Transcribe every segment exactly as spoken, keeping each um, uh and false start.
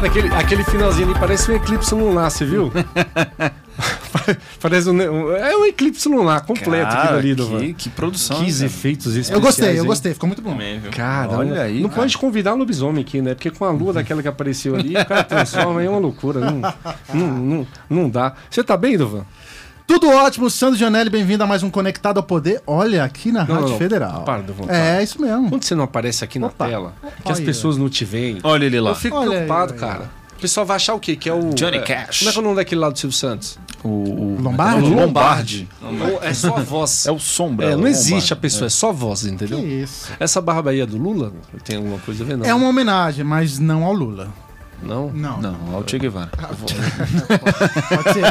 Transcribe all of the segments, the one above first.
aquele, aquele finalzinho ali parece um eclipse lunar, você viu? Parece um, é um eclipse lunar completo. Cara, ali, que, que produção. Que efeitos especiais. Eu gostei, eu hein? gostei, ficou muito bom. Cara, olha não, aí. Não cara. pode convidar o lobisomem aqui, né? Porque com a lua daquela que apareceu ali, o cara transforma, é uma loucura. Não, não, não, não dá. Você tá bem, Duvan? Tudo ótimo, Sandro Gianelli, bem-vindo a mais um Conectado ao Poder. Olha, aqui na Não, Rádio não, não. Federal. Para, Duvan. É, isso mesmo. Quando você não aparece aqui na Opa. tela, que as Olha. pessoas não te veem, Olha ele lá. eu fico Olha preocupado, aí, cara. O pessoal vai achar o quê? Que é o... Johnny é, Cash. Como é que é o nome daquele lá do Silvio Santos? O, o Lombardi? O Lombardi. Ou é só a voz. É o Sombra. É, o não existe Lombardi. a pessoa, é só voz, Que entendeu? isso. Essa barba aí é do Lula? Tem alguma coisa a ver, não? É uma homenagem, mas não ao Lula. Não? Não. Não, é o Che Guevara. Pode ser.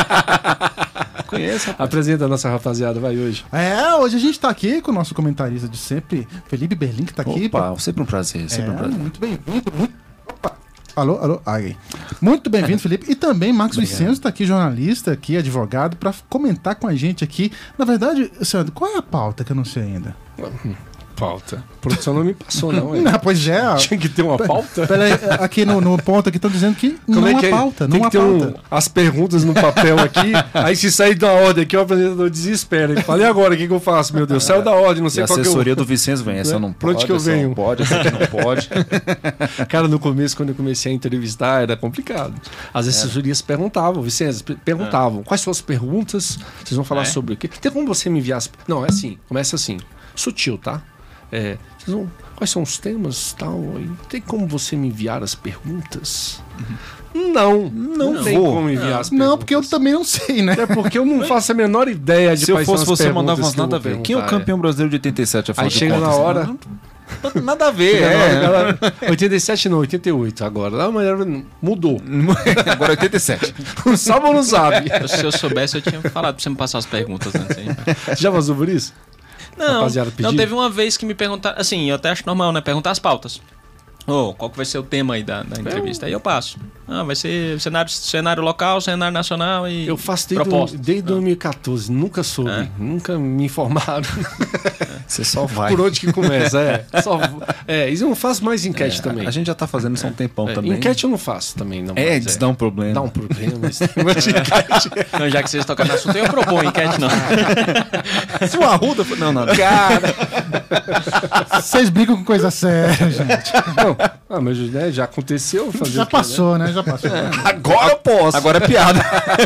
Conheço. Apresenta a nossa rapaziada, vai hoje. É, hoje a gente tá aqui com o nosso comentarista de sempre, Felipe Berlim, que tá aqui. Opa, sempre um prazer, sempre É, um prazer. muito bem-vindo. Muito... Opa. Alô, alô, ai. Muito bem-vindo, Felipe. E também Marcos Vicenzo está aqui, jornalista, aqui, advogado, para comentar com a gente aqui. Na verdade, Sandro, qual é a pauta que eu não sei ainda? Pauta. A produção não me passou, não. É. Não, pois é. Tinha que ter uma pauta? Peraí, aqui no, no ponto aqui estão dizendo que Como não é há que é? pauta, Tem não há que ter um- pauta. as perguntas no papel aqui, aí se sair da ordem aqui, o apresentador desespera. Ele fala, e agora, o que, que eu faço? Meu Deus, saiu da ordem, não E sei a qual que eu... assessoria do Vicenzo vem. Essa Né? não Pra onde pode, que eu essa venho? não pode, essa aqui não pode. Cara, no começo, quando eu comecei a entrevistar, era complicado. As assessorias perguntavam, Vicente, perguntavam, quais são as perguntas? Vocês vão falar É? sobre o quê? Tem como você me enviar as... Não, é assim, começa assim, sutil, tá? É, vocês vão... Quais são os temas tal? E tem como você me enviar as perguntas? Não, não, Não tem vou. como enviar as perguntas. Não, porque eu também não sei, né? É porque eu não faço a menor ideia de Se eu quais são fosse as você, perguntas mandava umas que eu nada a vou ver. Quem é o perguntar, campeão brasileiro de oitenta e sete? Aí chega na hora... Nada a ver, Chega na hora, é. galera, oitenta e sete não, oitenta e oito agora. Ah, mas era- mudou. Agora é oitenta e sete. Não sabe ou não sabe? Se eu soubesse, eu tinha falado pra você me passar as perguntas antes aí. Já vazou por isso? Não, Rapaziada, não, pediu? teve uma vez que me perguntaram. Assim, eu até acho normal, né? Perguntar as pautas. Ô, qual que vai ser o tema aí da, da entrevista? Aí eu passo. Ah, vai ser cenário, cenário local, cenário nacional e. Eu faço desde, propostas. desde dois mil e quatorze, nunca soube, É? nunca me informaram Você só vai. por onde que começa. É, só, é, e eu não faço mais enquete também. A gente já tá fazendo isso há um tempão É, também. enquete eu não faço também. Não, É, mas diz dá um problema. Dá um problema. Esse negócio de enquete. Não, já que vocês tocaram no assunto, eu proponho enquete, não. Se o Arruda... Não, não. Cara, Vocês brincam com coisa séria, gente. não, ah, mas né, já aconteceu. Fazer Já o quê, né? passou, né? Já passou. Agora eu posso. Agora é piada.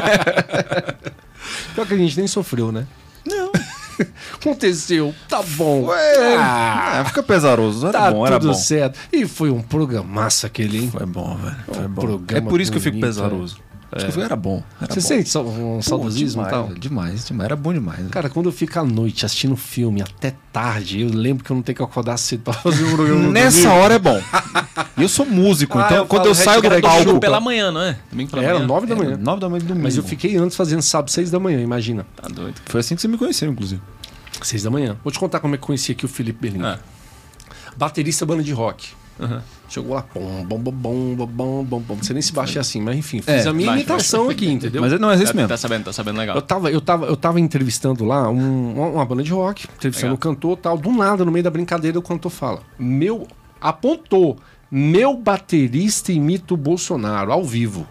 Pior que a gente nem sofreu, né? Não. Aconteceu, tá bom. Ah, Ah, fica pesaroso. Era tá bom, era tudo bom. certo. E foi um programaço aquele, hein? Foi bom, velho. Foi Um bom. programa É por isso que eu fico bonito, pesaroso. Acho que era bom. Era Você bom. sente só um Pô, saudosismo e demais, tal? velho, demais, demais. Era bom demais. Cara, quando eu fico à noite assistindo filme até tarde, eu lembro que eu não tenho que acordar cedo pra fazer um programa. no Nessa domingo. hora é bom. E eu sou músico, Ah, então eu quando falo eu saio do hashtag palco... Domingo pela manhã, não é? Domingo pela Era manhã. nove da manhã. Era nove da manhã do domingo. Mas eu fiquei antes fazendo sábado, seis da manhã, imagina. Tá doido. Foi assim que você me conheceu, inclusive. Seis da manhã. Vou te contar como é que eu conheci aqui o Felipe Berlim. Ah. Baterista banda de rock. Uhum. Chegou lá, bom, bom, bom, bom, bom, bom, bom, bom. Não sei nem se baixa assim, mas enfim, fiz É, a minha vai, imitação aqui, entendeu? Mas não é isso Tá, mesmo. tá sabendo, tá sabendo legal. Eu tava, eu, tava, eu tava entrevistando lá um- uma, uma banda de rock, entrevistando Legal. o cantor e tal. Do nada, no meio da brincadeira, o cantor fala: Meu. Apontou, meu baterista imita o Bolsonaro ao vivo.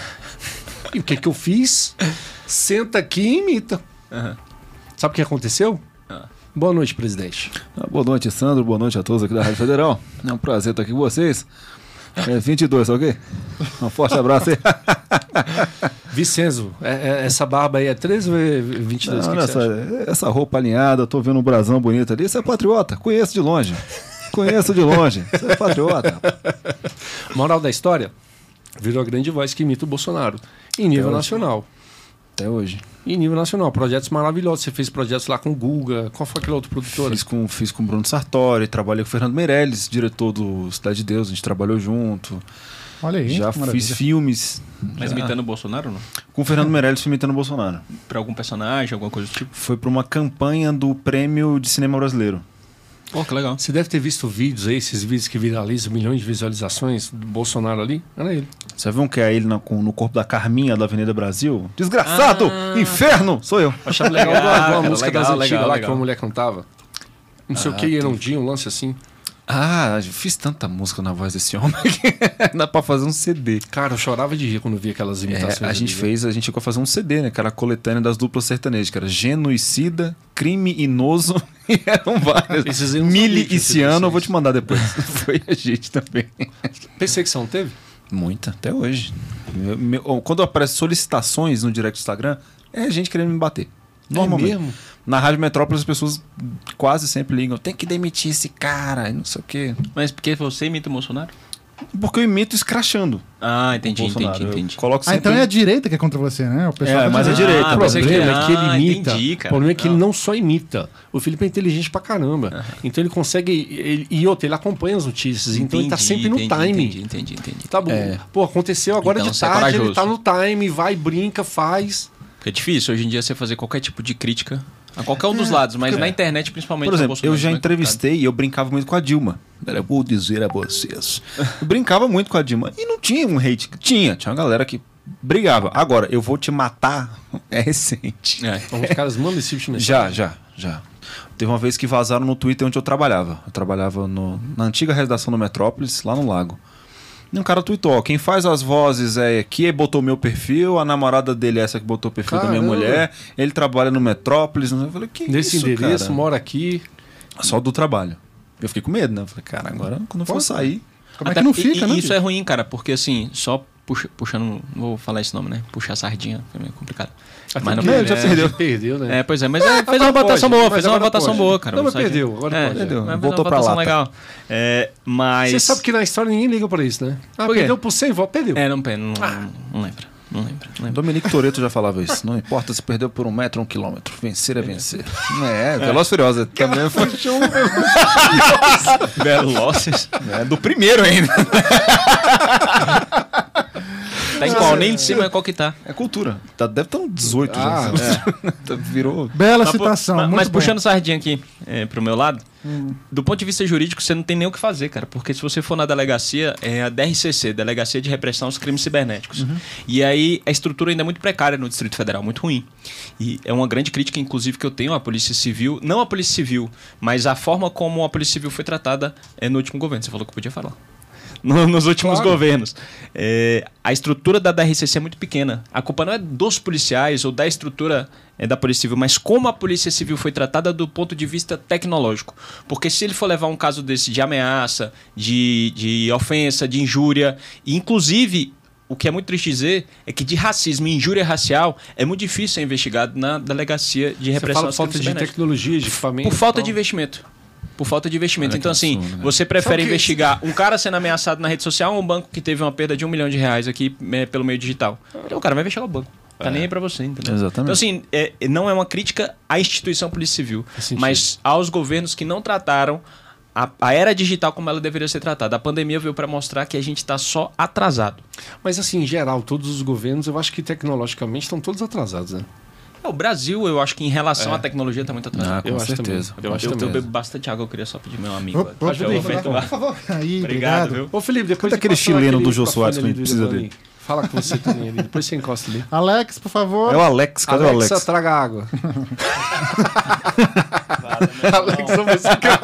E o que que eu fiz? Senta aqui e imita. Uhum. Sabe o que aconteceu? Ah. Boa noite, presidente. Ah, boa noite, Sandro. Boa noite a todos aqui da Rádio Federal. É um prazer estar aqui com vocês. É vinte e dois, tá ok? Um forte abraço aí. Vicenzo, é- é- essa barba aí é treze ou é vinte e dois? Não, O que que você essa, acha? essa roupa alinhada, eu tô vendo um brasão bonito ali. Você é patriota? Conheço de longe. Conheço de longe. Você é patriota. Moral da história, virou a grande voz que imita o Bolsonaro. Em nível hoje. nacional. Até hoje. Em nível nacional. Projetos maravilhosos. Você fez projetos lá com o Guga. Qual foi aquele outro produtor? Fiz com, fiz com o Bruno Sartori, trabalhei com o Fernando Meirelles, diretor do Cidade de Deus, a gente trabalhou junto. Olha aí. Já que maravilha. fiz filmes. Mas já- imitando o Bolsonaro ou não? Com o Fernando Meirelles, fui imitando o Bolsonaro. Pra algum personagem, alguma coisa do tipo? Foi para uma campanha do Prêmio de Cinema Brasileiro. Pô, que legal. Você deve ter visto vídeos aí, esses vídeos que viralizam, milhões de visualizações do Bolsonaro ali. Era ele. Você viu um que é ele na- com- no corpo da Carminha da Avenida Brasil? Desgraçado! Inferno! Sou eu. Achava legal, Legal, uma, uma cara, música legal, das antigas legal, lá legal. que uma mulher cantava. Não sei Ah, o que, Erundinho, um lance assim. Ah, eu fiz tanta música na voz desse homem que dá pra fazer um C D. Cara, eu chorava de rir quando via aquelas imitações. É, a gente ali, fez, a gente chegou a fazer um C D, né? Que era a coletânea das duplas sertanejas, que era Genuicida, Crime Inoso e eram várias. Esses eu não sabia Mili que e tinha sido Ciano, eu vocês. vou te mandar depois. Foi a gente também. Perseguição teve? Muita, até hoje. Meu- meu- quando aparecem solicitações no direct do Instagram, é gente querendo me bater. Normalmente. É mesmo? Na Rádio Metrópolis as pessoas quase sempre ligam, tem que demitir esse cara e não sei o quê. Mas porque você imita o Bolsonaro? Porque eu imito escrachando. Ah, o entendi, Bolsonaro. entendi, Eu entendi. Coloco Ah, sempre... então é a direita que é contra você, né? O pessoal É, tá mas é dizendo- direita. O Ah, pensei problema que- é que ele ah, imita. entendi, O cara. problema é que Não. ele não só imita. O Felipe é inteligente pra caramba. Então ele consegue. Ele, e outra, ele acompanha as notícias. Então ele tá Entendi, sempre no entendi, time. Entendi, entendi, entendi. Tá bom. É. Pô, aconteceu agora Então de você é tarde, ele corajoso. tá no time, vai, brinca, faz. Porque é difícil hoje em dia você fazer qualquer tipo de crítica a qualquer um dos lados, mas na internet principalmente. Por ao exemplo, eu Bolsonaro, já é complicado. entrevistei e eu brincava muito com a Dilma. Eu vou dizer a vocês. Eu brincava muito com a Dilma. E não tinha um hate. Tinha, tinha uma galera que brigava. Agora, eu vou te matar é recente. É. Então, os caras mandam esse tipo de Já, mensagem. já, já. Teve uma vez que vazaram no Twitter onde eu trabalhava. Eu trabalhava no- na antiga redação do Metrópolis, lá no Lago. E um cara tweetou, ó, quem faz as vozes é que botou meu perfil, a namorada dele é essa que botou o perfil da minha Caramba. mulher, ele trabalha no Metrópolis. Eu falei, que Nesse isso, endereço, cara? mora aqui. Só do trabalho. Eu fiquei com medo, né? Eu falei, cara, agora quando eu for Pode. sair... Como é Até- que não e- fica, e, né? Isso é ruim, cara, porque assim, só puxa, puxando. Não vou falar esse nome, né? Puxar sardinha, foi meio complicado. Mas não porque ele ele já é, perdeu. perdeu, né? É, pois é, mas é, fez agora uma votação pode, boa, mas fez uma agora votação pode. boa, cara. Não, mas Sardinha. perdeu, agora é, pode. Perdeu, mas voltou fez uma pra votação lata. legal. É, mas. Você sabe que na história ninguém liga pra isso, né? Ah, Por quê? perdeu por cem votos, perdeu. É, não, não, não, não lembra. Não lembra. Não lembra. Dominique Toretto já falava isso. Não importa se perdeu por um metro ou um quilômetro. Vencer é vencer. É, Veloz e Furiosa também foi... Velozes. É, do primeiro ainda. Tá em qual? Nem em cima é qual que tá. É cultura. Tá, deve estar um dezoito Ah, já. É. Virou... Bela Mas, pô, citação, mas, muito mas bom. puxando sardinha aqui é, pro meu lado, do ponto de vista jurídico, você não tem nem o que fazer, cara. Porque se você for na delegacia, é a D R C C, Delegacia de Repressão aos Crimes Cibernéticos. E aí a estrutura ainda é muito precária no Distrito Federal, muito ruim. E é uma grande crítica, inclusive, que eu tenho à Polícia Civil, não à Polícia Civil, mas a forma como a Polícia Civil foi tratada é, no último governo. Você falou que podia falar. No- nos últimos Claro. governos. É, a estrutura da D R C C é muito pequena. A culpa não é dos policiais ou da estrutura é, da Polícia Civil, mas como a Polícia Civil foi tratada do ponto de vista tecnológico. Porque se ele for levar um caso desse de ameaça, de, de ofensa, de injúria, e inclusive... O que é muito triste dizer é que de racismo e injúria racial é muito difícil ser investigado na Delegacia de Você Repressão fala aos falta Crimes de Cibernéticos. tecnologia, de equipamento. Por falta e de tal. investimento. Por falta de investimento. Olha Então, que assim, absurdo, né? você prefere Sabe que- investigar um cara sendo ameaçado na rede social ou um banco que teve uma perda de um milhão de reais aqui é, pelo meio digital? Então, o cara vai investigar o banco. Tá nem aí pra você, entendeu? Exatamente. Então, assim, é, não é uma crítica à instituição Polícia Civil, Faz sentido. mas aos governos que não trataram a, a era digital como ela deveria ser tratada. A pandemia veio para mostrar que a gente está só atrasado. Mas assim, em geral, todos os governos, eu acho que tecnologicamente estão todos atrasados, né? É, o Brasil, eu acho que em relação É. à tecnologia está muito atrasado. Ah, com Eu acho certeza. também. Eu acho eu, eu também. bebo bastante água, eu queria só pedir meu amigo. Opa, opa, Pode opa, aproveitar. por favor. Aí, Obrigado, obrigado. viu? Ô, Felipe, depois Cadê de aquele passar chileno aquele do Jô microfone Soares que ali a gente do precisa Ivan dele? ali. Fala com você também ali. Depois você encosta ali. Alex, por favor. É o Alex. Cadê Alexa, o Alex? traga água. Alexa, você que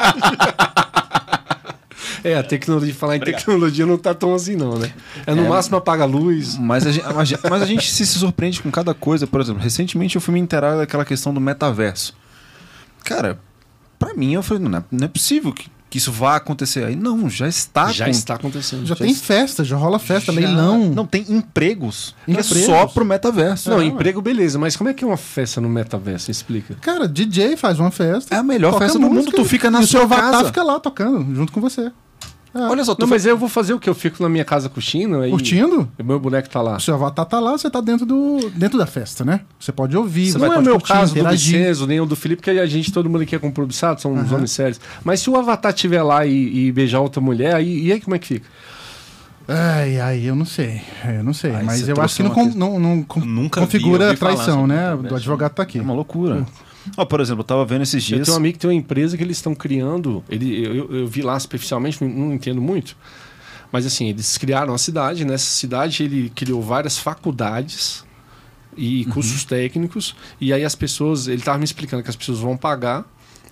É, a tecnologia, falar em tecnologia não tá tão assim não, né? É no máximo apaga a luz. Mas a, gente, mas a- mas a gente se surpreende com cada coisa. Por exemplo, recentemente eu fui me inteirar daquela questão do metaverso. Cara, pra mim, eu falei, não é, não é possível que, que isso vá acontecer. Aí, não, já está. Já com- está acontecendo. Já tem festa, já rola festa, já- leilão. Não, tem empregos. que É Empregos. só pro metaverso. Não, emprego beleza, mas como é que é uma festa no metaverso? Explica. Cara, D J faz uma festa. É a melhor toca festa do mundo. música, Tu fica na e o seu sua avatar casa. fica lá tocando, junto com você. É. Olha só, tu Não, mas aí eu vou fazer o que? Eu fico na minha casa curtindo. Aí Curtindo? O meu boneco tá lá. O seu avatar tá lá, você tá dentro, do, dentro da festa, né? Você pode ouvir, você Não é o pode meu curtir, caso do interagir. Vicenzo, nem o do Felipe, porque a gente, todo mundo aqui é compromissado, são uns homens sérios. Mas se o Avatar estiver lá e, e beijar outra mulher, aí, e aí como é que fica? Ai, ai, eu não sei. Eu não sei. Ai, mas você eu acho que não, trouxe con- uma não, não con- Nunca vi, configura ouvi falar traição, sobre né? metaverso. Do advogado tá aqui. É uma loucura. Ó, por exemplo, eu tava vendo esses Eu dias. tenho um amigo que tem uma empresa que eles estão criando. Ele, eu, eu- eu vi lá superficialmente, não, não entendo muito. Mas assim, eles criaram a cidade. Nessa cidade ele criou várias faculdades e cursos técnicos. E aí as pessoas, ele estava me explicando que as pessoas vão pagar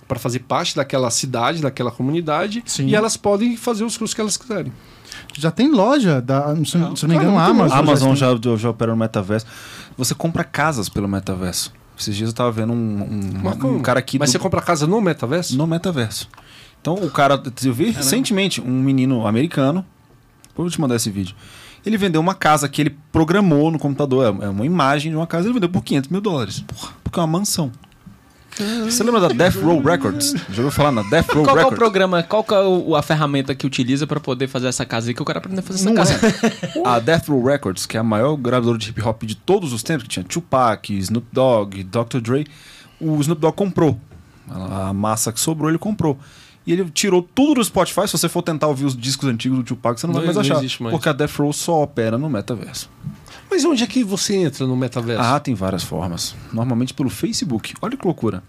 para fazer parte daquela cidade, daquela comunidade, Sim. e elas podem fazer os cursos que elas quiserem. Já tem loja, da, se, se não me engano, a Cara, muito Amazon. A Amazon já, já, já opera no metaverso. Você compra casas pelo metaverso. Esses dias eu tava vendo um, um, Mas, um como? cara aqui Mas do- você compra casa no metaverso? no metaverso. Então o cara, eu vi recentemente um menino americano, depois eu vou te mandar esse vídeo. Ele vendeu uma casa que ele programou no computador, é é uma imagem de uma casa, ele vendeu por quinhentos mil dólares. Porra, porque é uma mansão. Você lembra da Death Row Records? Já ouviu falar na Death Row Qual que é o Records? programa, qual que é o- a ferramenta que utiliza pra poder fazer essa casa aí, que eu quero aprender a fazer essa Não casa? é. A Death Row Records, que é a maior gravadora de hip hop de todos os tempos, que tinha Tupac, Snoop Dogg, doutor Dre, o Snoop Dogg comprou. A massa que sobrou, ele comprou. E ele tirou tudo do Spotify. Se você for tentar ouvir os discos antigos do Tupac, você não, Não- vai mais não achar. existe mais. Porque a Death Row só opera no metaverso. Mas onde é que você entra no metaverso? Ah, tem várias formas. Normalmente pelo Facebook. Olha que loucura.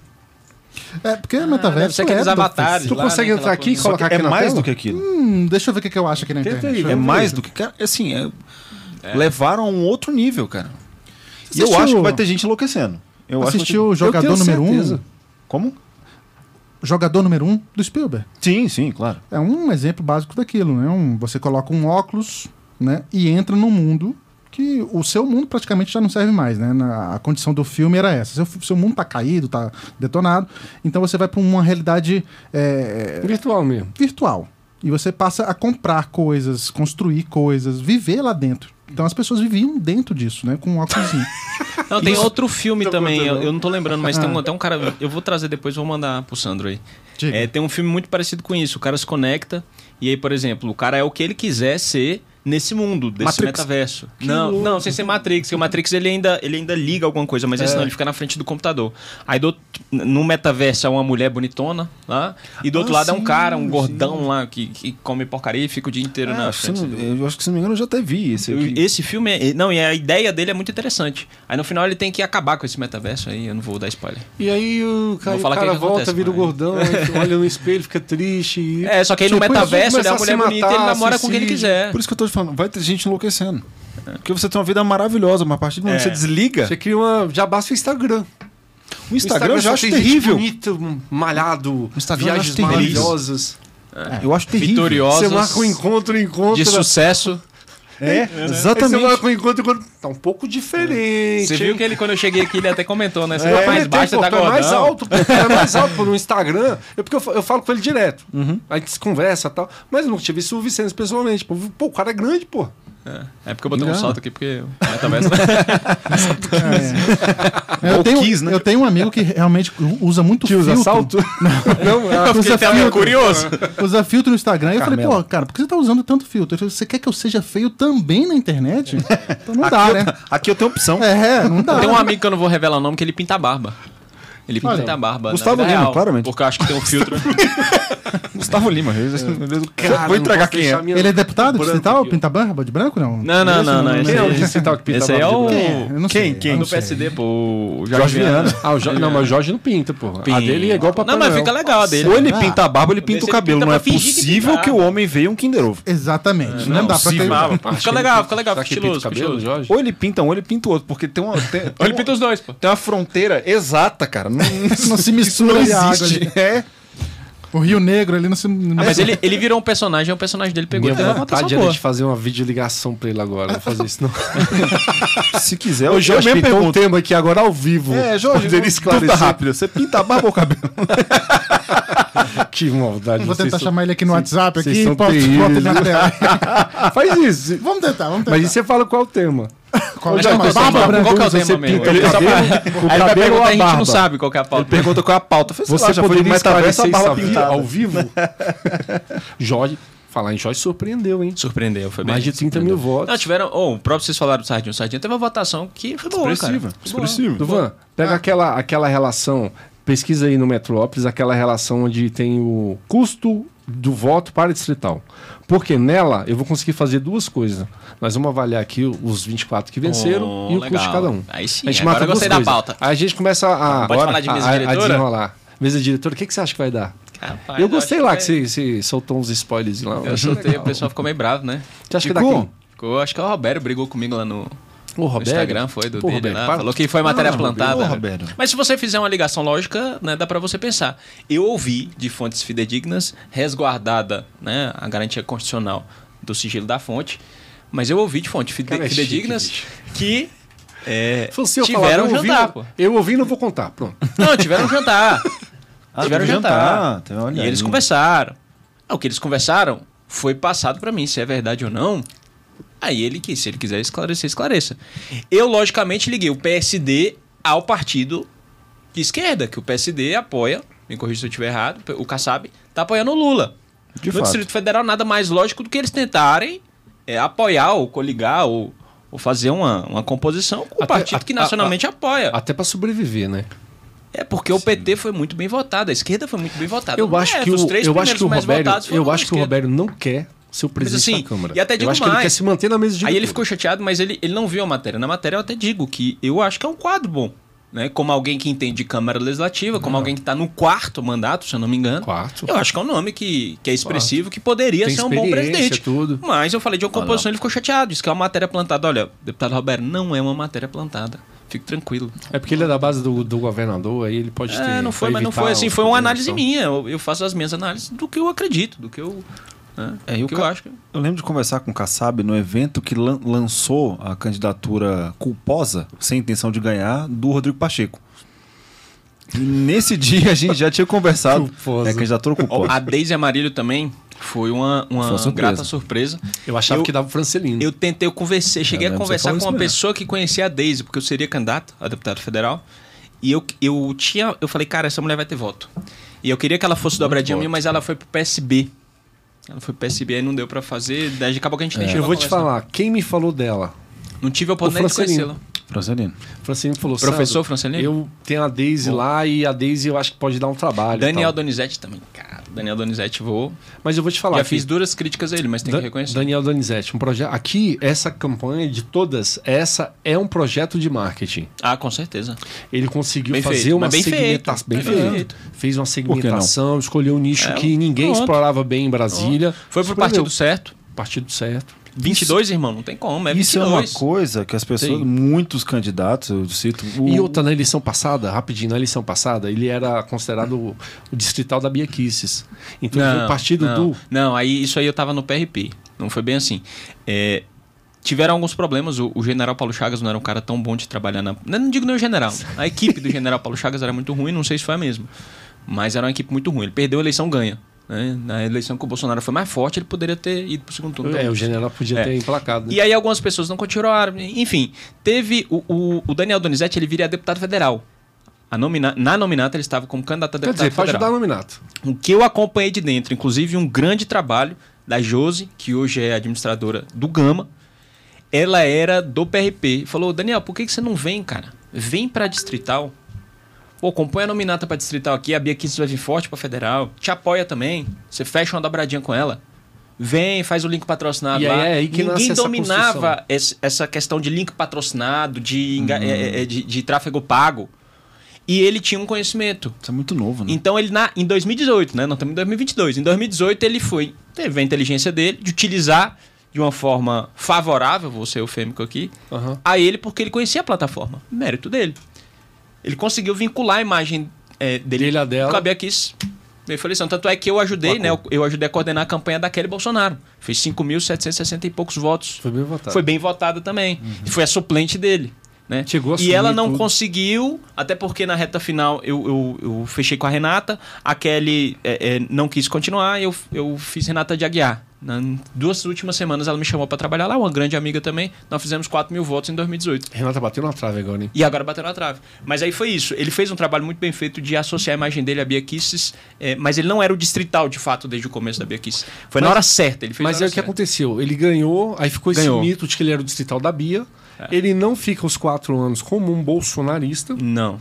É, porque Deve metaverso ser aqueles é do avatares tu lá, consegue né, entrar aquela aqui e coisa. Só colocar que aqui é na mais tela? do que aquilo. Hum, deixa eu ver o que, que eu acho aqui na Tenta internet. aí, É vamos mais ver. do que. Cara, assim, é- levaram a um outro nível, cara. E Você eu assistiu- acho que vai ter gente enlouquecendo. Eu acho que Assistiu o Eu jogador tenho número certeza. um? Como? Jogador número um do Spielberg. Sim, sim, claro. É um exemplo básico daquilo, né? Um, você coloca um óculos, né? E entra num mundo que o seu mundo praticamente já não serve mais, né? Na- a condição do filme era essa. Seu, seu mundo tá caído, tá detonado. Então você vai para uma realidade é, Virtual mesmo. virtual. E você passa a comprar coisas, construir coisas, viver lá dentro. Então as pessoas viviam dentro disso, né? Com um óculosinho. Não, tem outro filme Não também, conta, eu, não. eu não tô lembrando, mas tem um, até um cara. Eu vou trazer depois, vou mandar pro Sandro aí. Diga. É, tem um filme muito parecido com isso. O cara se conecta e aí, por exemplo, o cara é o que ele quiser ser nesse mundo, desse Matrix. metaverso. Não, louco. não, sem ser Matrix, porque o Matrix ele ainda, ele ainda liga alguma coisa, mas esse não, ele fica na frente do computador. Aí do, outro- no metaverso é uma mulher bonitona lá, e do outro Ah, lado é um sim, cara, um sim. gordão lá, que, que come porcaria e fica o dia inteiro É, na acho que se frente. não- eu acho que se não me engano eu já até vi esse Eu- aqui. Esse filme é. Não, e a ideia dele é muito interessante. Aí no final ele tem que acabar com esse metaverso aí, eu não vou dar spoiler. E aí o cara, Vou falar o cara o que que volta, acontece, vira o mas- gordão, aí olha no espelho, fica triste. E... É, só que aí no Tipo, metaverso eles ele é vão uma mulher começar a se bonita e ele matar, namora com quem ele suicídio. quiser. Por isso que eu tô te falando, vai ter gente enlouquecendo. Porque você tem uma vida maravilhosa, mas a partir do momento que você desliga, Você cria uma. Já basta o Instagram. o Instagram eu já só acho tem gente terrível. bonito, malhado, O Instagram eu viagens acho terrível. maravilhosas. Eu acho terrível. Vitoriosas. Você marca um encontro, encontro. De sucesso. É, Aí você exatamente. marca um encontro, encontro. Tá um pouco diferente. Você viu hein? que ele, quando eu cheguei aqui, ele até comentou, né? Você É, tá mais ele baixo, tem, você tá pô, tu é mais gordão. alto, pô, tu é mais alto pô, no Instagram. É porque eu, fa- eu falo com ele direto. A gente se conversa e tal. Mas eu não tinha visto o Vicente pessoalmente. Pô, Pô, o cara é grande, pô. É porque eu botei um Engana. salto aqui, porque o metaverso... É, eu, Ou tenho, quis, né? eu tenho um amigo que realmente usa muito Que usa filtro. salto? Não, é. Usa até filtro, curioso. usa filtro no Instagram. E eu falei, Carmela. pô, cara, por que você tá usando tanto filtro? Ele falou, você quer que eu seja feio também na internet? Então não dá, aqui, né? eu, aqui eu tenho opção. É, não dá. Tem um amigo que eu não vou revelar o nome, que ele pinta a barba. Ele pinta Olha, a barba. Gustavo na vida Lima, real, claramente. Porque eu acho que tem um filtro. Gustavo Lima. Eu, eu- Cara, vou não entregar posso quem deixar é. minha- Ele é deputado branco distrital? aqui, ó. Pinta barba de branco, não? Não, não, não, não, Esse esse Quem é o aí- distrital que pinta Esse aí é barba de o... branco? Eu não Quem? sei. Quem? Eu do não sei. P S D, pô. O Jorge Viana. Ah, o Jorge, não, mas o Jorge não pinta, porra. A dele é igual pra Não, mas fica legal a dele. Ou ele Ah. pinta a barba ou ele pinta Desse o ele cabelo. pinta Não é pra fingir que possível pinta. que o homem veja um Kinder Ovo. Exatamente. não Não, dá pra possível. ter... Ah, Acho Fica que legal, ele fica legal, Será fica que ele pinta o estiloso, cabelo, estiloso. Jorge? Ou ele pinta um ou ele pinta o outro. Porque tem uma, tem, tem Ou ele uma- pinta os dois, pô. tem uma fronteira exata, cara. Não, Não se isso mistura não ali a água existe. ali. É. O Rio Negro ali não se... Ah, mas ele, ele virou um personagem, o personagem dele pegou. Minha Ele teve uma votação vontade era boa. de fazer uma videoligação pra ele agora. Não vou fazer isso, não. Se quiser, O eu Jorge mesmo pintou um pergunto. tema aqui agora ao vivo. É, Jorge, Poderia dúvida esclarecer. rápida. Você pinta a barba ou o cabelo? Que maldade. Vou vocês tentar são- chamar ele aqui no WhatsApp, vocês aqui, são bota terríveis. bota ele na tela. Faz isso. Vamos tentar, vamos tentar. Mas e você fala qual é o tema? Qual Ô, é o Jorge, tema? você Barba fala- branca. Qual que é o Você tema mesmo? pinta o Ele só vai- cabelo- o Aí ele vai cabelo ou perguntar, a a gente não barba? sabe qual que é a pauta. Pergunta qual é a pauta. Falei, sei Você lá, já foi do poderia metaverso a esclarecer barba isso ao pintada. ao vivo? Jorge, falar em Jorge surpreendeu, hein? Surpreendeu, foi bem. Mais de trinta mil votos. Não, tiveram. Oh, o próprio vocês falaram do Sardinha. O Sardinha teve uma votação que foi boa, Expressiva. cara. Expressiva. Duvan, pega aquela, aquela relação, pesquisa aí no Metrópolis, aquela relação onde tem o custo do voto para distrital. Porque nela eu vou conseguir fazer duas coisas. Nós vamos avaliar aqui os vinte e quatro que venceram Oh, e o legal. custo de cada um. Aí sim, a gente agora mata eu gostei duas da coisas. pauta. Aí a gente começa a, Pode falar de mesa a, a diretora? desenrolar. Mesa diretora, o que, que você acha que vai dar? Rapaz, eu gostei acho lá que que você, você soltou uns spoilers lá. Eu soltei, o pessoal ficou meio bravo, né? Você acha que dá Ficou? quem? Ficou, acho que o Roberto brigou comigo lá no. O no Roberto. Instagram, foi do Pô, dele Roberto, lá, para. falou que foi matéria Ah, plantada. Roberto, né? Roberto. Mas se você fizer uma ligação lógica, né, dá pra você pensar. Eu ouvi de fontes fidedignas, resguardada, né, a garantia constitucional do sigilo da fonte, mas eu ouvi de fontes fide- Cara, é chique, fidedignas bicho. que é, Falou assim, eu tiveram um falava, eu ouvi, jantar, pô. Eu ouvi e não vou contar. Pronto. Não, tiveram um jantar. Ah, tiveram um teve jantar. Então, olha E eles aí. conversaram. Ah, o que eles conversaram foi passado pra mim, se é verdade ou não. Aí ele quis, se ele quiser esclarecer, esclareça. Eu, logicamente, liguei o P S D ao partido de esquerda, que o P S D apoia, me corrija se eu estiver errado, o Kassab tá apoiando o Lula. De no fato. Distrito Federal, nada mais lógico do que eles tentarem é, apoiar ou coligar ou, ou fazer uma, uma composição com o Até- partido que a- nacionalmente apoia. Até pra sobreviver, né? É porque o P T foi muito bem votado, a esquerda foi muito bem votada. Eu Não acho é, que os o, três eu acho primeiros que o mais Roberto, votados foram eu da acho que o esquerda. Roberto não quer ser o presidente assim, da Câmara. e até digo eu acho que ele mais. quer se manter na mesa de Aí ele diretor. ficou chateado, mas ele, ele não viu a matéria. Na matéria eu até digo que eu acho que é um quadro bom. Né? Como alguém que entende de Câmara Legislativa, como alguém que está no quarto mandato, se eu não me engano. Quarto. Eu acho que é um nome que, que é expressivo, que poderia Tem ser um bom experiência, presidente. tudo. Mas eu falei de uma Ah, composição, não. ele ficou chateado. Disse que é uma matéria plantada. Olha, deputado Roberto, não é uma matéria plantada. Fique tranquilo. É porque ele é da base do, do governador, aí ele pode ter. É, não foi, pra mas não evitar foi assim. os Foi uma problemas, análise então. minha. Eu, eu faço as minhas análises do que eu acredito, do que eu, né, É, e do o que ca- eu acho. que- Eu lembro de conversar com o Kassab no evento que lan- lançou a candidatura culposa, sem intenção de ganhar, do Rodrigo Pacheco. E nesse dia a gente já tinha conversado. Culposa. É, candidatura Ó, culposa. a Deise Amarillo também foi uma, uma Foi uma surpresa. grata surpresa. Eu achava Eu- que dava o Francelino. Eu tentei, eu conversei, cheguei Eu a lembro que você conversar falou com uma isso mesmo. pessoa que conhecia a Deise, porque eu seria candidato a deputado federal. E eu, eu tinha. Eu falei, cara, essa mulher vai ter voto. E eu queria que ela fosse dobradinha voto. minha, mas ela foi pro P S B. Ela foi pro P S B, aí não deu pra fazer. Daí acabou que a gente nem Eu chegou a vou te conversar. falar, quem me falou dela? Não tive a oportunidade de Francelino. conhecê-la. Francelino. O Francelino falou, Professor Sandro, Francelino? Eu tenho a Daisy lá e a Daisy eu acho que pode dar um trabalho. e Daniel tal. Donizete também. Cara, Daniel Donizete vou. Mas eu vou te falar. Já aqui, fiz duras críticas a ele, mas tem Dan- que reconhecer. Daniel Donizete, um projeto. Aqui, essa campanha de todas, essa é um projeto de marketing. Ah, com certeza. Ele conseguiu Bem fazer feito, uma mas bem segmentação. feito. Bem Bem feito. feito. Fez uma que não? segmentação, escolheu um nicho É, que ninguém pronto. explorava bem em Brasília. Foi pro Escolheu. partido certo. Partido certo. vinte e dois, irmão, não tem como. É Isso é uma vinte e dois. coisa que as pessoas, Sim. muitos candidatos, eu cito. o- E outra, na eleição passada, rapidinho, na eleição passada, ele era considerado o, o distrital da Bia Kicis. Então, ele foi o partido não, do. Não, aí isso aí eu tava no P R P. Não foi bem assim. É, tiveram alguns problemas. O, o general Paulo Chagas não era um cara tão bom de trabalhar na. Não, não digo nem o general. A equipe do general Paulo Chagas era muito ruim, não sei se foi a mesma. Mas era uma equipe muito ruim. Ele perdeu a eleição ganha. Né? Na eleição que o Bolsonaro foi mais forte, ele poderia ter ido pro segundo turno. É, o general podia É. ter emplacado. Né? E aí algumas pessoas não continuaram. Enfim, teve o, o, o Daniel Donizete, ele viria deputado federal. A nomina, na nominata ele estava como candidato a Quer deputado dizer, pode federal. ajudar no nominato. O que eu acompanhei de dentro, inclusive um grande trabalho da Josi, que hoje é administradora do Gama, ela era do P R P. Falou, Daniel, por que que você não vem, cara? Vem pra Distrital. Pô, compõe a nominata pra Distrital aqui, a Bia Kicis vai vir forte pra Federal. Te apoia também. Você fecha uma dobradinha com ela. Vem, faz o link patrocinado E lá. aí é aí que nasce Ninguém essa dominava esse- essa questão de link patrocinado, de, enga- é, é, de, de tráfego pago. E ele tinha um conhecimento. Isso é muito novo, né? Então ele na, em dois mil e dezoito, né? Nós estamos em dois mil e vinte e dois. Em dois mil e dezoito ele foi, teve a inteligência dele de utilizar de uma forma favorável, vou ser eufêmico aqui, Aham. a ele porque ele conhecia a plataforma. Mérito dele. Ele conseguiu vincular a imagem é, dele Dele a dela. com a Bia Kicis. Bem, falei assim, tanto é que eu ajudei, né? Eu, eu ajudei a coordenar a campanha da Kelly Bolsonaro. Fez cinco mil setecentos e sessenta e poucos votos. Foi bem votado. Foi bem votada também. E foi a suplente dele. Né? Chegou a e assumir ela não tudo. conseguiu, até porque na reta final eu, eu, eu fechei com a Renata, a Kelly é, é, não quis continuar, eu, eu fiz Renata de Aguiar. Nas duas últimas semanas ela me chamou para trabalhar lá, uma grande amiga também. Nós fizemos quatro mil votos em dois mil e dezoito. Renata bateu na trave agora, hein? E agora bateu na trave. Mas aí foi isso. Ele fez um trabalho muito bem feito de associar a imagem dele à Bia Kicis, é, mas ele não era o distrital, de fato, desde o começo da Bia Kicis. Foi na Mas- hora certa. Ele fez Mas na é hora o que certa. aconteceu. Ele ganhou, aí ficou Ganhou. esse mito de que ele era o distrital da Bia. Ele não fica os quatro anos como um bolsonarista. Não.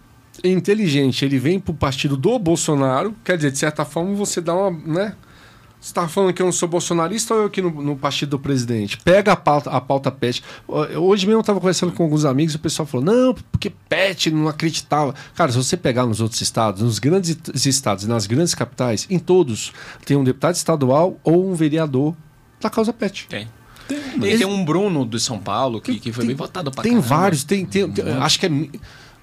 É inteligente. Ele vem pro partido do Bolsonaro. Quer dizer, de certa forma, você dá uma, né? Você tá falando que eu não sou bolsonarista ou eu aqui no, no partido do presidente? Pega a pauta, a pauta Pet. Hoje mesmo eu tava conversando com alguns amigos e o pessoal falou, não, porque Pet não acreditava. Cara, se você pegar nos outros estados, nos grandes estados e nas grandes capitais, em todos, tem um deputado estadual ou um vereador da causa Pet. Tem. Tem, Ele- tem um Bruno de São Paulo que, que foi Tem- bem votado pra Tem caramba. vários, tem, tem, tem- acho que é Mi-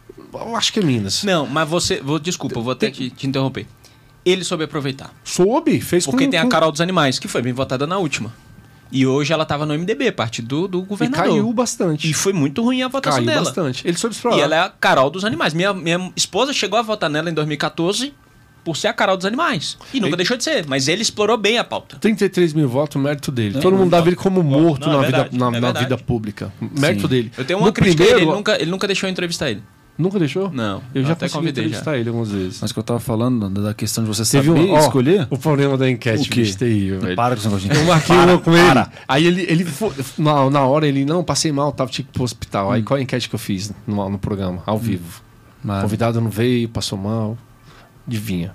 eu acho que é Minas. Não, mas você... Vou, desculpa, eu vou até te, te interromper. Ele soube aproveitar. Soube, fez Porque com, tem a com- Carol dos Animais, que foi bem votada na última. E hoje ela tava no M D B, partido do, do e governador. caiu bastante. E foi muito ruim a votação Caiu dela. bastante. Ele soube explorar. E ela é a Carol dos Animais. Minha, minha esposa chegou a votar nela em dois mil e quatorze por ser a Carol dos Animais. E nunca E- deixou de ser. Mas ele explorou bem a pauta. trinta e três mil votos, mérito dele. Todo mundo dava ele como morto Não, na, é vida, verdade, na, é na verdade. vida pública. Mérito Sim. dele. Eu tenho uma No crítica a primeiro, ele. Ele nunca, ele nunca deixou eu entrevistar ele. Nunca deixou? Não. Eu já até consegui convidei já. entrevistar ele algumas vezes. Mas que eu tava falando da questão de você Teve saber um, ó, escolher. o problema da enquete, O quê? bicho, terrível, velho. Para com esse negócio de Eu marquei Para, uma com ele. para. Aí ele, ele foi, na, na hora ele, não, passei mal, tava tipo pro hospital. Hum. Aí qual a enquete que eu fiz no, no programa, ao vivo? O Mas- convidado não veio, passou mal. Adivinha.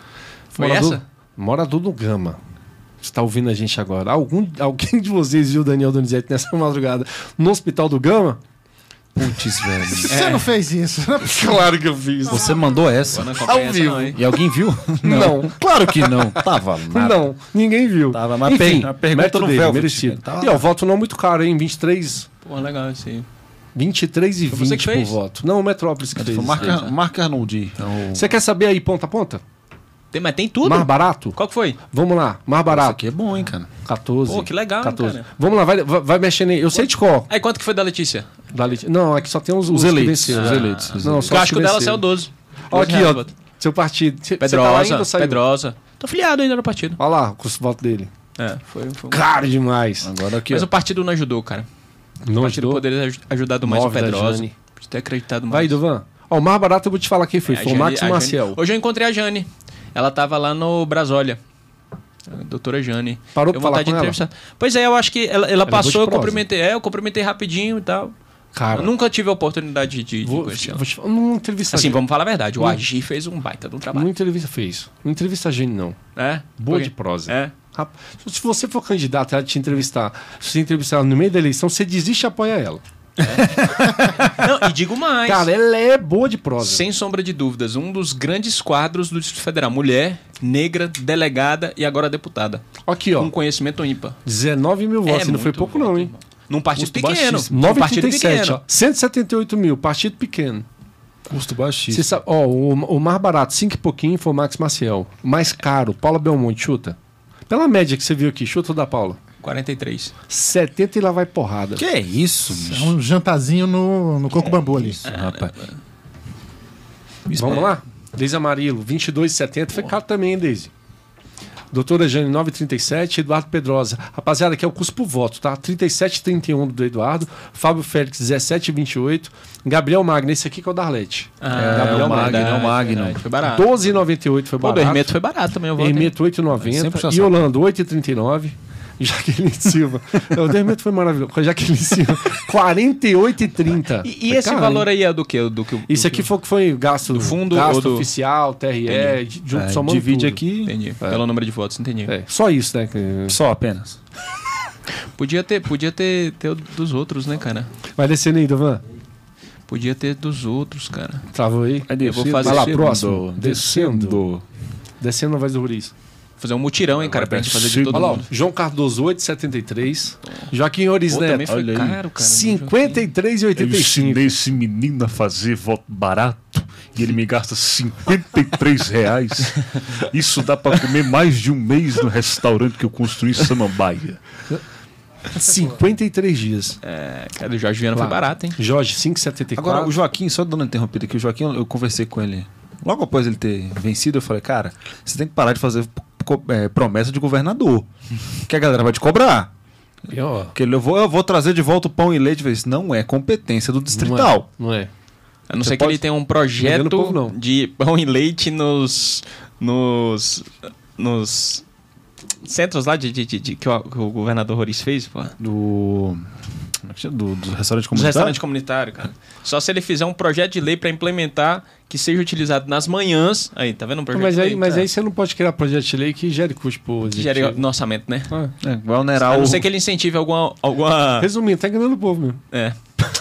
Foi Morador- essa? Morador do Gama. Você tá ouvindo a gente agora. Algum, alguém de vocês viu o Daniel Donizete nessa madrugada no hospital do Gama? Putz, velho. Você não fez isso. Claro que eu fiz. Você mandou essa? Eu não acompanho Ao essa vivo. não, hein? E alguém viu? Não. Claro que não. Tava nada. Não, ninguém viu. Tava, mas Enfim, a pergunta mérito no dele, Velvet, merecido. tava E ó, lá. o voto não é muito caro, hein? vinte e três, Pô, legal esse aí. vinte e três e Foi você vinte que por fez? voto. Não, o Metrópolis que fez. Foi Mark, isso aí. Mark Arnoldi. É o- Você quer saber aí ponta a ponta? Tem, mas tem tudo? Mais barato? Qual que foi? Vamos lá, mais Isso barato. aqui é bom, hein, cara. catorze. Pô, que legal, hein, catorze. cara? Vamos lá, vai, vai, vai mexendo aí. Eu sei de qual. Aí quanto que foi da Letícia? Da Leti- Não, aqui só tem os, Os que eleitos, venceram. os Ah. eleitos, os Não, eleitos. só Eu os acho que que o dela venceram. saiu doze. Ó, doze aqui, reais, ó. voto. Seu partido. Você tá lá Pedrosa, ainda ou saiu? Pedrosa. Tô filiado ainda no partido. Olha lá, com os votos dele. É, foi, foi um... Caro demais. Agora aqui, Mas ó. o partido não ajudou, cara. Não o partido ajudou? poderia aj- ajudado mais Nove o da Pedrosa. Jane. Podia ter acreditado mais. Vai, Duvan. Ó, o mais barato eu vou te falar quem foi. É, a Foi o Jane- Max a Jane- Maciel. Hoje eu encontrei a Jane. Ela tava lá no Brasólia. A doutora Jane. Parou Eu pra falar vontade de com ela? entrevistar. Pois é, eu acho que ela, ela é passou, eu boa de prosa. cumprimentei. É, eu cumprimentei rapidinho e tal. Cara, Eu nunca tive a oportunidade de, de vou, conhecer ela. vou te falar. Não entrevista Assim, a vamos falar a verdade. O Hum. Agi fez um baita de um Não trabalho. entrevista fez. Não entrevista a gente, não. É? Boa Por de quê? prosa. É. Rap- Se você for candidato, ela te entrevistar, se você entrevistar ela no meio da eleição, você desiste e apoia ela. Não, e digo mais. Cara, ela é boa de prosa. Sem sombra de dúvidas, um dos grandes quadros do Distrito Federal. Mulher, negra, delegada e agora deputada. Aqui, ó. Com conhecimento ímpar. dezenove mil votos. e não foi muito pouco, voto, não, hein? irmão. Num partido Custo pequeno. baixíssimo. Num partido nove vírgula trinta e sete, pequeno. ó. cento e setenta e oito mil, partido pequeno. Custo Você baixíssimo. sabe, ó, o, o mais barato, cinco e pouquinho, foi o Max Maciel. O mais caro, Paula Belmonte, chuta. Pela média que você viu aqui, chuta o da Paula. quarenta e três. setenta e lá vai porrada. Que é isso, É bicho? um jantarzinho no, no Coco Bambu ali. Rapaz. Vamos lá? Deise Amarilo, vinte e dois e setenta. Foi caro também, hein, Deise? Doutora Jane, nove e trinta e sete. Eduardo Pedrosa. Rapaziada, aqui é o custo por voto, tá? trinta e sete e trinta e um do Eduardo. Fábio Félix, dezessete e vinte e oito. Gabriel Magno, esse aqui que é o da Arlete. Ah, Gabriel Magno, verdade, Magno. verdade, Foi barato. doze e noventa e oito foi Pô, do barato. Hermeto foi barato também. Eu voto, hein? Hermeto, oito e Sempre noventa. puxa E saco. Holanda, oito e trinta e nove. Jaqueline Silva. O do Hermeto foi maravilhoso. Jaqueline Silva, quarenta e oito e trinta. E, e Foi esse caro, valor hein? aí é do que? Do que Isso aqui foi o que foi gasto Do fundo gasto ou do- oficial, T R E, junto, É, somando divide tudo. aqui. Entendi. Pelo número de votos, entendi. É, só isso, né? que- Só apenas. Podia ter, podia ter, ter o dos outros, né, cara? Vai descendo aí, Dovan. Podia ter dos outros, cara. Travou aí. Aí Eu vou fazer- Vai lá, descendo, próximo. Descendo. Descendo na voz do Ruriz. Fazer um mutirão, hein, cara, pra gente fazer de todo Olha lá, ó, mundo. João Cardoso, oito e setenta e três. Joaquim Pô, Oris também Neto, foi olha aí. caro, cara. cinquenta e três e oitenta e cinco. esse menino a fazer voto barato e ele me gasta cinquenta e três reais. Isso dá pra comer mais de um mês no restaurante que eu construí em Samambaia. cinquenta e três dias. É, cara, o Jorge Viana foi Lá. barato, hein? Jorge, cinco e setenta e quatro. Agora, o Joaquim, só dando uma interrompida aqui, o Joaquim, eu conversei com ele. Logo após ele ter vencido, eu falei, cara, você tem que parar de fazer co- é, promessa de governador. Que a galera vai te cobrar. E, ó, Porque eu vou, eu vou trazer de volta o pão e leite. Isso não é competência do distrital. Não é. A não Você ser que pode- ele tenha um Vendendo projeto povo, não. de pão e leite nos. nos. nos centros lá de, de, de- de- que, o, que o governador Roriz fez, pô. Do. como é que chama? Do, do restaurante Dos comunitário. restaurantes comunitários, cara. Só se ele fizer um projeto de lei pra implementar que seja utilizado nas manhãs. Aí, tá vendo um projeto Mas de aí, lei? mas tá. aí você não pode criar projeto de lei que gere custo pro Que gere executivo. no orçamento, né? Ah. É, vai onerar A o. não ser que ele incentive alguma. alguma... Resumindo, tá enganando o povo mesmo. É.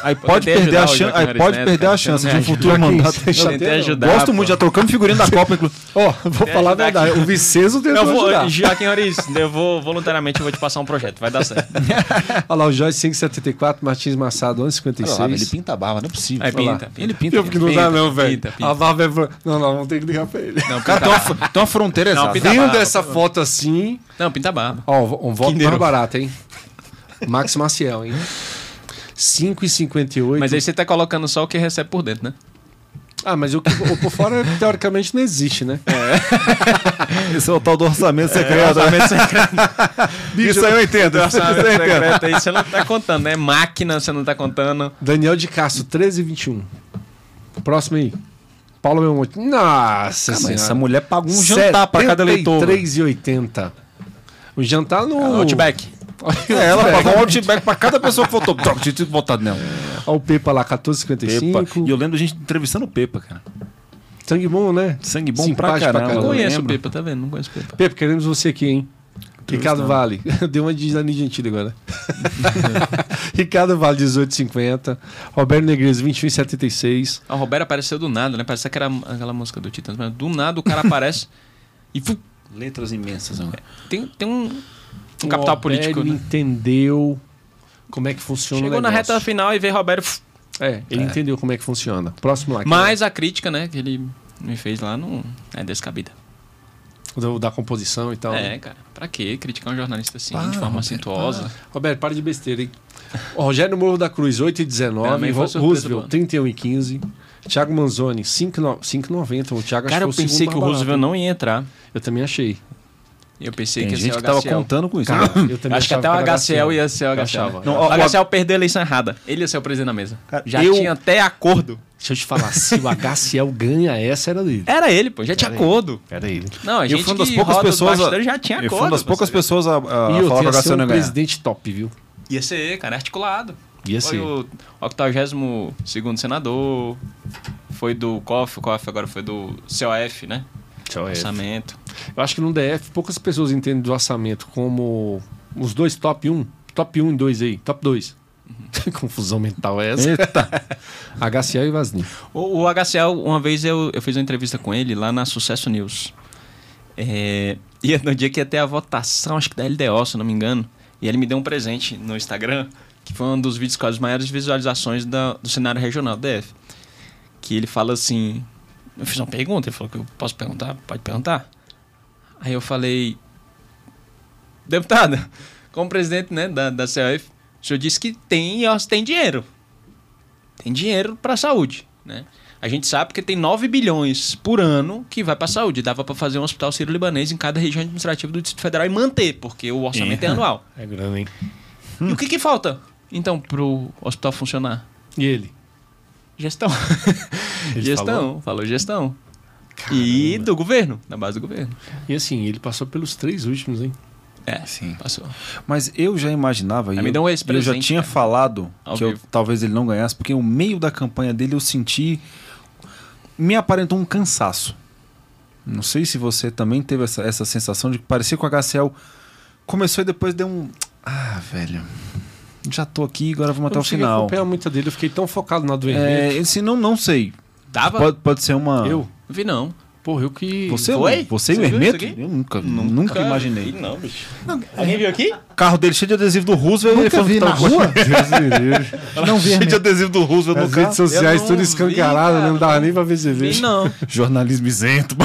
Aí pode Tentei perder a ajudar o chance, Joaquim aí Harris pode Neto, perder cara, a chance você de não um me futuro ajuda. mandato. Joaquim, Eu tentei ajudar. Gosto pô. muito, já trocamos figurinha da Copa, inclusive. Ó, vou falar a ajudar verdade. aqui. O Vicenzo tentou Eu vou, ajudar. Joaquim Oris, eu vou voluntariamente eu vou te passar um projeto, vai dar certo. Olha lá, o Joyce cinco setenta e quatro, Martins Massado onze cinquenta e Olha lá, ele seis. pinta a barba, não é possível. Aí Olha lá. pinta, pinta. Ele pinta. Eu porque não Pinta, dá não, velho. pinta, pinta. A barba é... Não, não, vamos ter que ligar pra ele. Não, Cara, tem uma, tem uma fronteira Não, exata. pinta a Vendo barba. essa foto assim... Não, pinta a barba. Ó, um voto Quindeiro. mais barato, hein? Max Maciel, hein? cinco e cinquenta e oito. Mas aí você tá colocando só o que recebe por dentro, né? Ah, mas o, que- o por fora, teoricamente, não existe, né? Esse é o tal do orçamento secreto. Orçamento secreto. Isso aí eu entendo. Isso aí Orçamento eu entendo. secreto aí você não tá contando, né? Máquina você não tá contando. Daniel de Castro, treze e vinte e um. Próximo aí. Paulo Belmonte. Nossa Cara, mas senhora. essa mulher paga um jantar pra cada eleitor. três e oitenta. O jantar no... Outback. É, ela pagou um outback pra cada pessoa que votou. Droga, tinha que votar nela. Olha o Pepa lá, quatorze e cinquenta e Pepa. cinco. E eu lembro da gente entrevistando o Pepa, cara. Sangue bom, né? Sangue bom Simpático pra pra caramba. caramba. Não eu conheço o lembro. Pepa, tá vendo? Não conheço o Pepa. Pepa, queremos você aqui, hein? Ricardo Vale. Deu uma de Dani Gentili agora. Ricardo Vale, dezoito e cinquenta. Roberto Negreiros, vinte e um e setenta e seis. A Roberto apareceu do nada, né? Parece que era aquela música do Titãs. Mas do nada o cara aparece e fu, Letras imensas. Né? tem, tem um, um capital O político. Roberto Né? entendeu como é que funciona Chegou o na negócio. reta final e veio Roberto. fu. É, ele entendeu como é que funciona. Próximo lá. Mas a crítica, né, que ele me fez lá não é descabida. O da composição e tal. É, né? cara. Pra quê criticar um jornalista assim, Para, de forma Roberto, acentuosa? Roberto, para de besteira, hein? O Rogério Morro da Cruz, oito e dezenove. Também foi Ro- surpresa Roosevelt, boa. trinta e um e quinze. Thiago Manzoni, cinco e noventa. O Thiago Cara, eu acho que foi pensei que segundo o mais Roosevelt barato, não ia entrar. hein? Eu também achei. Eu pensei Tem que ia gente ser que o tava H C L. contando com isso. Cara, né? eu também Acho que achava até o era H C L ia ser o H C L. achava. Não, o ó, H C L o- perdeu a eleição errada. Ele ia ser o presidente da mesa. Cara, Já eu- tinha até acordo. Deixa eu te falar, se o H C L ganha essa, era dele. Era ele, pô. Já tinha Era ele. acordo. Era ele. Não, a Eu gente fui uma das que poucas roda os pessoas. a- bastidores já tinha Eu acordo. fui uma das poucas pra você ver. pessoas a, a, a E falar eu que o ia H C ser L um não ganhar. presidente top, viu? Ia ser, cara, articulado. Ia Foi ser. o octogésimo segundo senador. Foi do C O F. O C O F agora foi do C O F, né? Tchau, é. Orçamento. Eu acho que no D F poucas pessoas entendem do orçamento como os dois top um. Top um e dois aí. Top dois. Que confusão mental é essa? Eita. H C L e Vasni. O, o H C L, uma vez eu, eu fiz uma entrevista com ele lá na Sucesso News. É, e no dia que ia ter a votação, acho que da L D O, se eu não me engano. E ele me deu um presente no Instagram, que foi um dos vídeos com as maiores visualizações da, do cenário regional do D F. Que ele fala assim... Eu fiz uma pergunta, ele falou que eu posso perguntar? Pode perguntar? Aí eu falei... Deputada, como presidente, né, da, da C O F, o senhor disse que tem, ó, tem dinheiro. Tem dinheiro para a saúde, né? A gente sabe que tem nove bilhões por ano que vai para a saúde. Dava para fazer um hospital sírio-libanês em cada região administrativa do Distrito Federal e manter, porque o orçamento é, é anual. É grana, hein? Hum. E o que, que falta, então, pro hospital funcionar? E ele? Gestão. Ele gestão, falou? falou gestão. E do governo, da base do governo. E assim, ele passou pelos três últimos, hein? É, Sim. passou. Mas eu já imaginava, e Aí me eu, deu esse eu já presente, tinha cara. falado Ao que eu, vivo. talvez ele não ganhasse, porque no meio da campanha dele eu senti. Me aparentou um cansaço. Não sei se você também teve essa, essa sensação de que parecia que o H C L começou e depois deu um. Ah, velho. Já tô aqui, agora vamos até Eu o não cheguei a final. acompanhar muita dele, eu fiquei tão focado na do É, Henrique. esse não, não sei. Tava? Pode, pode ser uma. Eu? Não vi, não. Porra, eu que... Você, Foi? você e o Você viu Hermeto? isso aqui? Eu nunca, nunca, imaginei. Vi, não, bicho. Alguém viu aqui? O carro dele cheio de adesivo do Roosevelt. ele Nunca falou vi que na tava- rua. Deus me livre. Não vi. Cheio de Hermeto. adesivo do Roosevelt As no carro. redes sociais Eu tudo não escancarado, vi, né? Não dava cara. nem pra ver se Vi, vê. não. Jornalismo isento.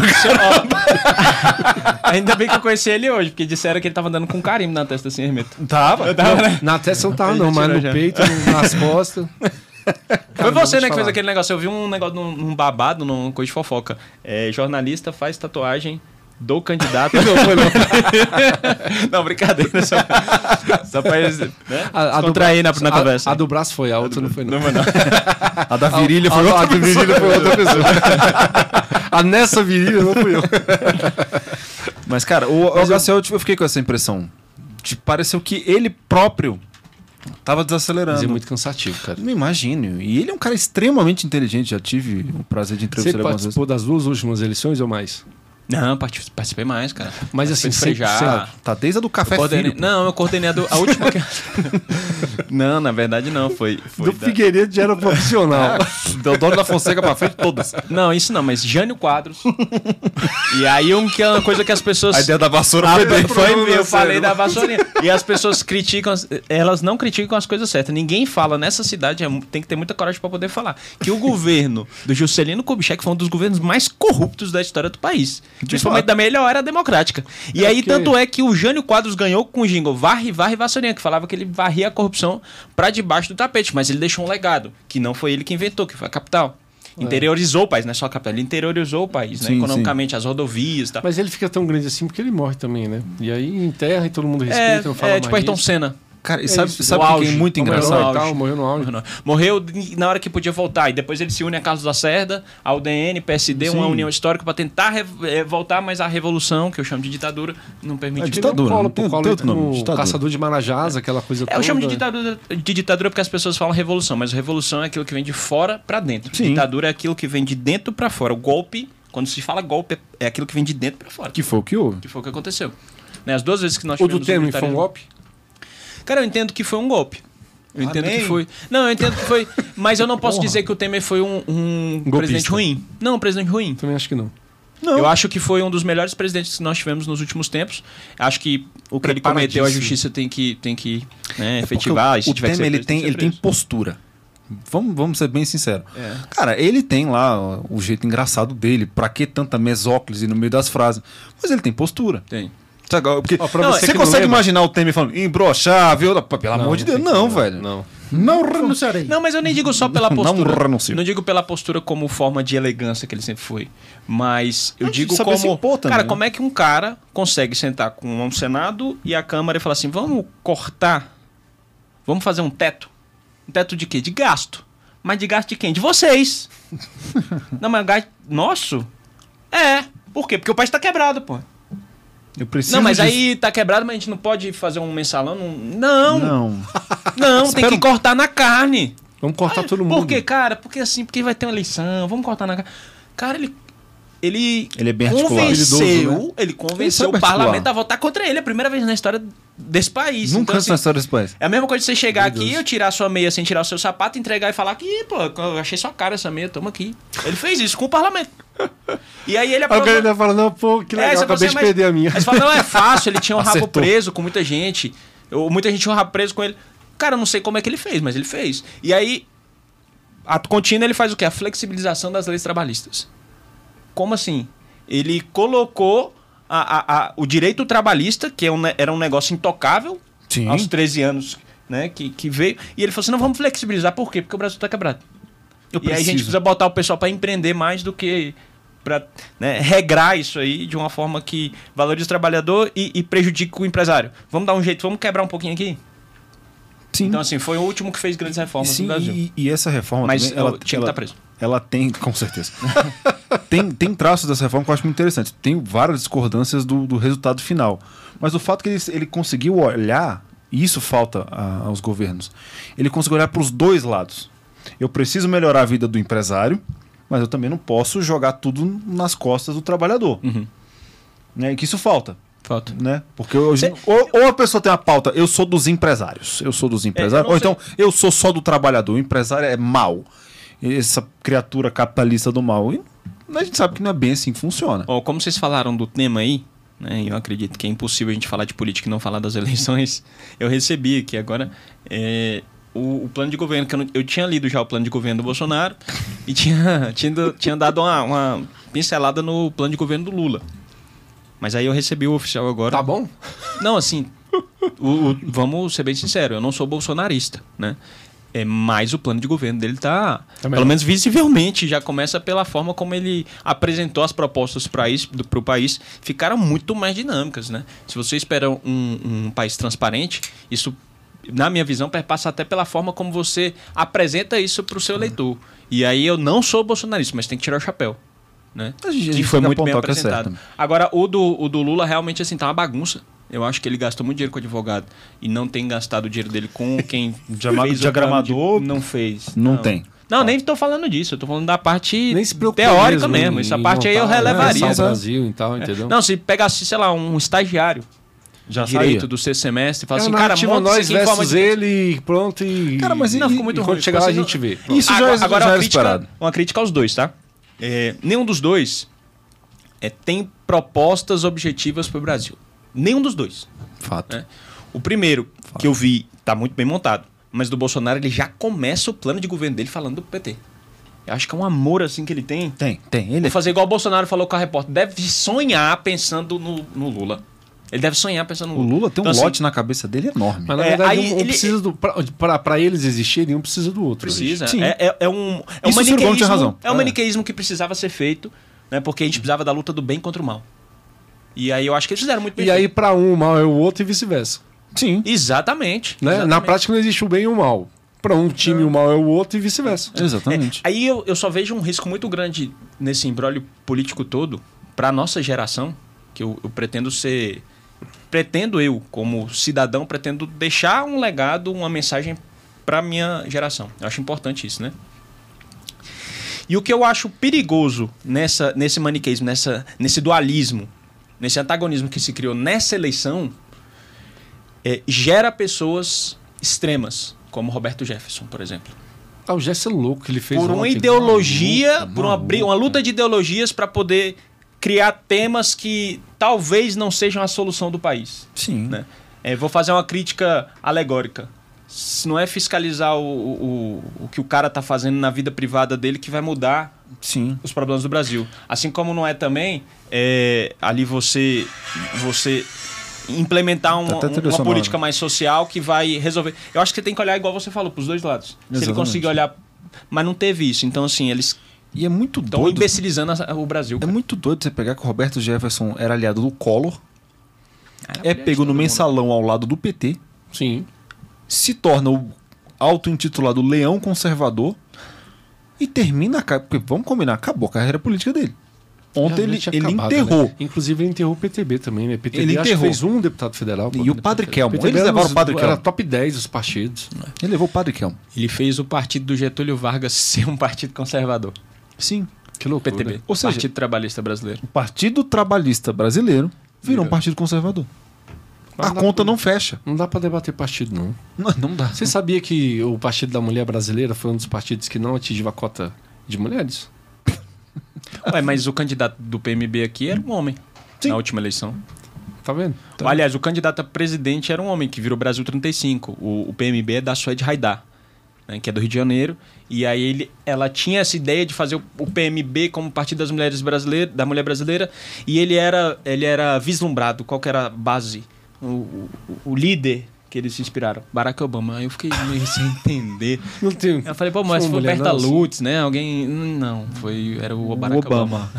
Ainda bem que eu conheci ele hoje, porque disseram que ele tava andando com carimbo na testa assim, Hermeto. Tava? Na testa não tava, Ele não, mas tirou no já. peito, no- nas costas. Foi vou você, te né, que fez falar. aquele negócio. Eu vi um negócio num, num babado, num coisa de fofoca. É, jornalista faz tatuagem do candidato. Não, foi não. Não, brincadeira. Só, só pra eles, né, A, a do contrair na, bra- na a- conversa. A, do braço foi, a outra não foi, não. Não, não. A da virilha foi a, outra a do virilha foi outra pessoa. A nessa virilha não fui eu. Mas, cara, o, o H C L, tipo, eu fiquei com essa impressão. De, pareceu que ele próprio tava desacelerando. Mas é muito cansativo, cara. Não imagino. E ele é um cara extremamente inteligente. Já tive o prazer de Você entrevistar ele algumas vezes. participou das duas últimas eleições ou mais? Não, partic- participei mais, cara. Mas assim, Participei de cem por cento. frejar. Tá desde a do café Eu coordenei- filho. Não, eu coordenei a, do, a última que... Não, na verdade não, foi... foi Do da- Figueiredo já era profissional. Deodoro da Fonseca pra frente, todas. Não, isso não, mas Jânio Quadros. E aí um, que é uma coisa que as pessoas... A ideia da vassoura Ah, foi dele. foi, eu sério. falei da vassourinha. E as pessoas criticam, as- elas não criticam as coisas certas. Ninguém fala nessa cidade, é mu- tem que ter muita coragem pra poder falar, que o governo do Juscelino Kubitschek foi um dos governos mais corruptos da história do país. Principalmente fato. da melhor era democrática. E É aí, que- tanto é que o Jânio Quadros ganhou com o jingle Varre, Varre, Vassourinha, que falava que ele varria a corrupção pra debaixo do tapete, mas ele deixou um legado, que não foi ele que inventou, que foi a capital. Interiorizou o país, não é só a capital, ele interiorizou o país, né? Sim, Economicamente, as rodovias e tal. Mas ele fica tão grande assim porque ele morre também, né? E aí enterra e todo mundo É, respeita, não fala é mais tipo Ayrton disso. Senna. Cara, e É sabe, isso, sabe o o que auge. é muito Morreu no engraçado? auge. Morreu no auge. Morreu, morreu na hora que podia voltar. E depois ele se une a Carlos Lacerda, ao U D N, P S D, uma Sim. união histórica para tentar re- eh, voltar, mas a revolução, que eu chamo de ditadura, não permitiu. É ditadura. Colo, não tem- pô, Colo tem outro nome, como ditadura. Caçador de Marajás, aquela coisa É, toda. eu chamo de ditadura, de ditadura porque as pessoas falam revolução, mas revolução é aquilo que vem de fora para dentro. Sim. Ditadura é aquilo que vem de dentro para fora. O golpe, quando se fala golpe, é aquilo que vem de dentro para fora. Que foi o que houve. Que foi o que aconteceu. Né, as duas vezes que nós O do tivemos Temer foi um militarismo- golpe? Cara, eu entendo que foi um golpe. Eu entendo Amém. que foi. Não, eu entendo que foi. Mas eu não posso Porra. dizer que o Temer foi um, um Golpista. presidente ruim. Não, um presidente ruim. Também acho que não. Eu acho que foi um dos melhores presidentes que nós tivemos nos últimos tempos. Acho que o que ele cometeu, a justiça tem que, tem que né, efetivar. Porque E se o tiver que Temer ser ele preso, tem, que ser ele tem preso. postura. Vamos, vamos ser bem sinceros. É. Cara, ele tem lá ó, o jeito engraçado dele. Pra que tanta mesóclise no meio das frases? Mas ele tem postura. Tem. Sabe, porque, Ó, pra não, você você que não consegue lembra- imaginar o Temer falando, embroxar, viu? Pelo amor de Deus, não, velho. Não. Não renunciarei. Não, mas eu nem digo só pela Não postura. renuncio. Não digo pela postura como forma de elegância que ele sempre foi. Mas eu Não, digo saber se como. impor também, Cara, né? como é que um cara consegue sentar com um Senado e a Câmara e falar assim: vamos cortar, vamos fazer um teto? Um teto de quê? De gasto. Mas de gasto de quem? De vocês. Não, mas gasto nosso? É. Por quê? Porque o país tá quebrado, pô. Eu preciso Não, mas disso. aí tá quebrado, mas a gente não pode fazer um mensalão? Não. Não, Não. não tem Espera que um- cortar na carne. Vamos cortar todo mundo. Por quê, cara? Porque assim, porque vai ter uma eleição, vamos cortar na cara. Cara, ele. Ele, Ele é bem articulado. convenceu, Habilidoso, né? ele Ele convenceu sabe o parlamento articular. a votar contra ele. É a primeira vez na história desse país. Nunca Então, antes na assim, história desse país. é a mesma coisa de você chegar Meu aqui, Deus. eu tirar sua meia sem tirar o seu sapato, entregar e falar que, pô, eu achei sua cara essa meia, toma aqui. Ele fez isso com o parlamento. E aí ele Aí o cara aprovou. ainda fala, não, pô, que legal, É, você acabei fala de assim, mas- perder a minha. Aí você fala, não, é fácil, ele tinha um rabo Acertou. preso com muita gente. Eu- muita gente tinha um rabo preso com ele. Cara, eu não sei como é que ele fez, mas ele fez. E aí, a contínua ele faz o quê? A flexibilização das leis trabalhistas. Como assim? Ele colocou a- a- a- o direito trabalhista, que é um ne- era um negócio intocável, Sim. aos treze anos, né, que, que veio, e ele falou assim, não, vamos flexibilizar. Por quê? Porque o Brasil tá quebrado. Eu E aí a gente preciso. precisa botar o pessoal para empreender mais do que para regrar isso aí de uma forma que valorize o trabalhador e, e prejudique o empresário. Vamos dar um jeito, vamos quebrar um pouquinho aqui? Sim. Então, assim, foi o último que fez grandes reformas Sim, no Brasil. e, e essa reforma Mas também, ela, ela, tinha que ela, estar preso. ela tem, com certeza. tem, tem traços dessa reforma que eu acho muito interessante. Tem várias discordâncias do, do resultado final. Mas o fato que ele, ele conseguiu olhar, e isso falta a- aos governos, ele conseguiu olhar para os dois lados. Eu preciso melhorar a vida do empresário, mas eu também não posso jogar tudo nas costas do trabalhador. Uhum. Né? E que isso falta. Falta. Né? Porque hoje, Cê- ou, ou a pessoa tem uma pauta, eu sou dos empresários, eu sou dos empresários, não ou então sei. eu sou só do trabalhador, o empresário é mau, essa criatura capitalista do mal. E a gente sabe que não é bem assim que funciona. Ó, como vocês falaram do tema aí, né, eu acredito que é impossível a gente falar de política e não falar das eleições, eu recebi aqui agora é, o, o plano de governo, que eu, não- eu tinha lido já o plano de governo do Bolsonaro e tinha, tinha, do- tinha dado uma, uma pincelada no plano de governo do Lula. Mas aí eu recebi o oficial agora. Tá bom? Não, assim, o- o- vamos ser bem sinceros, eu não sou bolsonarista, né? É, mas o plano de governo dele tá, Tá melhor. pelo menos visivelmente, já começa pela forma como ele apresentou as propostas para isso, para o país, ficaram muito mais dinâmicas, né? Se você espera um, um país transparente, isso, na minha visão, passa até pela forma como você apresenta isso para o seu eleitor. E aí eu não sou bolsonarista, mas tem que tirar o chapéu. Né? A gente- a Que gente foi tem que muito bem apontar o que é apresentado. certo. Agora, o do, o do Lula realmente assim tá uma bagunça. Eu acho que ele gastou muito dinheiro com advogado e não tem gastado o dinheiro dele com quem Diama- fez o diagramador, plano de- não fez. não tem. Não, nem tô falando disso. Eu tô falando da parte Nem se preocupa teórica mesmo mesmo. em Essa parte aí eu montar, relevaria. né, sabe? o Brasil e tal, entendeu? Não, se pegasse, sei lá, um estagiário Já de direito saía. do sexto semestre e fala É assim, uma cara, narrativa monta nós isso aqui em forma versus de... ele e pronto e... Cara, mas e, não, ficou muito e ruim, quando chegar lá a ficou gente vê. Isso já, agora, é- agora já uma, era crítica, esperado. uma crítica aos dois, tá? É, nenhum dos dois é, tem propostas objetivas para o Brasil. Nenhum dos dois. Fato. É. O primeiro, que eu vi, tá muito bem montado. Mas do Bolsonaro, ele já começa o plano de governo dele falando do P T. Eu acho que é um amor assim que ele tem. Tem, tem. Ele Vou fazer igual o Bolsonaro falou com a repórter. Deve sonhar pensando no, no Lula. Ele deve sonhar pensando no O Lula. Lula tem um Então, assim, lote na cabeça dele enorme. Mas na É, verdade, aí um, um ele- precisa do... Pra, pra, pra eles existirem, um precisa do outro. Precisa. Sim. É, é, é um, é um Isso o Ciro Gomes tinha razão. maniqueísmo, é um É. maniqueísmo que precisava ser feito, né? Porque a gente precisava da luta do bem contra o mal. E aí eu acho que eles fizeram muito bem E aí, feito. pra um, o mal é o outro e vice-versa. Sim. Exatamente. Né? exatamente. Na prática não existe o bem e o mal. Pra um time, o mal é o outro e vice-versa. Exatamente. Aí eu, eu só vejo um risco muito grande nesse imbróglio político todo para nossa geração, que eu, eu pretendo ser... Pretendo eu, como cidadão, pretendo deixar um legado, uma mensagem para minha geração. Eu acho importante isso, né? E o que eu acho perigoso nessa, nesse maniqueísmo, nessa, nesse dualismo, nesse antagonismo que se criou nessa eleição, é, gera pessoas extremas, como Roberto Jefferson, por exemplo. Ah, o Jesse é louco que ele fez Por uma ontem. ideologia, Maluco, por uma, bri- uma luta de ideologias para poder criar temas que talvez não sejam a solução do país. Sim. Né? É, vou fazer uma crítica alegórica. Se não é fiscalizar o, o, o que o cara tá fazendo na vida privada dele que vai mudar Sim. os problemas do Brasil. Assim como não é também é, ali você, você implementar uma, Tá até uma trilha sonora. política mais social que vai resolver. Eu acho que você tem que olhar igual você falou, pros dois lados. Se ele Exatamente. conseguir olhar... Mas não teve isso. Então, assim, eles E é muito estão doido. imbecilizando a- o Brasil. É cara. muito doido você pegar que o Roberto Jefferson era aliado do Collor, Era é mulher de pego todo no mundo. mensalão ao lado do P T, Sim. se torna o auto-intitulado Leão Conservador e termina... a ca- Porque, vamos combinar, acabou a carreira política dele. Ontem Já ele, tinha ele acabado, enterrou. né? Inclusive, ele enterrou o P T B também, né? P T B Ele acho que enterrou. fez um deputado federal. pô. E o Padre Kelmo. P T B Eles era levaram os- o Padre Era Kelmo. top dez dos partidos. Ele levou o Padre Kelmo. Ele fez o partido do Getúlio Vargas ser um partido conservador. Sim. Que O loucura. P T B. Ou seja- Partido Trabalhista Brasileiro. O Partido Trabalhista Brasileiro virou um Vira. partido conservador. Mas A dá conta pra- não fecha. Não dá pra debater partido, não. Não, não dá. Você sabia que o Partido da Mulher Brasileira foi um dos partidos que não atingiu a cota de mulheres? Ué, mas o candidato do P M B aqui era um homem. Sim. Na última eleição. Tá vendo? Aliás, o candidato a presidente era um homem que virou Brasil trinta e cinco. O, o P M B é da Suede Haidar, né, que é do Rio de Janeiro. E aí ele, ela tinha essa ideia de fazer o, o P M B como Partido das Mulheres Brasileiras, da Mulher Brasileira. E ele era, ele era vislumbrado. Qual que era a base? O, o, o líder que eles se inspiraram? Barack Obama. Aí eu fiquei meio sem entender. Não tem. Eu falei, pô, mas Sou foi mulher, Berta não, assim. Lutz, né? Alguém... Não, foi, era o Barack Obama.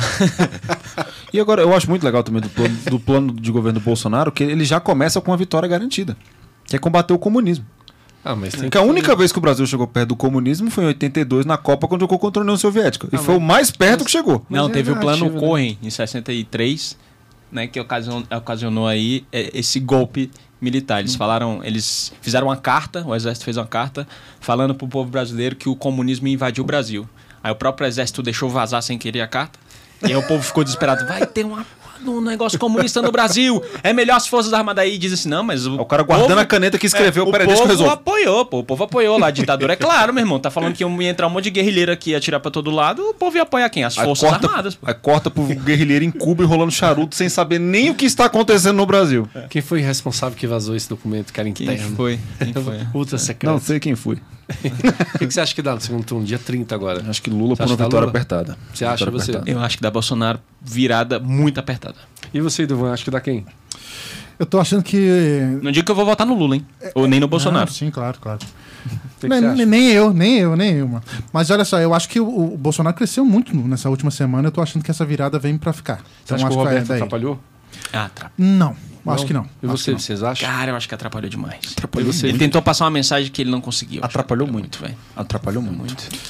E agora, eu acho muito legal também do plano, do plano de governo do Bolsonaro, que ele já começa com uma vitória garantida, que é combater o comunismo. Ah, mas tem Porque a única vez que o Brasil chegou perto do comunismo foi em oitenta e dois, na Copa, quando jogou contra a União Soviética. E Ah, foi mas- o mais perto que chegou. Mas Não, é teve o plano narrativa, né? Cohen em sessenta e três, né, que ocasionou, ocasionou aí é, esse golpe militar. Eles falaram, eles fizeram uma carta, o exército fez uma carta falando pro povo brasileiro que o comunismo invadiu o Brasil. Aí o próprio exército deixou vazar sem querer a carta. E aí o povo ficou desesperado. Vai ter uma, um negócio comunista no Brasil. É melhor as Forças Armadas aí. E diz assim, não, mas o, O cara guardando povo- a caneta que escreveu, é, peraí, o deixa que eu povo resolvo. apoiou, pô. O povo apoiou lá. A ditadura é claro, meu irmão. Tá falando que ia entrar um monte de guerrilheiro aqui e atirar pra todo lado. O povo ia apoiar quem? As Aí Forças corta, Armadas. Pô. aí corta pro guerrilheiro em Cuba enrolando charuto sem saber nem o que está acontecendo no Brasil. Quem foi responsável que vazou esse documento, cara, Quem interno? foi? Quem foi? Ultra secreto. Não sei quem foi. O que, que você acha que dá no segundo turno? Dia trinta agora. Acho que Lula Você por acha uma que dá vitória Lula? apertada. Você acha, Vitória você? apertada. Eu acho que dá Bolsonaro virada muito apertada. E você, Ivan, acha que dá quem? Eu tô achando que. Não digo que eu vou votar no Lula, hein? Ou nem no Bolsonaro. Não, sim, claro, claro. O que Nem, que você acha? nem eu, nem eu, nem eu, mano. Mas olha só, eu acho que o, o Bolsonaro cresceu muito no- nessa última semana. Eu tô achando que essa virada vem pra ficar. Você acha que o acho vai Roberto daí. atrapalhou? Ah, tra... Não, acho que não. E Acho você, que não. vocês acham? Cara, eu acho que atrapalhou demais. E você? Ele tentou passar uma mensagem que ele não conseguiu. Atrapalhou Acho que muito. velho. Atrapalhou muito. Muito.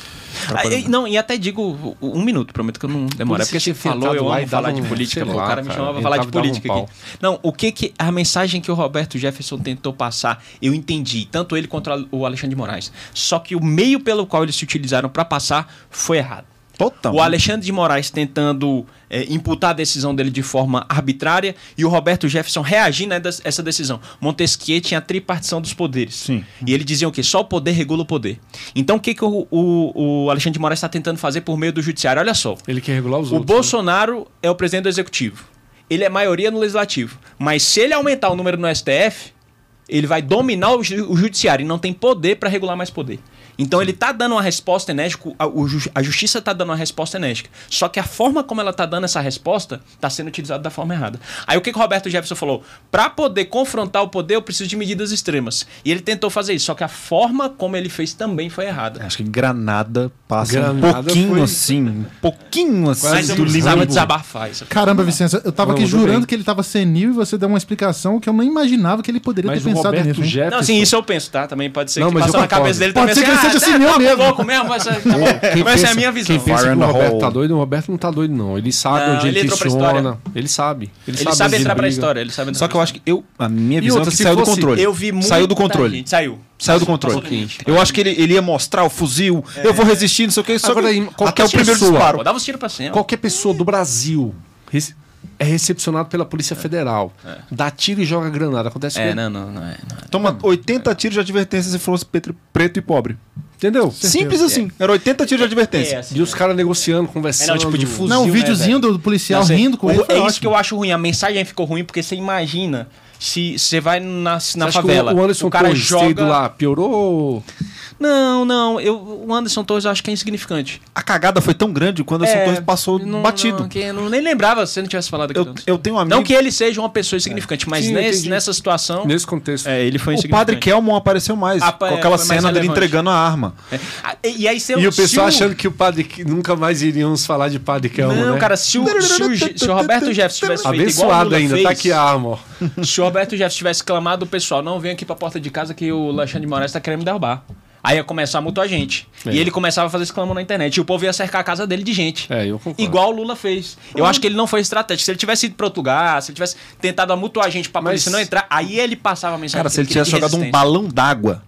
Ah, e- não, e até digo um minuto, prometo que eu não demoro. É porque você falou, eu amo falar de política, pô, o cara me chamava pra falar de política aqui. Não, o que que a mensagem que o Roberto Jefferson tentou passar, eu entendi, tanto ele quanto o Alexandre de Moraes. Só que o meio pelo qual eles se utilizaram para passar foi errado. Total. O Alexandre de Moraes tentando é, imputar a decisão dele de forma arbitrária e o Roberto Jefferson reagindo a essa decisão. Montesquieu tinha a tripartição dos poderes. Sim. E ele dizia o quê? Só o poder regula o poder. Então o que, que o, o, o Alexandre de Moraes está tentando fazer por meio do judiciário? Olha só. Ele quer regular os O outros. Bolsonaro é o presidente do executivo. Ele é maioria no legislativo. Mas se ele aumentar o número no S T F, ele vai dominar o, ju- o judiciário e não tem poder para regular mais poder. Então ele está dando uma resposta enérgica, a, o ju- a justiça está dando uma resposta enérgica. Só que a forma como ela está dando essa resposta está sendo utilizada da forma errada. Aí o que, que o Roberto Jefferson falou? Para poder confrontar o poder, eu preciso de medidas extremas. E ele tentou fazer isso, só que a forma como ele fez também foi errada. Acho que Granada passa Granada um pouquinho foi- assim, um pouquinho assim Mas eu do precisava limite. desabafar isso. Caramba, Vicência, eu tava Não, aqui tudo jurando bem. que ele tava senil e você deu uma explicação que eu não imaginava que ele poderia Mas ter o pensado Roberto nisso. hein? Jefferson... Não, assim, isso eu penso, tá? Também pode ser Não, que mas passou eu na cabeça concordo. dele Pode também. ser que ele assim, seja ah, assim tá, mesmo. tá louco mesmo. Essa, tá bom. Quem Vai ser pensa- a minha visão. Quem pensa Fire que in o the Roberto hole. tá doido, o Roberto não tá doido, não. Ele sabe Não, onde ele ele entrou pra funciona. história. Ele sabe. Ele, Ele sabe onde entrar pra briga. história. Ele sabe entrar Só que pra eu acho que eu, a minha E visão outra, é que se saiu do fosse- controle. Eu vi Saiu do muita controle. gente- Saiu. Saiu do controle. Passou do Eu acho que ele, ele ia mostrar o fuzil, eu vou resistir, não sei o que, só Agora, que em qualquer até o primeiro pessoa- disparo. Pô, dava os tiros pra cima. Qualquer pessoa do Brasil rece- é recepcionado pela Polícia Federal. Dá tiro e joga granada. Acontece É, com não, não, não é. Não é. Toma oitenta tiros de advertência se fosse preto, preto e pobre. Entendeu? Simples assim. Era oitenta tiros de advertência. É, assim, E os caras negociando, É, conversando. não, tipo de fuzil. Não, o né, videozinho velho? do policial Não, você- rindo com o- ele foi É isso ótimo. que eu acho ruim. A mensagem ficou ruim porque você imagina se você vai na, Você na acha que favela. o Anderson o cara Torres joga. cedo lá piorou? Não, não. Eu, o Anderson Torres eu acho que é insignificante. A cagada foi tão grande quando o Anderson É, Torres passou não, batido. Não, que eu não, nem lembrava se você não tivesse falado aqui. Eu, eu tenho um amigo. Não que ele seja uma pessoa insignificante, mas Sim, nesse- entendi. nessa situação. Nesse contexto. É, ele foi O insignificante. padre Kelmon apareceu mais. Ah, com é, aquela foi mais cena dele relevante. entregando a arma. É. Ah, E, e aí se E o se pessoal achando que o padre que nunca mais iríamos falar de padre Kelmo, Não, né? cara, se o, se o, Ge- se o Roberto Jefferson tivesse feito igual o Abençoado Lula ainda, fez, tá aqui a arma, ó. se o Roberto Jefferson tivesse clamado o pessoal, não vem aqui pra porta de casa que o Alexandre de Moraes tá querendo me derrubar. Aí ia começar a mutar a gente. É. E ele começava a fazer esse clamor na internet. E o povo ia cercar a casa dele de gente. É, eu concordo. Igual o Lula fez. Eu acho que ele não foi estratégico. Se ele tivesse ido pra outro lugar, se ele tivesse tentado amutuar a gente pra Mas- polícia não entrar, aí ele passava a mensagem. Cara, que se ele queria tivesse de jogado um resistência. balão d'água,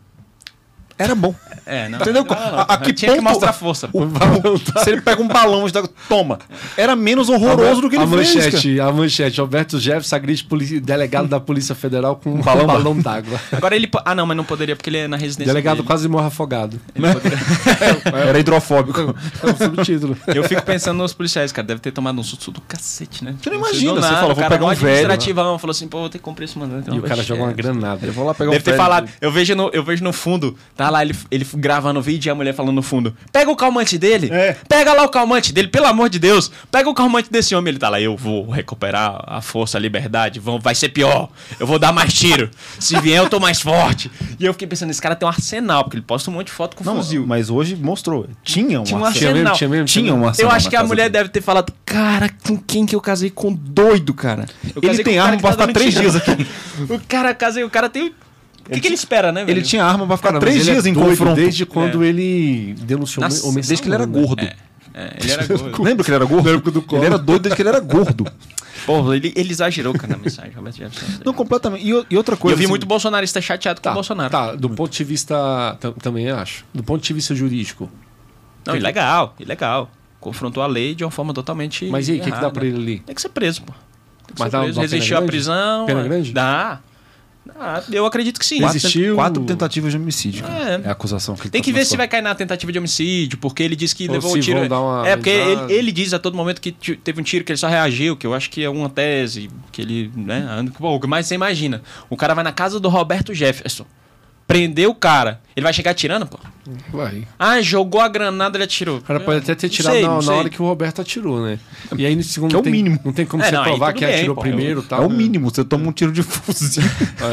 era bom. É, não. Entendeu? Não, não, não. A- a que Tinha que ponto- mostrar força. O- o- se ele pega um balão de água, toma. Era menos horroroso do que ele a fez. manchete, a manchete, Roberto Jefferson agride poli- delegado da Polícia Federal com um balão, balão d'água. Agora ele. po- Ah, não, mas não poderia porque ele é na residência. Delegado dele. quase morre afogado. Ele poderia- Cara. Era hidrofóbico. É o subtítulo. Eu fico pensando nos policiais, cara. Deve ter tomado um susto do cacete, né? Você não sei imagina, do você nada, fala, o vou cara pegar um mó velho. administrativão, falou assim, pô, vou ter que cumprir esse mandante. E o cara joga uma granada. Eu vou lá pegar Deve um ter velho. falado, eu vejo, no, eu vejo no fundo, tá lá ele, ele gravando o vídeo e a mulher falando no fundo, pega o calmante dele, É. pega lá o calmante dele, pelo amor de Deus, pega o calmante desse homem, ele tá lá, eu vou recuperar a força, a liberdade, vão, vai ser pior, eu vou dar mais tiro, se vier eu tô mais forte. E eu fiquei pensando, esse cara tem um arsenal, porque ele posta um monte de foto com Não, fuzil. mas hoje mostrou. Tinha um Tinha um arsenal. Tinha mesmo, Arsenal. tinha mesmo. Tinha mesmo. um arsenal Eu acho na que a casa mulher dele. deve ter falado, cara, com quem que eu casei? Com doido, cara. Eu Ele casei tem com um arma cara pra que tá ficar dando três tiro. dias aqui. O cara casei, o cara tem... O que, que ele espera, né, velho? Ele tinha arma pra ficar Cara, mas três ele dias é em doido confronto. desde quando ele denunciou Nossa, o mensalão, Desde que ele era né? gordo. É, ele era gordo. Lembra que ele era gordo? Ele era doido desde que ele era gordo. Pô, ele, ele exagerou, cara, na mensagem, Roberto Jefferson. Não, completamente. E, o- e outra E coisa. eu vi assim, muito bolsonarista chateado com Tá, o Bolsonaro. tá, do ponto de vista... tam- Também acho. Do ponto de vista jurídico. Não, ilegal, ilegal. Confrontou a lei de uma forma totalmente Mas e aí, o que, que dá errada. pra ele ali? Tem que ser preso, pô. Tem que Mas ser dá uma preso. pena Resistiu à grande? prisão. Pena é. grande? Dá. Dá. Eu acredito que sim. Quatro, Existiu- quatro tentativas de homicídio, cara. É. É, a acusação que ele Tem tá que ver se lançando. vai cair na tentativa de homicídio, porque ele disse que Ou levou se um tiro. vão dar uma É, porque ele, avisada. ele diz a todo momento que t- teve um tiro que ele só reagiu, que eu acho que é uma tese, que ele, né, anda com pouco. Mas você imagina, o cara vai na casa do Roberto Jefferson, prendeu o cara, ele vai chegar atirando, pô? Vai. Ah, jogou a granada, ele atirou. O cara pode até ter Não tirado sei, na, não na sei. hora que o Roberto atirou, né? E aí no segundo Que é o tem, mínimo. não tem como É, você não, aí provar tudo que bem, atirou pô. primeiro e É tal. o né? mínimo, você toma um tiro de fuzil.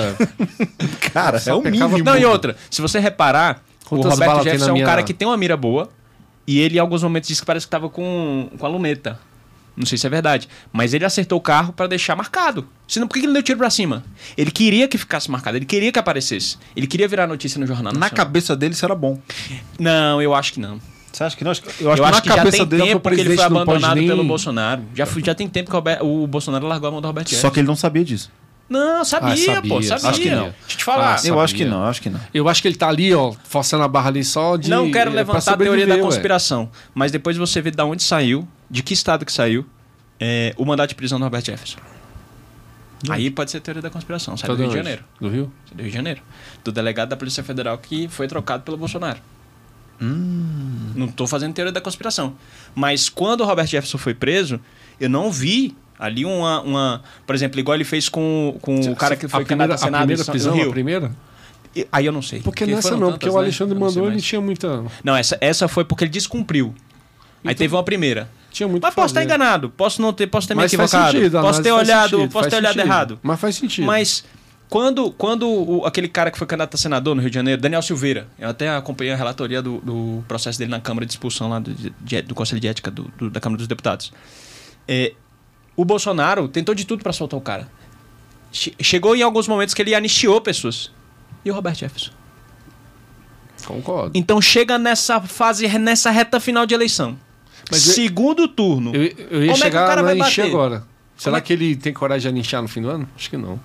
É. Cara, é o pecava- mínimo. Não, e outra, se você reparar, Quantas o Roberto balas tem Jefferson na é um minha- cara que tem uma mira boa e ele em alguns momentos disse que parece que tava com, com a luneta. Não sei se é verdade. Mas ele acertou o carro pra deixar marcado. Senão, por que ele não deu tiro pra cima? Ele queria que ficasse marcado, ele queria que aparecesse. Ele queria virar notícia no Jornal Na Nacional. cabeça dele isso era bom. Não, eu acho que não. Você acha que não? Eu acho, Eu que acho na que já cabeça tem dele... tempo que ele foi presidente não pode abandonado nem- pelo Bolsonaro. Já, foi- já tem tempo que o, Robert- o Bolsonaro largou a mão do Roberto Jefferson. Só que ele não sabia disso. Não, sabia, Ah, sabia, pô, sabia. acho que não. Deixa eu te falar. Ah, Eu sabia. acho que não, eu acho que não. Eu acho que ele tá ali, ó, forçando a barra ali só de... Não quero é, levantar pra a teoria da sobreviver, ué. conspiração, mas depois você vê de onde saiu, de que estado que saiu, é, o mandato de prisão do Robert Jefferson. Aí pode ser teoria da conspiração, sai Tá do Rio de de onde? Janeiro. Do Rio? Sai do Rio de Janeiro. Do delegado da Polícia Federal que foi trocado pelo Bolsonaro. Não estou fazendo teoria da conspiração. Mas quando o Robert Jefferson foi preso, eu não vi ali uma... uma por exemplo, igual ele fez com, com o cara que foi a primeira, candidato a a Senado primeira em São- prisão, no Rio. a primeira? E- Aí eu não sei. Porque nessa foram não, tantas, porque o né? Alexandre Eu não sei mandou, ele mais. tinha muita... Não, essa, essa foi porque ele descumpriu. Aí teve uma primeira. Tinha muito Mas pra posso estar fazer. enganado, posso não ter, posso ter me Mas faz equivocado, sentido, a posso ter análise faz olhado, sentido, posso faz ter olhado sentido. errado. Mas faz sentido. Mas quando, quando o- aquele cara que foi candidato a senador no Rio de Janeiro, Daniel Silveira, eu até acompanhei a relatoria do, do processo dele na Câmara de expulsão lá do, de- do Conselho de Ética do- do- da Câmara dos Deputados. É, o Bolsonaro tentou de tudo para soltar o cara. Che- Chegou em alguns momentos que ele anistiou pessoas. E o Robert Jefferson? Concordo. Então chega nessa fase, nessa reta final de eleição. Mas eu- Segundo turno. Eu, eu ia Como é que o chegar cara na vai encher bater? agora. Será é- que ele tem coragem de aninchar no fim do ano? Acho que não.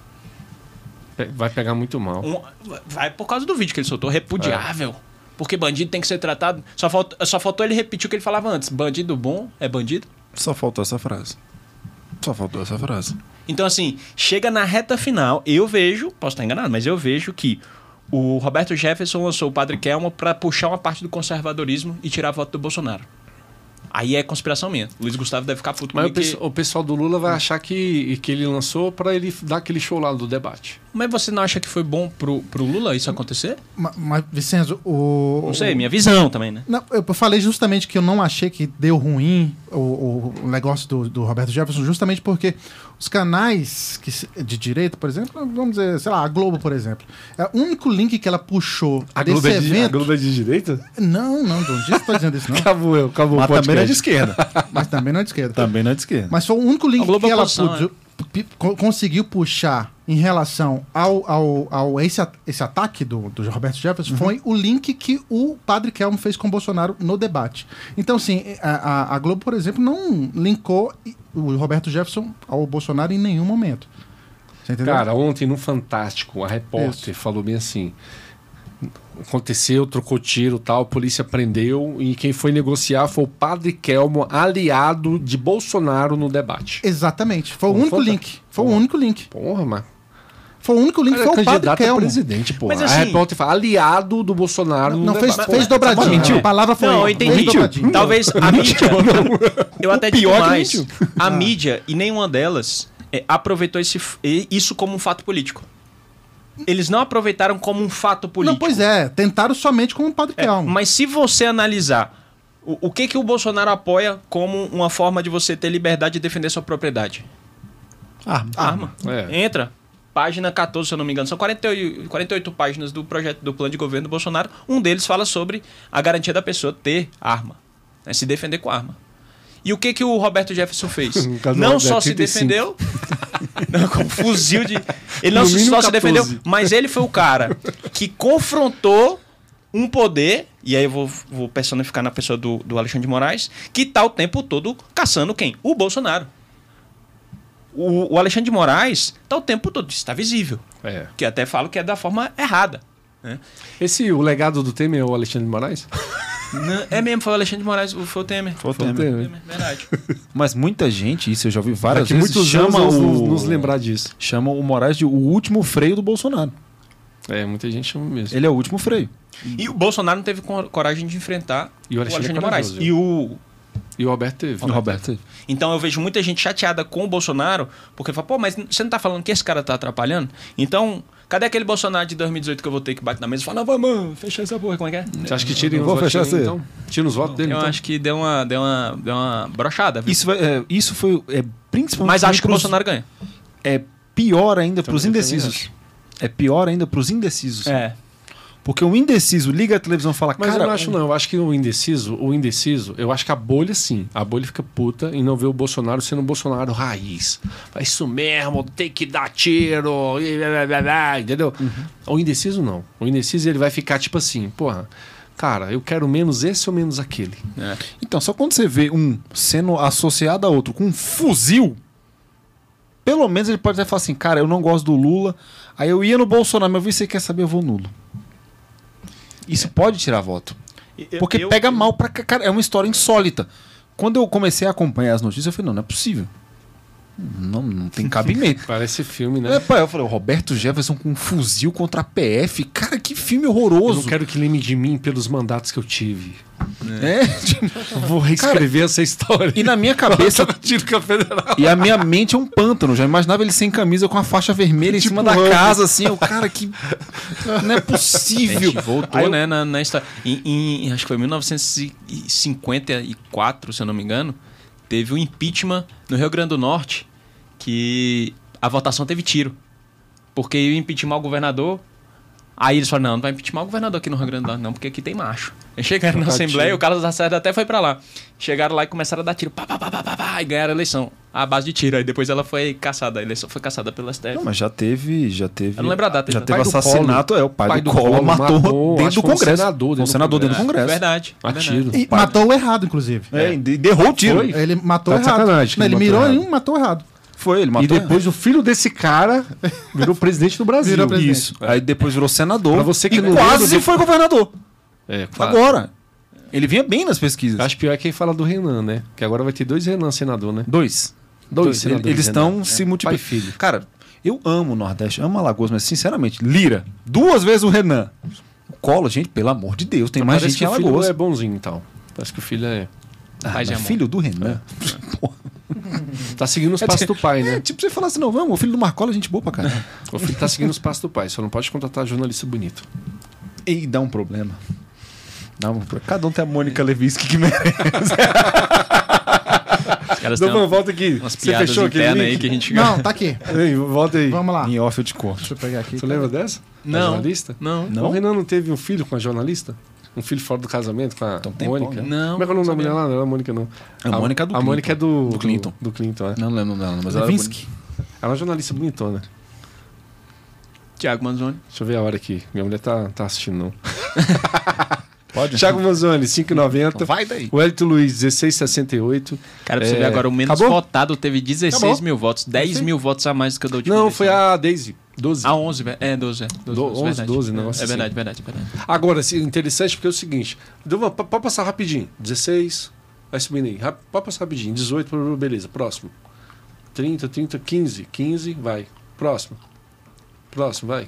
Pe- Vai pegar muito mal. Um- vai por causa do vídeo que ele soltou, repudiável. Porque bandido tem que ser tratado. Só, falt, só faltou ele repetir o que ele falava antes. Bandido bom é bandido. Só faltou essa frase. Só faltou essa frase. Então, assim, chega na reta final, eu vejo, posso estar enganado, mas eu vejo que o Roberto Jefferson lançou o Padre Kelmo para puxar uma parte do conservadorismo e tirar a voto do Bolsonaro. Aí é conspiração minha. Luiz Gustavo deve ficar puto Mas o, comigo. pesso- o pessoal do Lula vai achar que, que ele lançou pra ele dar aquele show lá do debate. Que... Mas você não acha que foi bom pro, pro Lula isso acontecer? Ma- Mas, Vicenzo, o. Não sei, minha visão também, né? Não, eu falei justamente que eu não achei que deu ruim o, o negócio do, do Roberto Jefferson, justamente porque os canais que, se- de direita, por exemplo, vamos dizer, sei lá, a Globo, por exemplo, é o único link que ela puxou desse evento. é de direita? Não, não, não disse tô dizendo isso, não. Acabou eu, acabou Mas o também não é de podcast. esquerda. Mas também não é de esquerda. Também não é de esquerda. Mas foi o único link A Globo que é ela oposição, pude- pi- co- conseguiu puxar em relação ao, ao, ao esse, a- esse ataque do, do Roberto Jefferson foi o link que o Padre Kelmo fez com o Bolsonaro no debate. Então, assim, a, a- a Globo, por exemplo, não linkou o Roberto Jefferson ao Bolsonaro em nenhum momento. Você entendeu? Cara, ontem no Fantástico, a repórter falou bem assim: aconteceu, trocou tiro, tal, a polícia prendeu e quem foi negociar foi o Padre Kelmo, aliado de Bolsonaro no debate. Exatamente. Foi o Como único foi, tá? link. Foi o único link. Porra, mas Foi o único link. cara, Foi o Padre candidato a Kelmo. presidente, pô. Mas A assim- repórter fala aliado do Bolsonaro no Não, fez, debate. fez dobradinho. mentiu. A palavra foi. Não, eu fez entendi. dobradinho. Talvez a mídia. Eu até digo pior que mais. mentiu. A mídia, e nenhuma delas, é, aproveitou esse, f- e- isso como um fato político. Eles não aproveitaram como um fato político. Não, pois é. Tentaram somente com o Padre É, Kelmo. mas se você analisar o, o que, que o Bolsonaro apoia como uma forma de você ter liberdade de defender sua propriedade? Ah, Arma. É. Entra. Página catorze, se eu não me engano. São quarenta e oito, quarenta e oito páginas do projeto do plano de governo do Bolsonaro. Um deles fala sobre a garantia da pessoa ter arma. Né, se defender com arma. E o que, que o Roberto Jefferson fez? No caso do Não Roberto, só se trinta e cinco. defendeu... não, com um fuzil de... Ele não No só mínimo se quatorze. defendeu, mas ele foi o cara que confrontou um poder, e aí eu vou, vou personificar na pessoa do, do Alexandre de Moraes, que tá o tempo todo caçando quem? O Bolsonaro. O, o Alexandre de Moraes tá o tempo todo, isso tá visível. É. Que até falo que é da forma errada. Né? Esse, o legado do Temer é o Alexandre de Moraes? Não, é mesmo, foi o Alexandre de Moraes, foi o Temer. Foi o Foi o Temer. Temer. Temer, verdade. Mas muita gente, isso eu já ouvi várias Daqui vezes, muitos chama anos o... nos, nos lembrar disso. chama o Moraes de o último freio do Bolsonaro. É, muita gente chama mesmo. Ele é o último freio. E o Bolsonaro não teve cor- coragem de enfrentar E o o Alexandre, Alexandre de Moraes. corajoso, E o E o Alberto teve. O Roberto teve. Então eu vejo muita gente chateada com o Bolsonaro, porque fala, pô, mas você não tá falando que esse cara tá atrapalhando? Então, cadê aquele Bolsonaro de dois mil e dezoito que eu votei que bate na mesa e fala, não, vamos fechar essa porra, como é que é? Você acha que tira Eu os vou votos fechar dele, esse- então? Tira os votos dele, Eu então? acho que deu uma, deu uma, deu uma brochada, viu? Isso, vai- é, isso foi é, principalmente... Mas acho que o pros- Bolsonaro ganha. É pior ainda para os Também- também indecisos. É pior ainda para os indecisos. É. Porque o indeciso liga a televisão e fala, Mas cara... eu não acho não, eu acho que o indeciso, o indeciso, eu acho que a bolha sim, a bolha fica puta em não ver o Bolsonaro sendo um Bolsonaro raiz. É isso mesmo, tem que dar tiro, e blá, blá, blá, blá, entendeu? O indeciso não. O indeciso ele vai ficar tipo assim, porra, cara, eu quero menos esse ou menos aquele. É. Então, só quando você vê um sendo associado a outro com um fuzil, pelo menos ele pode até falar assim, cara, eu não gosto do Lula, aí eu ia no Bolsonaro, mas eu vi, você quer saber, eu vou nulo. Isso pode tirar voto. Eu- Porque eu- pega mal pra... ca- Cara, é uma história insólita. Quando eu comecei a acompanhar as notícias, eu falei, não, não é possível. Não, não tem cabimento. Parece filme, né? É, pá, eu falei, o Roberto Jefferson com um fuzil contra a P F. Cara, que filme Eu horroroso. não quero que lembre de mim pelos mandatos que eu tive. É, tipo, Eu vou reescrever essa história. e na minha cabeça... tiro com a federal. E a minha mente é um pântano. Já imaginava ele sem camisa com a faixa vermelha em cima da Rambo. casa, assim. O cara que. Não é A possível. gente voltou, Aí eu- né, na, na história. Em, em- acho que foi em mil novecentos e cinquenta e quatro, se eu não me engano, teve um impeachment no Rio Grande do Norte que a votação teve tiro. Porque ia impeachment o governador. Aí eles falaram, não, não vai impeachment o governador aqui no Rio Grande do Norte, não, porque aqui tem macho. Eles chegaram na Trocar Assembleia, tiro. o Carlos Lacerda até foi pra lá. Chegaram lá e começaram a dar tiro, pá, pá, pá, pá, pá, pá, e ganharam a eleição. À base de tiro. Aí depois ela foi caçada, a eleição foi caçada pelo S T F. Não, mas já teve. Já teve. Eu não lembro a data, Já já. teve Pai do assassinato. É, o pai, Pai do, do Collor Collor matou, matou, dentro acho do que foi um Congresso. senador dentro Um do senador dentro do É, Congresso. verdade. A verdade. tiro. E Pai. matou o errado, inclusive. É, e derrou o tiro. Foi? Ele matou Tá de errado. sacanagem que Não, ele ele mirou matou em errado. um, matou errado. Foi, ele E matou. depois o filho desse cara virou presidente do Brasil. Virou presidente. Isso. Aí depois virou senador. Pra você que e não quase lembra do- foi governador. É, claro. Agora. Ele vinha bem nas pesquisas. Acho pior é quem fala do Renan, né? Que agora vai ter dois Renan senador, né? Dois. Dois Dois. senadores Eles Renan. estão se Pai e multiplicando. filho. Cara, eu amo o Nordeste, amo Alagoas, mas sinceramente, Lira, duas vezes o Renan. O Collor, gente, pelo amor de Deus, tem mais Parece gente que em o filho Alagoas. é bonzinho, então. Parece que o filho é... Ah, Paz e mas amor. filho do Renan. Porra. Tá seguindo os passos do pai, É, né? tipo, você falar assim, não, vamos, o filho do Marcola é gente boa pra caralho. O filho tá seguindo os passos do pai. Só não pode contratar jornalista bonito. E dá um problema. Dá um problema. Cada um tem a Mônica Levinsky que merece. Os caras têm uma- volta aqui. umas Você piadas fechou aquele internas aí link? que a gente... Não, tá aqui. Ei, volta aí. Vamos lá. Em off eu te conto. Deixa eu pegar aqui. Você lembra dessa? Da Não. jornalista? Não. Não? O Renan não teve um filho com a jornalista? Um filho fora do casamento com a Então tem Mônica? bom, né? Não. Como é que é o nome da sabia. mulher lá? Não era a Mônica, não. A Mônica é do A Mônica é do, Do Clinton. Do, Clinton, é. Não lembro dela, mas ela era Levinsky. bonita. Ela é uma jornalista bonitona. Tiago Manzoni. Deixa eu ver a hora aqui. Minha mulher tá, tá assistindo, não. Pode? Thiago Manzoni, cinco e noventa. Vai daí. O Hélito Luiz, dezesseis e sessenta e oito. Cara, pra você É, ver agora, o menos acabou? votado teve dezesseis Acabou. mil votos. dez mil votos a mais do que o da última Não, eleição. foi a Daisy. doze. A onze, ve- é, doze, é. doze, Do- doze, onze, verdade. doze, É, negócio É assim. verdade, verdade, verdade. Agora, assim, interessante porque é o seguinte. Então, vamos, p- pode passar rapidinho. dezesseis, vai subindo aí. Rap- Pode passar rapidinho. dezoito, beleza. Próximo. trinta, trinta, quinze. quinze, vai. Próximo. Próximo, vai.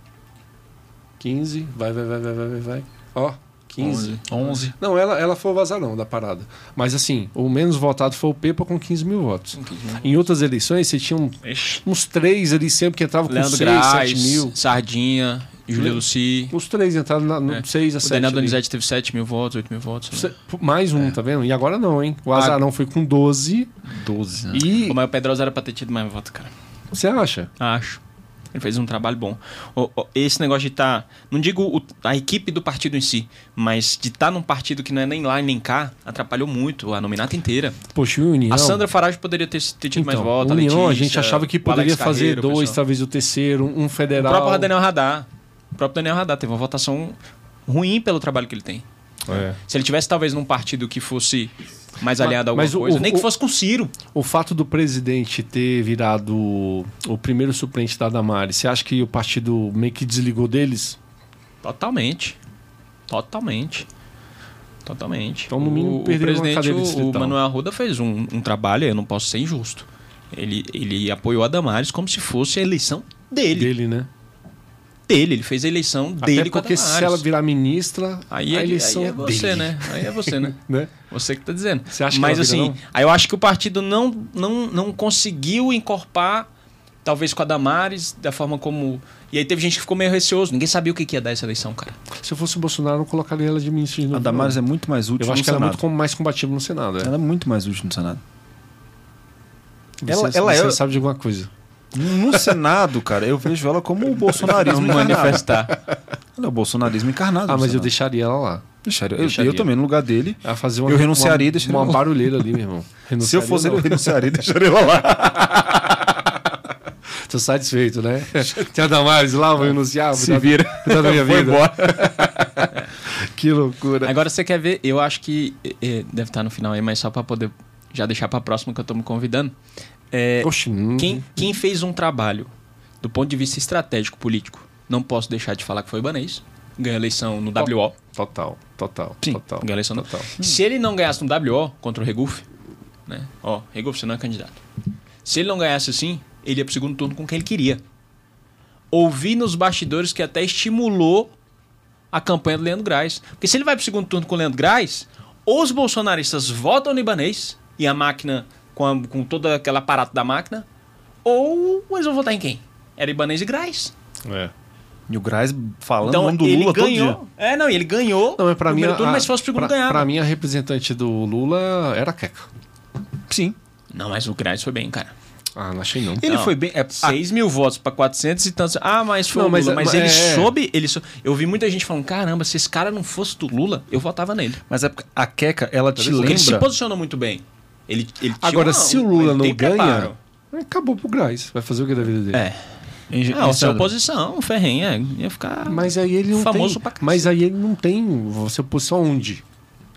quinze, vai, vai, vai, vai, vai, vai, vai. Ó, quinze. onze. Não, ela, ela foi o vazarão da parada. Mas assim, o menos votado foi o Pepa com quinze mil votos. Em outras eleições, você tinha um- Ixi. uns três ali sempre que entravam com Leandro seis, sete Graz, mil. Sardinha, Júlia Le- Luci. Os três entraram na, no É. seis a O sete. Daniel ali. Donizete teve sete mil votos, oito mil votos. né? Se- Mais um, tá vendo? E agora não, hein? O Azarão foi com doze. doze, né? E. Como é o Pedrosa era pra ter tido mais votos, cara. Você acha? Acho. Ele fez um trabalho bom. O- o- esse negócio de estar. Não digo o- a equipe do partido em si, mas de estar num partido que não é nem lá e nem cá, atrapalhou muito a nominata inteira. Poxa, e o União. A Sandra Farage poderia ter, ter tido mais então, votos. o a União, a Letícia, gente achava que o Alex poderia fazer Carreiro, o dois, pessoal. talvez o terceiro, um O federal. próprio Daniel Radar. O próprio Daniel Radar teve uma votação ruim pelo trabalho que ele tem. É. Se ele tivesse talvez num partido que fosse mais Mas- aliado a alguma mas o- coisa, o- nem que o- fosse com Ciro. O fato do presidente ter virado o, o primeiro suplente da Damares, você acha que o partido meio que desligou deles? Totalmente. Totalmente. Totalmente. Então, no mínimo, o, o perderam uma presidente, cadeira o, o distrital. Manuel Arruda, fez um, um trabalho, eu não posso ser injusto. Ele, ele apoiou a Damares como se fosse a eleição dele. Dele, né? Dele, ele fez a eleição dele Até com a porque Damares. se ela virar ministra, Aí a é, eleição aí é é você, dele. né? Aí é você, né? Né? Você que tá dizendo. Você acha que Mas ela vira, assim, não? aí eu acho que o partido não, não, não conseguiu encorpar, talvez com a Damares, da forma como... E aí teve gente que ficou meio receoso. Ninguém sabia o que que ia dar essa eleição, cara. Se eu fosse o Bolsonaro, eu não colocaria ela de ministra de novo. A Damares não. é muito mais útil Eu acho no que ela é Senado. muito com- mais combativa no Senado. É. Ela é muito mais útil no Senado. Você, ela- ela você é- sabe de alguma coisa. No Senado, cara, eu vejo ela como o bolsonarismo Não encarnado. manifestar. Ela é o bolsonarismo encarnado. Ah, no mas eu Senado. deixaria ela lá. Deixaria. Eu, deixaria. eu também, no lugar dele. Ela fazer uma, Eu renunciaria e uma, deixaria uma ela lá. barulheira ali, meu irmão. Se eu Renunciaria, fosse ele, não. eu renunciaria e deixaria ela lá. Tô satisfeito, né? Tem a Damares lá, vou renunciar. Se vira. Cuidar da minha Foi vida. embora. Que loucura. Agora você quer ver, eu acho que é, deve estar no final aí, mas só pra poder já deixar pra próxima que eu tô me convidando. É, Oxe, hum. quem, quem fez um trabalho do ponto de vista estratégico político, não posso deixar de falar que foi o Ibanez. Ganhou a eleição no W O. Total, total, Sim, total. ganhou a eleição no... total. Se ele não ganhasse no W O contra o Regufe, né? Ó, Regufe, você não é candidato. Se ele não ganhasse assim, ele ia pro segundo turno com quem ele queria. Ouvi nos bastidores que até estimulou a campanha do Leandro Graz. Porque se ele vai pro segundo turno com o Leandro Graz, os bolsonaristas votam no Ibanez e a máquina, com, a, com todo aquele aparato da máquina, ou eles vão votar em quem? Era Ibanez e Graz. É. E o Graz falando Então o nome do ele Lula ganhou. todo dia. É, não, ele ganhou Não, é pra no mim, primeiro turno, a- mas se fosse o segundo pra, ganhava. pra mim, a representante do Lula era a Queca. Sim. Não, mas o Graz foi bem, cara. Ah, não achei não. Ele Não. foi bem... É, seis mil votos pra quatrocentos e tantos. Ah, mas foi Não, o mas- Lula. Mas, mas ele é- soube... Ele sou... Eu vi muita gente falando, caramba, se esse cara não fosse do Lula, eu votava nele. mas é porque a Queca, ela te Porque ele se lembra... posicionou muito bem. Ele, ele tinha Agora, uma- se o Lula ele não tem ganha, preparo. acabou pro Graz. Vai fazer o que da vida dele? É. Em- Ah, em o seu Sandro. oposição, ferrenha, ia ficar Mas aí ele não famoso tem. pra cacete. Mas aí ele não tem. Você oposição onde?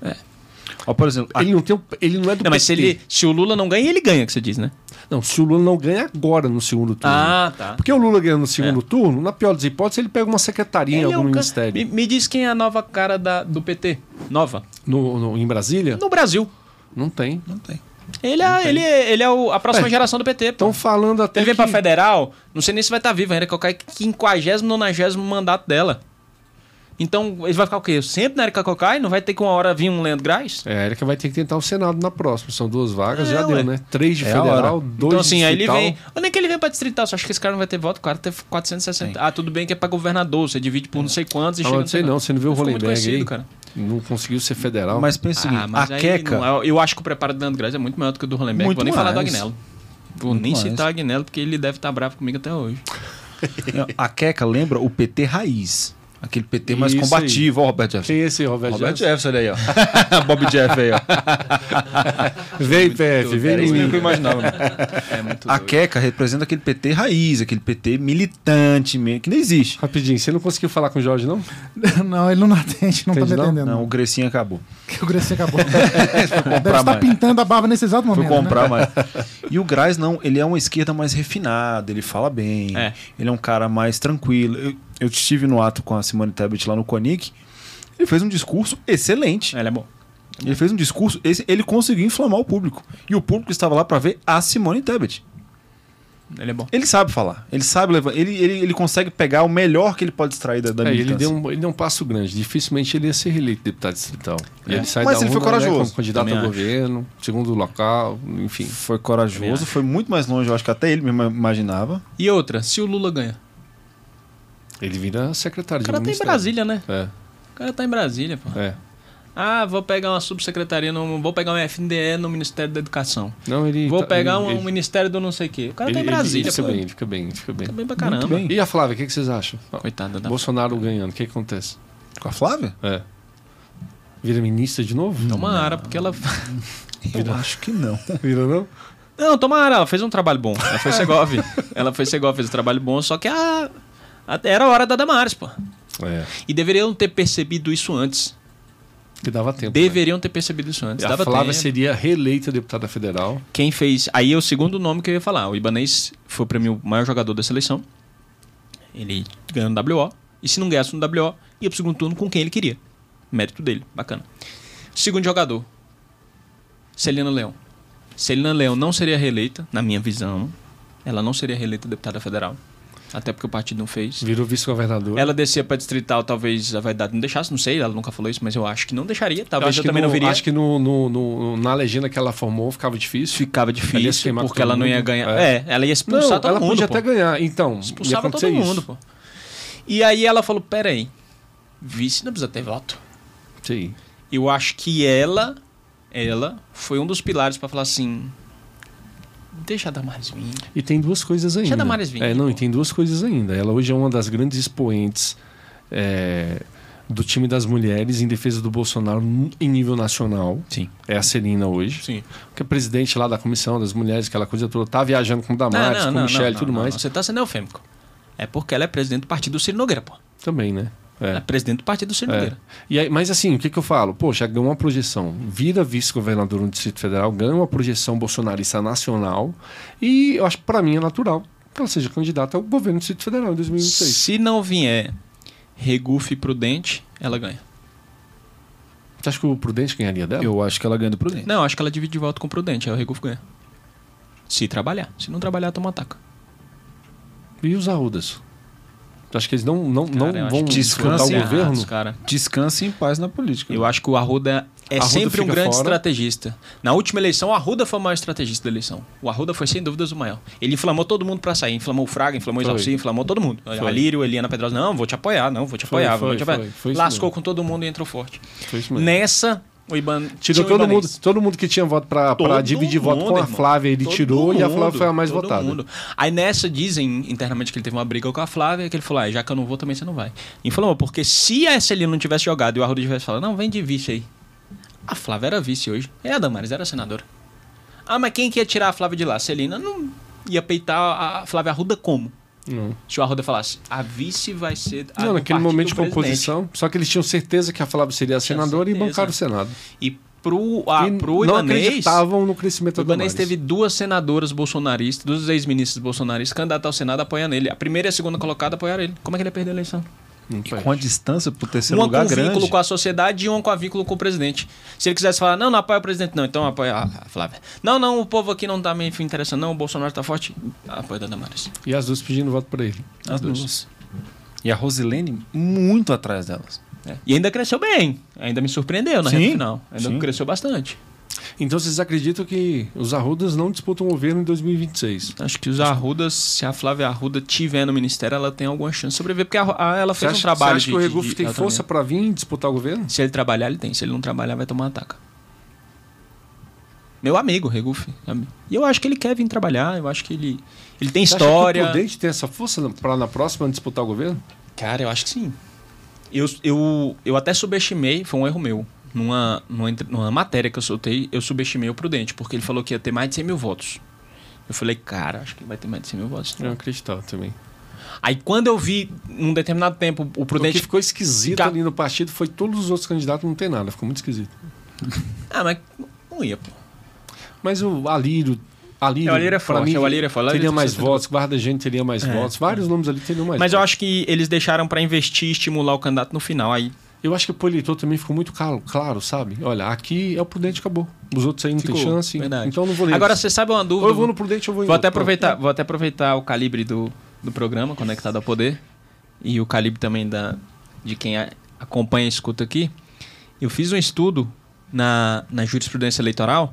Ó, por exemplo, a- Ele não tem. um- Ele não é do Não, mas se, P T. ele, se o Lula não ganha, ele ganha, que você diz, né? Não, se o Lula não ganha agora no segundo turno. Ah, tá. Porque o Lula ganhando no segundo turno, na pior das hipóteses, ele pega uma secretaria em Ele é algum um ca- ministério. me, me diz quem é a nova cara da, do P T. Nova. No, no- em Brasília? No Brasil. Não tem. não tem. Ele é, ele é, ele é o- a próxima É. geração do P T. pô. Estão falando até Ele vem que... pra federal, não sei nem se vai estar vivo ainda, que é o quinquagésimo, nonagésimo mandato dela. Então, ele vai ficar o quê? Sempre na Erika Cocai? Não vai ter que uma hora vir um Leandro Graz? É, a Erika vai ter que tentar o Senado na próxima. São duas vagas, É, já ué. deu, né? Três de É a federal, hora. dois Então, assim, de aí ele distrital. vem. Ou nem que ele vem pra distrital, só acho que esse cara não vai ter voto, o cara tem quatrocentos e sessenta. Ah, tudo bem que é pra governador, você divide por não sei quantos e Ah, chega não no sei Senado. não, você não viu o Ficou muito Hollenberg conhecido, aí? cara. Não conseguiu ser federal. Mas pensa o seguinte, Ah, mas a aí Queca... não é- eu acho que o preparo do Leandro Graz é muito maior do que o do Hollenberg. Muito Vou nem falar do mais. Agnello. Vou Muito nem mais. citar o Agnello, porque ele deve estar bravo comigo até hoje. A Queca lembra o P T raiz. Aquele P T mais Isso aí. combativo. Ó, o Roberto Jefferson. Quem é esse Roberto Roberto Jefferson? Jefferson, olha aí, ó. Bob Jeff aí, ó. Vem, P F, vem Era em isso mesmo mim. que eu imaginava. Né? É muito A doido. Queca representa aquele P T raiz, aquele P T militante mesmo, que não existe. Rapidinho, você não conseguiu falar com o Jorge, não? Não, ele não atende, não Entende tá me não? atendendo. Não, Não, o Grecinho acabou. o Grecinho acabou. Deve comprar estar mais. pintando a barba nesse exato Fui momento. comprar, né? mas... E o Graz não, ele é uma esquerda mais refinada, ele fala bem, É. ele é um cara mais tranquilo. Eu, eu estive no ato com a Simone Tebet lá no Conic, ele fez um discurso excelente. Ele é bom. Ele fez um discurso, esse, ele conseguiu inflamar o público. E o público estava lá para ver a Simone Tebet. Ele é bom. Ele sabe falar, ele sabe levar, ele, ele, ele consegue pegar o melhor que ele pode extrair da, da É, ele, militância. deu um, ele deu um passo grande. Dificilmente ele ia ser reeleito deputado distrital. E É. ele sai Mas da ele foi urna, né, corajoso. como candidato Também a acho. governo, segundo local, enfim. Foi Também corajoso, acho. foi muito mais longe, eu acho que até ele mesmo imaginava. E outra, se o Lula ganha? Ele vira secretário O de cara tá em ministério. Brasília, né? É, O cara tá em Brasília, pô. é. Ah, vou pegar uma subsecretaria, no, vou pegar um F N D E no Ministério da Educação. Não, ele Vou tá- pegar ele, um ele, ministério do não sei o quê. O cara ele, tá em ele- Brasília, ele fica pô. bem, ele fica bem, ele fica bem. Tá bem pra caramba. bem. E a Flávia, o que, que vocês acham? Coitada da... Bolsonaro ganhando, o que, que acontece? Com a Flávia? É. Vira ministra de novo? Tomara, porque ela... Eu acho que não. Vira não? Não, tomara, ela fez um trabalho bom. Ela foi Segov. Ela foi Segov, fez um trabalho bom, só que a... a- era a hora da Damares, pô. É. E deveriam ter percebido isso antes. Que dava tempo. Deveriam ter percebido isso antes. né? A Dava Flávia tempo. seria reeleita deputada federal. Quem fez... Aí é o segundo nome que eu ia falar. O Ibanez foi para mim o maior jogador da seleção. Ele ganhou no W O. E se não ganhasse no W O, ia pro segundo turno com quem ele queria. Mérito dele. Bacana. Segundo jogador. Celina Leão. Celina Leão não seria reeleita, na minha visão. Ela não seria reeleita deputada federal. Até porque o partido não fez. Virou vice-governador. Ela descia para distrital, talvez a vaidade não deixasse, não sei, ela nunca falou isso, mas eu acho que não deixaria. Talvez eu, acho que também no, não viria. Acho que no, no- no- na legenda que ela formou ficava difícil. Ficava Ela ia se difícil, queimar com porque todo ela não ia mundo. ganhar. É. É, ela ia expulsar Não, todo ela mundo. podia pô. até ganhar. Então, ia Expulsava todo acontecer mundo, isso. pô. E aí ela falou: peraí, vice não precisa ter voto. Sim. Eu acho que ela, ela foi um dos pilares para falar assim: deixa a Damares vir. E tem duas coisas ainda. Deixa a Damares vir, É, não, pô. e tem duas coisas ainda. Ela hoje é uma das grandes expoentes é, do time das mulheres em defesa do Bolsonaro n- em nível nacional. Sim. É a Celina hoje. Sim. Que é presidente lá da comissão das mulheres, aquela coisa toda. Tá viajando com o Damares, com o Michele e tudo mais. Você tá sendo eufêmico. É porque ela é presidente do partido do Ciro Nogueira, pô. Também, né? É. Ela é presidente do partido do Ciro É. Nogueira. E aí, mas assim, o que, que eu falo? Poxa, ganhou uma projeção, vira vice-governador no Distrito Federal, ganha uma projeção bolsonarista nacional e eu acho que para mim é natural que ela seja candidata ao governo do Distrito Federal em dois mil e vinte e seis. Se não vier Regufe e Prudente, ela ganha. Você acha que o Prudente ganharia dela? Eu acho que ela ganha do Prudente. Não, acho que ela divide de voto com o Prudente, aí o Regufe ganha. Se trabalhar. Se não trabalhar, toma ataca. E os Arrudas? Você acha que eles não, não, Cara, eu não acho vão que disputar o errados, governo? cara. Descanse em paz na política. Eu acho que o Arruda é Arruda sempre um fica grande fora. estrategista. Na última eleição, o Arruda foi o maior estrategista da eleição. O Arruda foi, sem dúvidas, o maior. Ele inflamou todo mundo pra sair. Inflamou o Fraga, inflamou o Foi. Isalci, inflamou todo mundo. Alírio, Eliana Pedrosa, não, vou te apoiar, não, vou te Foi, apoiar, foi, vou te apoiar. foi, foi isso Lascou mesmo. com todo mundo e entrou forte. Foi isso mesmo. Nessa, o Iban... Tirou tinha o todo Ibanez. mundo, todo mundo que tinha voto pra, pra Todo dividir voto mundo, com a irmão. Flávia, ele Todo tirou e a Flávia mundo, foi a mais todo votada. mundo. Aí nessa dizem internamente que ele teve uma briga com a Flávia, que ele falou, ah, já que eu não vou, também você não vai. E falou, porque se a S L não tivesse jogado e o Arruda tivesse falado, não, vem de vice aí. A Flávia era vice hoje. É, a Damares era senadora. Ah, mas quem que ia tirar a Flávia de lá? A Celina não ia peitar a Flávia Arruda como? Não. Se o Arruda falasse, a vice vai ser a Não, do naquele partido momento de do presidente. composição, só que eles tinham certeza que a Flávia seria a Tinha senadora e certeza. bancaram o Senado. E pro, a, e pro não Ibanez... acreditavam no crescimento O da Ibanez Damares. teve duas senadoras bolsonaristas, dos ex-ministros bolsonaristas, candidatos ao Senado apoiando ele. A primeira e a segunda colocada apoiaram ele. Como é que ele ia perder a eleição? Não E foi. com a distância pro terceiro Uma lugar com grande. vínculo com a sociedade e uma com a vínculo com o presidente. Se ele quisesse falar, não, não apoia o presidente, não, então apoia a a Flávia. Não, não, o povo aqui não tá me interessando, não, o Bolsonaro tá forte, apoia a Damares. E as duas pedindo voto pra ele. As duas. E a Rosilene muito atrás delas. É. E ainda cresceu bem, ainda me surpreendeu na Sim, reta final. Ainda sim. cresceu bastante. Então vocês acreditam que os Arrudas não disputam o governo em dois mil e vinte e seis? Acho que os Arrudas, se a Flávia Arruda tiver no ministério, ela tem alguma chance de sobreviver, porque a, a- ela Você fez acha, um trabalho você acha de, que o de- Regufe de tem autonomia. força pra vir disputar o governo? Se ele trabalhar, ele tem. Se ele não trabalhar, vai tomar uma ataca. Meu amigo, Regufe. E eu acho que ele quer vir trabalhar, eu acho que ele, ele tem Você acha história. que o Prudente tem essa força pra na próxima disputar o governo? Cara, eu acho que sim. Eu, eu, eu até subestimei, foi um erro meu. Numa, numa, entre- numa matéria que eu soltei, eu subestimei o Prudente, porque ele falou que ia ter mais de cem mil votos. Eu falei, cara, acho que vai ter mais de cem mil votos. Eu acreditava também. Aí quando eu vi, num determinado tempo, o O que Prudente. ficou esquisito Ca- ali no partido foi todos os outros candidatos não tem nada, ficou muito esquisito. Ah, mas não ia, pô. Mas o Alírio, Alírio, É, o Alírio é pra forte, mim, o Alírio é forte. teria Alírio mais tem votos, Guarda Gente teria mais É, votos, vários nomes ali teriam mais Mas eu votos. acho que eles deixaram pra investir e estimular o candidato no final. Aí Eu acho que pro eleitor também ficou muito claro, claro, sabe? Olha, aqui é o Prudente, acabou. Os outros aí não tem Ficou, chance, verdade. então eu não vou ler. Agora, você sabe uma dúvida? Ou eu vou no Prudente ou eu vou em Vou até, outro. aproveitar, vou até aproveitar o calibre do, do programa, Conectado ao Poder, e o calibre também da, de quem a- acompanha e escuta aqui. Eu fiz um estudo na, na jurisprudência eleitoral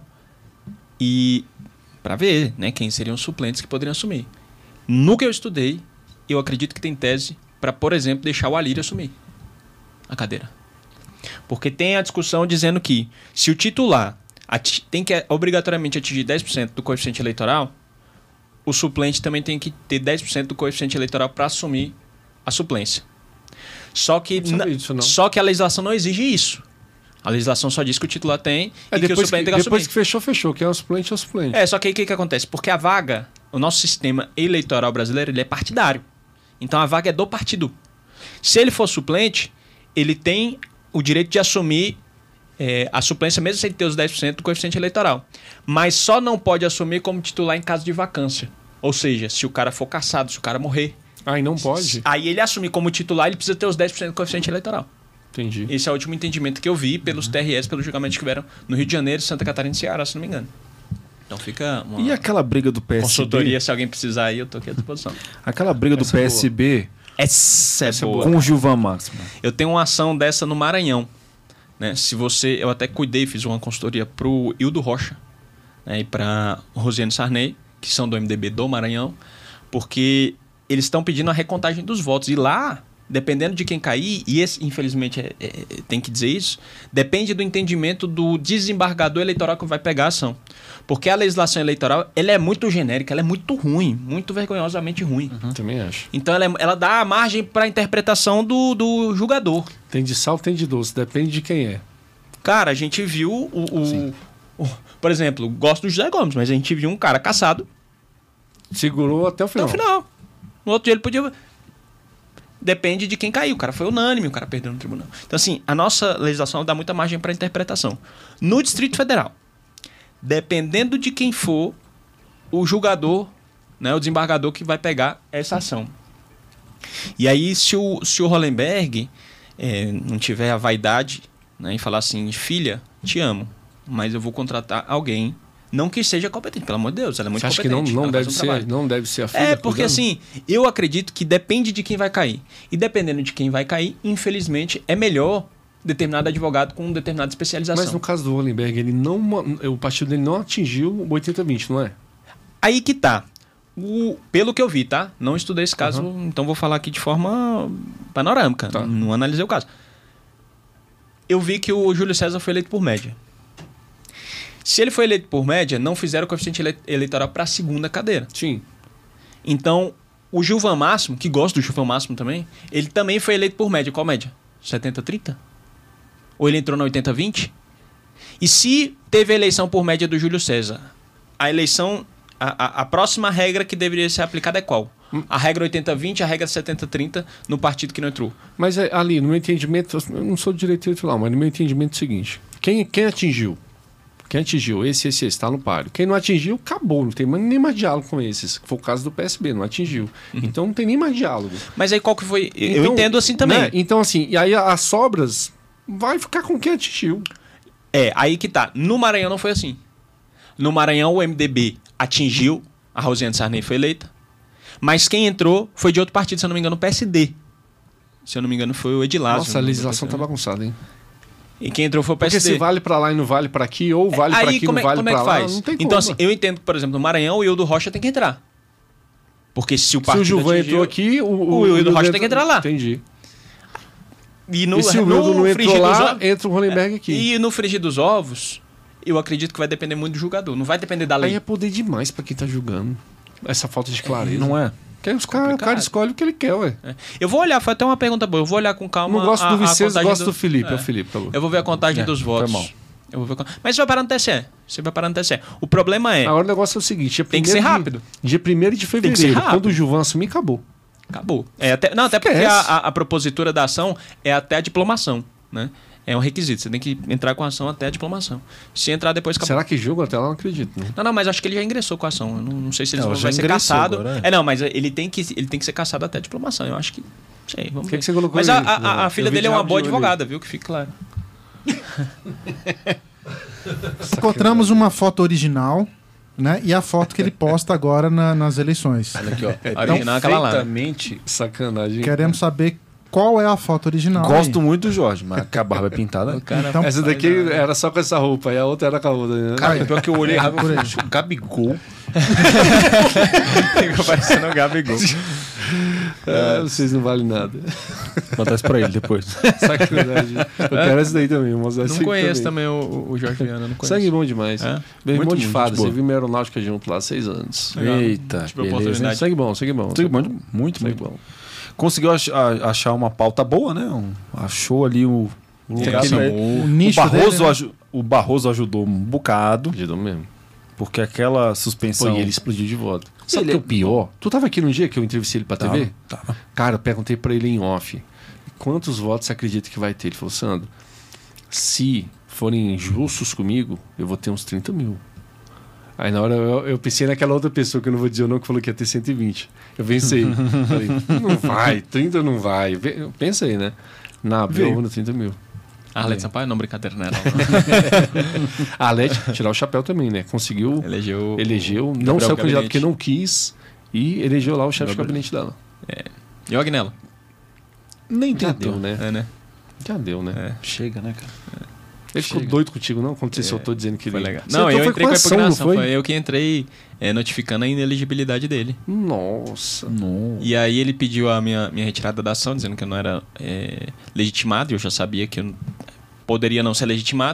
e para ver, né, quem seriam os suplentes que poderiam assumir. No que eu estudei, eu acredito que tem tese para, por exemplo, deixar o Alírio assumir a cadeira. Porque tem a discussão dizendo que se o titular ati- tem que obrigatoriamente atingir dez por cento do coeficiente eleitoral, o suplente também tem que ter dez por cento do coeficiente eleitoral para assumir a suplência. Só que, Não sabia na- disso, não. só que a legislação não exige isso. A legislação só diz que o titular tem É, e que o depois, suplente que, tem que depois assumir. que fechou, fechou. Quem é o suplente é o suplente. É, só que aí o que, que acontece? Porque a vaga, o nosso sistema eleitoral brasileiro, ele é partidário. Então a vaga é do partido. Se ele for suplente, ele tem o direito de assumir é, a suplência mesmo sem ter os dez por cento do coeficiente eleitoral. Mas só não pode assumir como titular em caso de vacância. Ou seja, se o cara for cassado, se o cara morrer. Aí não pode? Aí ele assumir como titular, ele precisa ter os dez por cento do coeficiente eleitoral. Entendi. Esse é o último entendimento que eu vi pelos T R S, pelos julgamentos que tiveram no Rio de Janeiro, Santa Catarina e Ceará, se não me engano. Então fica uma E aquela briga do P S B? consultoria, se alguém precisar aí, eu tô aqui à disposição. Aquela briga do Essa é P S B Essa é boa. com o Gilvan Máximo. Eu tenho uma ação dessa no Maranhão. Né? Se você, eu até cuidei, fiz uma consultoria pro Hildo Rocha, né, e para Rosiane Sarney, que são do M D B do Maranhão, porque eles estão pedindo a recontagem dos votos. E lá, dependendo de quem cair, e esse, infelizmente, é, é, tem que dizer isso, depende do entendimento do desembargador eleitoral que vai pegar a ação. Porque a legislação eleitoral, ela é muito genérica, ela é muito ruim, muito vergonhosamente ruim. Também acho. Então ela, é- ela dá a margem para a interpretação do, do julgador. Tem de sal, tem de doce. Depende de quem é. Cara, a gente viu o, o, o- por exemplo, gosto do José Gomes, mas a gente viu um cara caçado Segurou até o até final. o final. No outro dia ele podia... depende de quem caiu. O cara foi unânime, o cara perdeu no tribunal. Então, assim, a nossa legislação dá muita margem para interpretação. No Distrito Federal, dependendo de quem for o julgador, né, o desembargador que vai pegar essa ação. E aí, se o, se o Hollenberg é, não tiver a vaidade, né, e falar assim, filha, te amo, mas eu vou contratar alguém, não que seja competente, pelo amor de Deus, ela é muito Você acha competente. que não, não, ela deve faz um ser, trabalho. não deve ser a filha? É, porque cuidando? assim, eu acredito que depende de quem vai cair. E dependendo de quem vai cair, infelizmente, é melhor determinado advogado com determinada especialização. Mas no caso do Hollenberg, ele não, o partido dele não atingiu o oitenta vinte, não é? Aí que tá. O, pelo que eu vi, tá? Não estudei esse caso, uhum. Então vou falar aqui de forma panorâmica. Tá. Não analisei o caso. Eu vi que o Júlio César foi eleito por média. Se ele foi eleito por média, não fizeram o coeficiente ele- eleitoral para a segunda cadeira. Sim. Então, o Gilvan Máximo, que gosta do Gilvan Máximo também, ele também foi eleito por média. Qual média? setenta a trinta? Ou ele entrou na oitenta a vinte? E se teve a eleição por média do Júlio César, a eleição, a, a, a próxima regra que deveria ser aplicada é qual? A regra oitenta a vinte, a regra setenta a trinta no partido que não entrou. Mas é, ali, no meu entendimento, eu não sou direito eleitoral, mas no meu entendimento é o seguinte: quem, quem atingiu? Quem atingiu? Esse, esse, esse, está no páreo. Quem não atingiu, acabou. Não tem mais- nem mais diálogo com esses. Foi o caso do P S B, não atingiu. Uhum. Então não tem nem mais diálogo. Mas aí qual que foi? Eu Então, entendo assim também. né? Então, assim, e aí as sobras vai ficar com quem atingiu. É, aí que tá. No Maranhão não foi assim. No Maranhão o M D B atingiu, a Rosiane Sarney foi eleita, mas quem entrou foi de outro partido, se eu não me engano, o P S D. Se eu não me engano, foi o Edilásio. Nossa, a legislação tá bagunçada, hein? E quem entrou foi o P Porque S D. se vale pra lá e não vale pra aqui, ou vale pra Aí aqui e como, não é, vale como é pra que lá, faz? não tem como. Então, assim, eu entendo que, por exemplo, no Maranhão o Ildo Rocha tem que entrar. Porque se o se partido o Gilvan atingiu- entrou aqui, o, o Ildo Rocha tem que entrar lá. Entendi. E, no, e se o no Ildo não frigir entrou dos lá, ovos- entra o Hollenberg aqui. E no frigir dos ovos, eu acredito que vai depender muito do jogador. Não vai depender da lei. Aí é poder demais pra quem tá julgando. Essa falta de clareza. Não é? Porque aí os cara, o cara Complicado. escolhe o que ele quer, ué. É. Eu vou olhar, foi até uma pergunta boa. Eu vou olhar com calma. Não gosto a- do a Vicente, contagem gosto do Felipe. É, É. o Felipe, falou. Eu vou ver a contagem É, dos foi votos. mal. Eu vou ver a- Mas vai parar no T S E. Você vai parar no T S E. O problema é. Agora o negócio é o seguinte: dia Tem que primeiro ser de- rápido. Dia primeiro de que ser fevereiro, rápido. quando o Gilvan assumir, acabou. Acabou. É até, não, até porque Esquece. a, a, a propositura da ação é até a diplomação. Né? É um requisito. Você tem que entrar com a ação até a diplomação. Se entrar depois, acabou. Será que julga até lá? Não acredito. Né? Não, não, mas acho que ele já ingressou com a ação. Eu não, não sei se ele Não, vai já ser ingressou caçado. agora, é. É, não, mas ele tem, que, ele tem que ser caçado até a diplomação. Eu acho que. Não sei, vamos O que ver. que você colocou Mas aí? a, a- a- a Eu filha vi dele é de uma rabo boa de olho aí. advogada, viu? Que fique claro. Encontramos uma foto original, né? E a foto que ele posta agora na- nas eleições. Olha aqui, ó. A original é aquela lá. Perfeitamente. Sacanagem. Queremos saber qual é a foto original. Gosto aí. muito do Jorge, mas que a barba é pintada. Cara, Então, Essa daqui era só com essa roupa, e a outra era com a outra. Né? Cara, pior que eu olhei rápido, Por eu aí. falei, Gabigol. Fica parecendo um Gabigol. Ah, vocês não valem nada. Manda isso pra ele depois. Sacanagem. Eu quero essa daí também. Mostrar Não essa aqui conheço também. também o, o Jorge Viana, não conheço. Sangue bom demais. É? Meu irmão Muito, de muito fada, boa. você viu minha aeronáutica junto lá há seis anos. Legal. Eita, Tive a beleza. oportunidade. hein? Sangue bom, sangue bom. Sangue bom, muito, Sangue muito bom. Conseguiu ach- a- achar uma pauta boa, né? Um- achou ali o, o Tem lugar aquele- pra ele. O O nicho Barroso, dele, né? aju- o Barroso ajudou um bocado, Ajudou mesmo. porque aquela Pô, suspensão. e ele explodiu de voto. Sabe o Ele que é é- o pior? Tu tava aqui no dia que eu entrevistei ele pra Tava, T V? tava. Cara, eu perguntei pra ele em off. Quantos votos você acredita que vai ter? Ele falou, Sandro, se forem justos comigo, eu vou ter uns trinta mil. Aí na hora eu, eu pensei naquela outra pessoa que eu não vou dizer o nome, que falou que ia ter cento e vinte. Eu pensei. Falei, não vai, trinta não vai. Ve- eu Pensei, né? Na Abril eu Veio. vou no trinta mil. Arlete Sampaio, não, brincadeira, né? A Leti, tirar o chapéu também, né? Conseguiu, Elegeu. elegeu, não Gabriel saiu candidato Gabinete. porque não quis, e elegeu lá o chefe de Gabriel. gabinete dela. E o Agnello? Nem Já tentou. deu, né? É, né? Já deu, né? É. Chega, né, cara? Ele ficou Chega. doido contigo, não? Quando você soltou dizendo que Foi ele... legal. Você Não, entrou, eu foi entrei com a ação, não impugnação. foi? Foi eu que entrei é, notificando a ineligibilidade dele. Nossa. Não. E aí ele pediu a minha, minha retirada da ação, dizendo que eu não era é, legitimado. E eu já sabia que eu poderia não ser legitimado.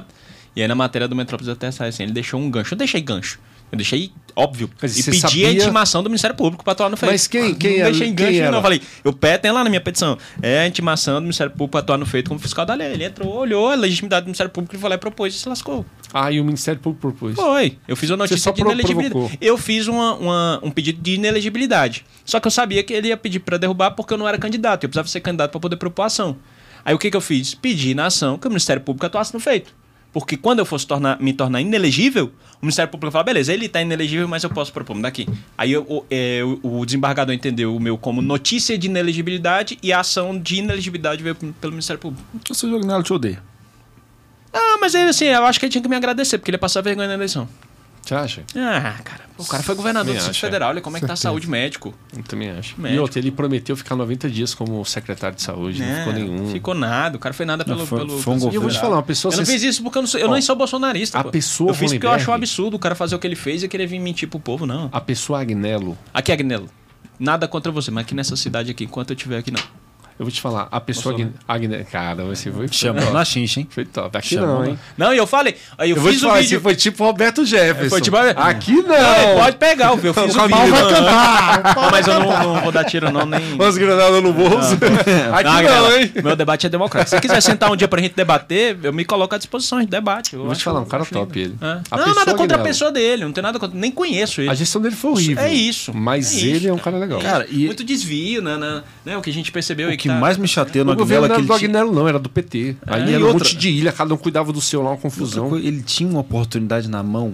E aí na matéria do Metrópolis até sai assim, ele deixou um gancho. Eu deixei gancho. Eu deixei óbvio. Mas e você pedi sabia... a intimação do Ministério Público para atuar no feito. Mas quem, quem não era? deixei em gancho, Quem era? não. Eu falei, o pé tem lá na minha petição. É a intimação do Ministério Público para atuar no feito como fiscal da lei. Ele entrou, olhou a legitimidade do Ministério Público e foi lá e propôs e se lascou. Ah, e o Ministério Público propôs. Foi. Eu fiz uma Você notícia só de pro- inelegibilidade. provocou. Eu fiz uma, uma- um pedido de inelegibilidade. Só que eu sabia que ele ia pedir para derrubar porque eu não era candidato. Eu precisava ser candidato para poder propor ação. Aí o que, que eu fiz? Pedi na ação que o Ministério Público atuasse no feito. Porque quando eu fosse tornar, me tornar inelegível, o Ministério Público fala, beleza, ele está inelegível, mas eu posso propor, me daqui. Aí eu, o, é, o, o desembargador entendeu o meu como notícia de inelegibilidade e a ação de inelegibilidade veio pelo Ministério Público. O seu Agnello te odeia. Ah, mas ele, assim, eu acho que ele tinha que me agradecer, porque ele ia passar vergonha na eleição. Você acha? Ah, cara, o cara foi governador Também do Distrito acho, é. Federal, olha como é que tá a saúde médico. Eu também acho. E Médico. outro, ele prometeu ficar noventa dias como secretário de saúde, não É, ficou nenhum. Ficou nada, o cara foi nada pelo... Não, foi- pelo, foi um pelo E eu vou te federal. falar, uma pessoa... Eu não sem- fiz isso porque eu, não sou, eu Ó, nem sou bolsonarista. a pô. pessoa Eu fiz porque eu acho um Hollenberg- absurdo o cara fazer o que ele fez e querer vir mentir pro povo, não. A pessoa Agnello, Aqui, Agnello, nada contra você, mas aqui nessa cidade aqui, enquanto eu estiver aqui, não. eu vou te falar, a pessoa Posso Agnello... Cara, você foi... Chamou na chincha, hein? Foi top. Aqui Chamou não, na- hein? Não, e eu falei, aí eu, Eu, vou fiz te o falar, vídeo... assim, foi tipo Roberto Jefferson. Foi tipo- Aqui não! Não, pode pegar, eu fiz o O vídeo. pau vai cantar! Não, mas eu não, não vou dar tiro não, nem... Umas granadas no bolso. Aqui não, Agnello, hein? Meu debate é democrático. Se você quiser sentar um dia pra gente debater, eu me coloco à disposição de debate. Eu vou te acho- falar, um cara acho top lindo. ele. É. A Não, pessoa nada contra Agnello. a pessoa dele, não tem nada contra, nem conheço ele. A gestão dele foi horrível. É isso. Mas É ele isso, é um cara legal. Cara, e Muito desvio, né, né, né? O que a gente percebeu o aí que tá- mais me chateia no O governo Agnello é não que era ele do tinha, Agnello, não, era do P T. Aí e era um outra- monte de ilha, cada um cuidava do seu lá, uma outra confusão. coisa, ele tinha uma oportunidade na mão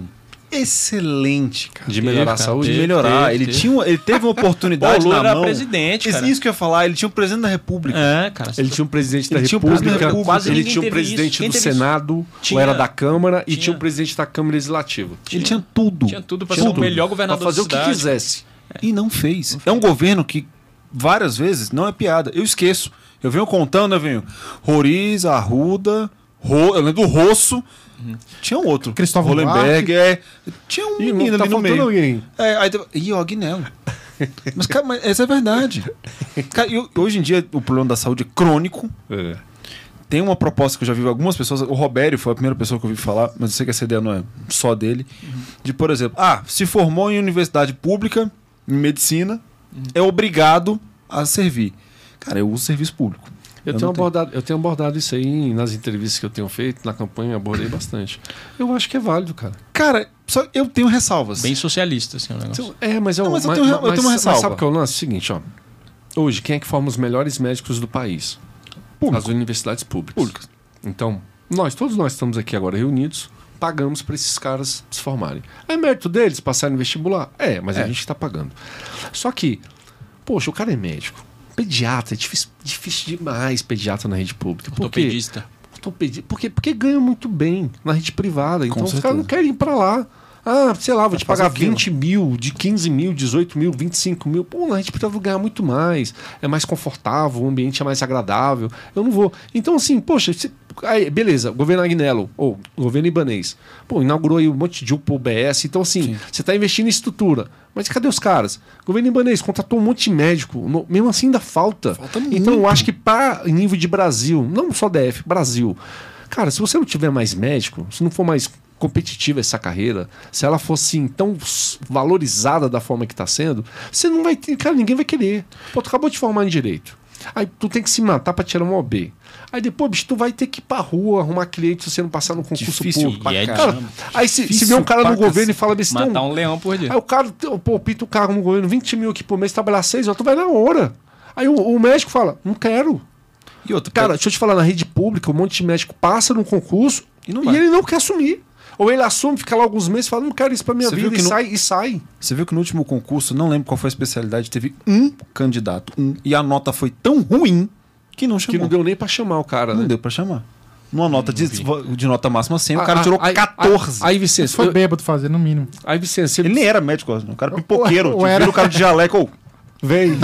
excelente, cara. De melhorar a Teve, cara, saúde. De teve, melhorar. teve, ele, teve. tinha, uma- ele teve uma Pô, o oportunidade Lula na era mão. presidente, cara. Isso que eu ia falar, ele tinha o presidente da República. É, cara. Ele tinha um presidente da Ele tinha um presidente República, da República. Quase ele ninguém tinha um teve presidente isso. Quem do teve isso? Senado, Tinha. ou era da Câmara, e Tinha. tinha um presidente da Câmara Legislativa. Ele tinha tudo. Tinha tudo pra Tinha ser o melhor governador Pra fazer da o que cidade. quisesse. E não fez. É um governo que várias vezes não é piada. Eu esqueço. Eu venho contando, eu venho Roriz, Arruda, Ro... eu lembro do Rosso. Tinha um outro. Cristóvão Hollenberg, é. Tinha um Ih, menino tá ali no faltando meio. alguém. É, aí teve... Ih, o Agnello. Mas, cara, mas essa é verdade. Cara, eu- hoje em dia o problema da saúde é crônico. É. Tem uma proposta que eu já vi algumas pessoas. O Robério foi a primeira pessoa que eu ouvi falar, mas eu sei que essa ideia não é só dele. De, por exemplo, ah, se formou em universidade pública, em medicina, é obrigado a servir. Cara, eu uso serviço público. Eu, Eu tenho não tenho. abordado, eu tenho abordado isso aí nas entrevistas que eu tenho feito, na campanha, eu abordei bastante. Eu acho que é válido, cara. Cara, só eu tenho ressalvas. Bem socialista, assim, o negócio. É, mas, eu, Não, mas eu mas, tenho- eu mas- tenho uma mas ressalva. sabe o que é o lance? Seguinte, ó. Hoje, quem é que forma os melhores médicos do país? Público. As universidades públicas. Públicas. Então, nós, todos nós estamos aqui agora reunidos, pagamos para esses caras se formarem. É mérito deles passarem no vestibular? É, mas É. a gente está pagando. Só que, poxa, o cara é médico. Pediatra, é difícil, difícil demais pediatra na rede pública. Por quê? Ortopedista. Ortopedi- Porque, porque ganha muito bem na rede privada. Então os certeza. caras não querem ir pra lá. Ah, sei lá, vou te fazer pagar aquilo. vinte mil, de quinze mil, dezoito mil, vinte e cinco mil. Pô, na rede privada eu vou ganhar muito mais. É mais confortável, o ambiente é mais agradável. Eu não vou. Então, assim, poxa, se- aí, beleza, governo Agnello, ou governo Ibanez. Pô, inaugurou aí um monte de U P A, U B S. Então, assim, Sim. você está investindo em estrutura. Mas cadê os caras? Governo Ibanez contratou um monte de médico. no- mesmo assim, ainda falta. Falta Então, eu muito. acho que para nível de Brasil, não só D F, Brasil. Cara, se você não tiver mais médico, se não for mais competitiva essa carreira, se ela fosse assim, tão s- valorizada da forma que está sendo, você não vai ter, cara, ninguém vai querer. Pô, tu acabou de formar em direito. Aí tu tem que se matar para tirar um O B. Aí depois, bicho, tu vai ter que ir pra rua arrumar cliente se você não passar no concurso Difícil público. pra E é Cara, de- aí se, se difícil vê um cara pra no governo cacete. e fala besteira, Matar um leão por dia. aí o cara, pô, pinta o carro no governo, vinte mil aqui por mês, trabalhar seis horas, tu vai na hora. Aí o, o médico fala, não quero. E outro, Cara, deixa eu te falar, na rede pública, um monte de médico passa num concurso E não e vai. ele não quer assumir. Ou ele assume, fica lá alguns meses e fala, não quero isso pra minha Você viu vida, e que no- sai, e sai. você viu que no último concurso, não lembro qual foi a especialidade, teve um candidato, um, e a nota foi tão ruim que não chamou. Que não deu nem pra chamar o cara, Não né? deu pra chamar. Numa nota de, de nota máxima cem, o Ah, cara ah, tirou aí- catorze. Aí, Vicente, Isso foi eu- bêbado fazer, no mínimo. aí, Vicente, você Ele nem era médico, o cara pipoqueiro. Ou Tipo, era. vira o cara de jaleco. ô, vem.